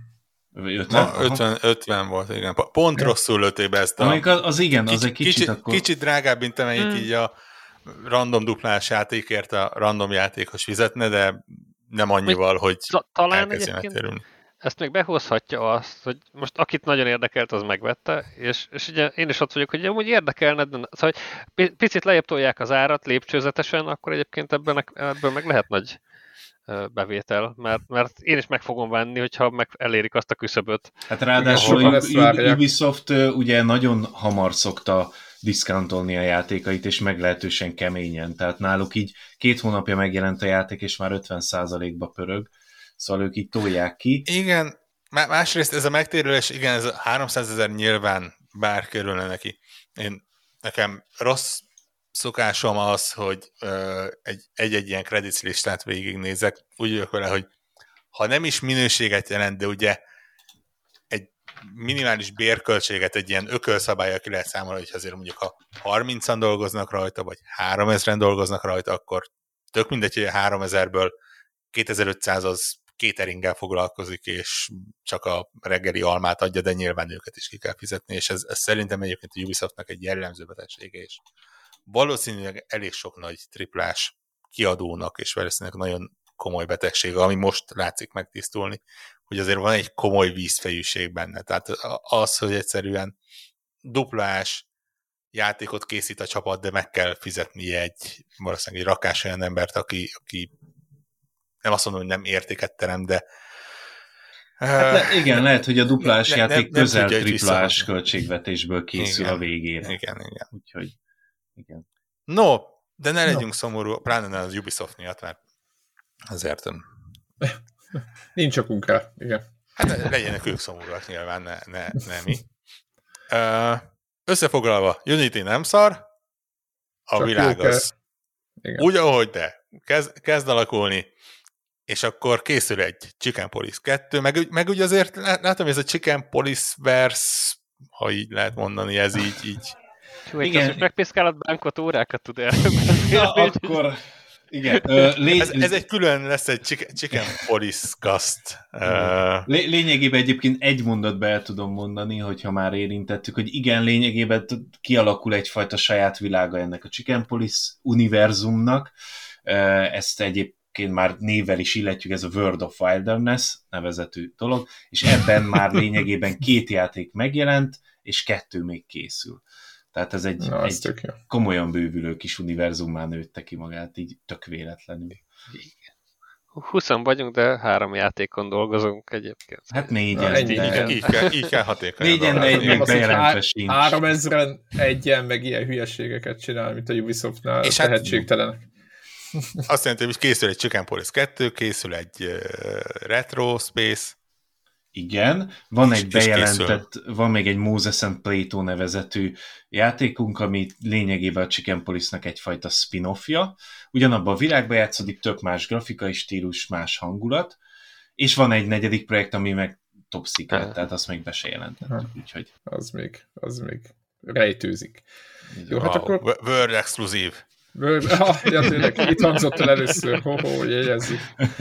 50 volt, igen. Pont rosszul lőttél be ezt az igen, az egy kicsit akkor... Kicsit drágább, mint amennyit így a random duplás játékért a random játékos fizetne, de nem annyival, hogy elkezdjen megtérülni. Ezt még behozhatja azt, hogy most akit nagyon érdekelt, az megvette, és ugye én is ott vagyok, hogy amúgy érdekelne, szóval, hogy picit lejjebb tolják az árat lépcsőzetesen, akkor egyébként ebből meg lehet nagy bevétel, mert én is meg fogom venni, hogyha meg elérik azt a küszöböt. Hát ráadásul Ubisoft ugye nagyon hamar szokta diszkantolni a játékait, és meglehetősen keményen. Tehát náluk így 2 hónapja megjelent a játék, és már 50%-ba pörög. Szóval ők így tolják ki. Igen, másrészt ez a megtérülés, igen, ez a 300 000 nyilván bár kerülne neki. Nekem rossz szokásom az, hogy egy ilyen credits listát végignézek. Úgy vagyok vele, hogy ha nem is minőséget jelent, de ugye egy minimális bérköltséget egy ilyen ökölszabállyal ki lehet számolni, hogy azért mondjuk ha 30-an dolgoznak rajta, vagy 3000-en dolgoznak rajta, akkor tök mindegy, hogy 3000-ből 2500 az cateringgel foglalkozik, és csak a reggeli almát adja, de nyilván őket is ki kell fizetni, és ez szerintem egyébként a Ubisoftnak egy jellemző betegsége, és valószínűleg elég sok nagy triplás kiadónak, és valószínűleg nagyon komoly betegsége, ami most látszik megtisztulni, hogy azért van egy komoly vízfejűség benne. Tehát az, hogy egyszerűen duplás játékot készít a csapat, de meg kell fizetnie valószínűleg egy rakás olyan embert, aki nem azt mondom, hogy nem értéket terem, de hát igen, lehet, hogy a duplás játék közel triplás költségvetésből készül a végére. Igen. Úgyhogy, igen. No, de ne legyünk szomorú, pláne nem az Ubisoft miatt, mert azért nincs okunk rá, igen. Hát legyenek ők szomorúak nyilván, ne mi. Összefoglalva, Unity nem szar, a csak világ az úgy, ahogy, de kezd alakulni, és akkor készül egy Chicken Police 2, meg ugye azért látom, hogy ez a Chicken Police verse, ha így lehet mondani, ez így. Igen. Az megpiszkálat bánkot órákat tud el. Na, akkor... Igen. Ez egy külön lesz egy Chicken Police cast. Lényegében egyébként egy mondatba el tudom mondani, hogyha már érintettük, hogy igen, lényegében kialakul egyfajta saját világa ennek a Chicken Police univerzumnak. Ezt egyébként már névvel is illetjük, ez a World of Wilderness nevezetű dolog, és ebben már lényegében 2 játék megjelent, és 2 még készül. Tehát ez egy komolyan bővülő kis univerzummá nőtte ki magát, így tök véletlenül. 20 vagyunk, de 3 játékon dolgozunk egyébként. Hát 4-en. Így kell hatékonyan. 4-en, de egy még bejelentve sincs. 3000-en egyen meg ilyen hülyeségeket csinál, mint a Ubisoftnál és tehetségtelenek. Azt jelenti, hogy készül egy Chicken Police 2, készül egy Retro Space. Igen, van egy bejelentett, van még egy Moses and Plato nevezetű játékunk, ami lényegében a Chicken Police-nak egyfajta spin-offja. Ugyanabban a világban játszódik, tök más grafikai stílus, más hangulat, és van egy 4. projekt, ami meg top secret, tehát azt még be se jelentettük, úgyhogy... Az még rejtőzik. Jó, hát akkor... World exclusive. Ja, tényleg, itt hangzott el először, jegyezzük.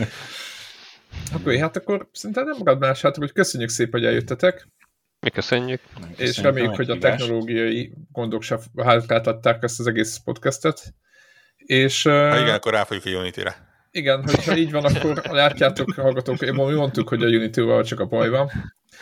Hát akkor szerintem nem marad más, hát hogy köszönjük szépen, hogy eljöttetek. Mi köszönjük. És reméljük, hogy a technológiai gondok se hátráltatták ezt az egész podcastet. És, ha igen, akkor ráfolyjuk a Unity-re. Igen, hogyha így van, akkor látjátok, hallgatók, mi mondtuk, hogy a Unity-val csak a baj van.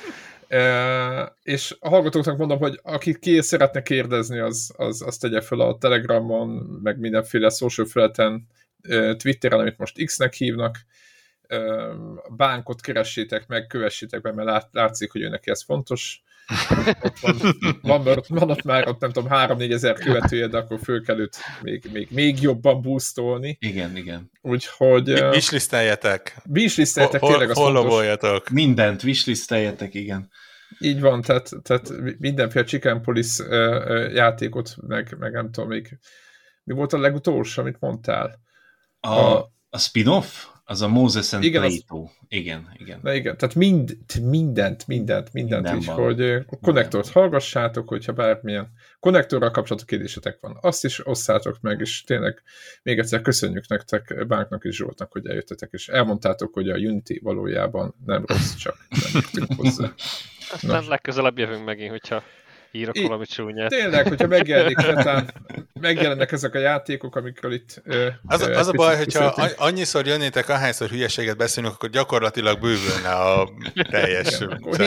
És a hallgatóknak mondom, hogy aki ki szeretne kérdezni, az tegye fel a Telegramon, meg mindenféle social felületen, Twitteren, amit most X-nek hívnak, bánkot keressétek meg, kövessétek be, mert látszik, hogy őnek ez fontos. Ott van ott már, ott nem tudom, 3-4 ezer követője, de akkor föl kell őt még jobban boostolni. Igen. Úgyhogy... Wishlisteljetek. Tényleg az fontos. Mindent wishlisteljetek, igen. Így van, tehát mindenféle Chicken Police játékot, meg nem tudom, még mi volt a legutolsó, amit mondtál? A spin-off? Az a Moses and Plato. Igen. Na igen, tehát mindent is, hogy a konnektort hallgassátok, hogyha bármilyen konnektorral kapcsolatos kérdésetek van, azt is osszátok meg, és tényleg még egyszer köszönjük nektek, Bánknak és Zsoltnak, hogy eljöttetek, és elmondtátok, hogy a Unity valójában nem rossz, csak nem értünk hozzá. Aztán legközelebb jövünk megint, hogyha írok valamit csúnyát. Tényleg, hogyha megjelennek ezek a játékok, amikről itt... Az a baj, hogyha annyiszor jönnétek, ahányszor hülyeséget beszélünk, akkor gyakorlatilag bővülne a teljes...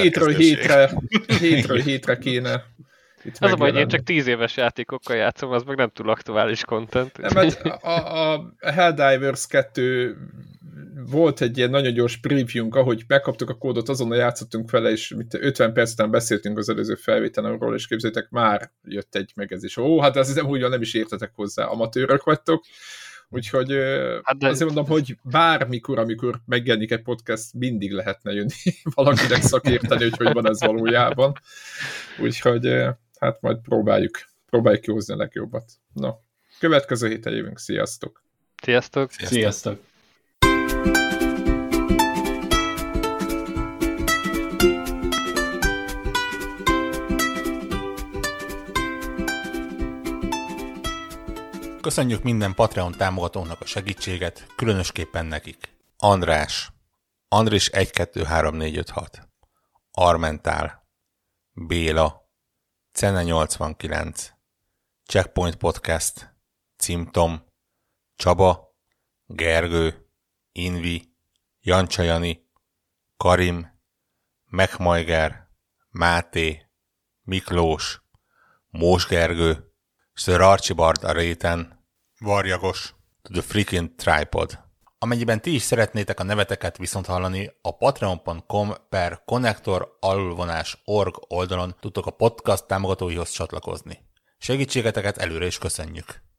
Hétről hétre kéne itt az a baj, hogy én csak 10 éves játékokkal játszom, az meg nem túl aktuális content. Nem, mert a Helldivers 2 volt egy ilyen nagyon gyors preview-nk, ahogy megkaptuk a kódot, azonnal játszottunk vele, és 50 perc után beszéltünk az előző felvételemről, és képzeljétek, már jött egy megezés. Hát ez nem úgy van, nem is értetek hozzá, amatőrök vagytok. Úgyhogy azért mondom, hogy bármikor, amikor megjelenik egy podcast, mindig lehetne jönni valakinek szakérteni, hogy van ez valójában. Úgyhogy hát majd próbáljuk kihozni a legjobbat. Na, következő héten jövünk. Sziasztok! Sziasztok! Köszönjük minden Patreon támogatónak a segítséget, különösképpen nekik. András, Andris 123456, Armentál, Béla, Cene 89, Checkpoint Podcast, Cimtom, Csaba, Gergő, Invi, Jancsajani, Karim, Megmajger, Máté, Miklós, Mós Gergő, Sir Archibald a réten, Varjagos, to the freaking tripod. Amennyiben ti is szeretnétek a neveteket viszont hallani, a patreon.com/connector_org oldalon tudtok a podcast támogatóihoz csatlakozni. Segítségeteket előre is köszönjük!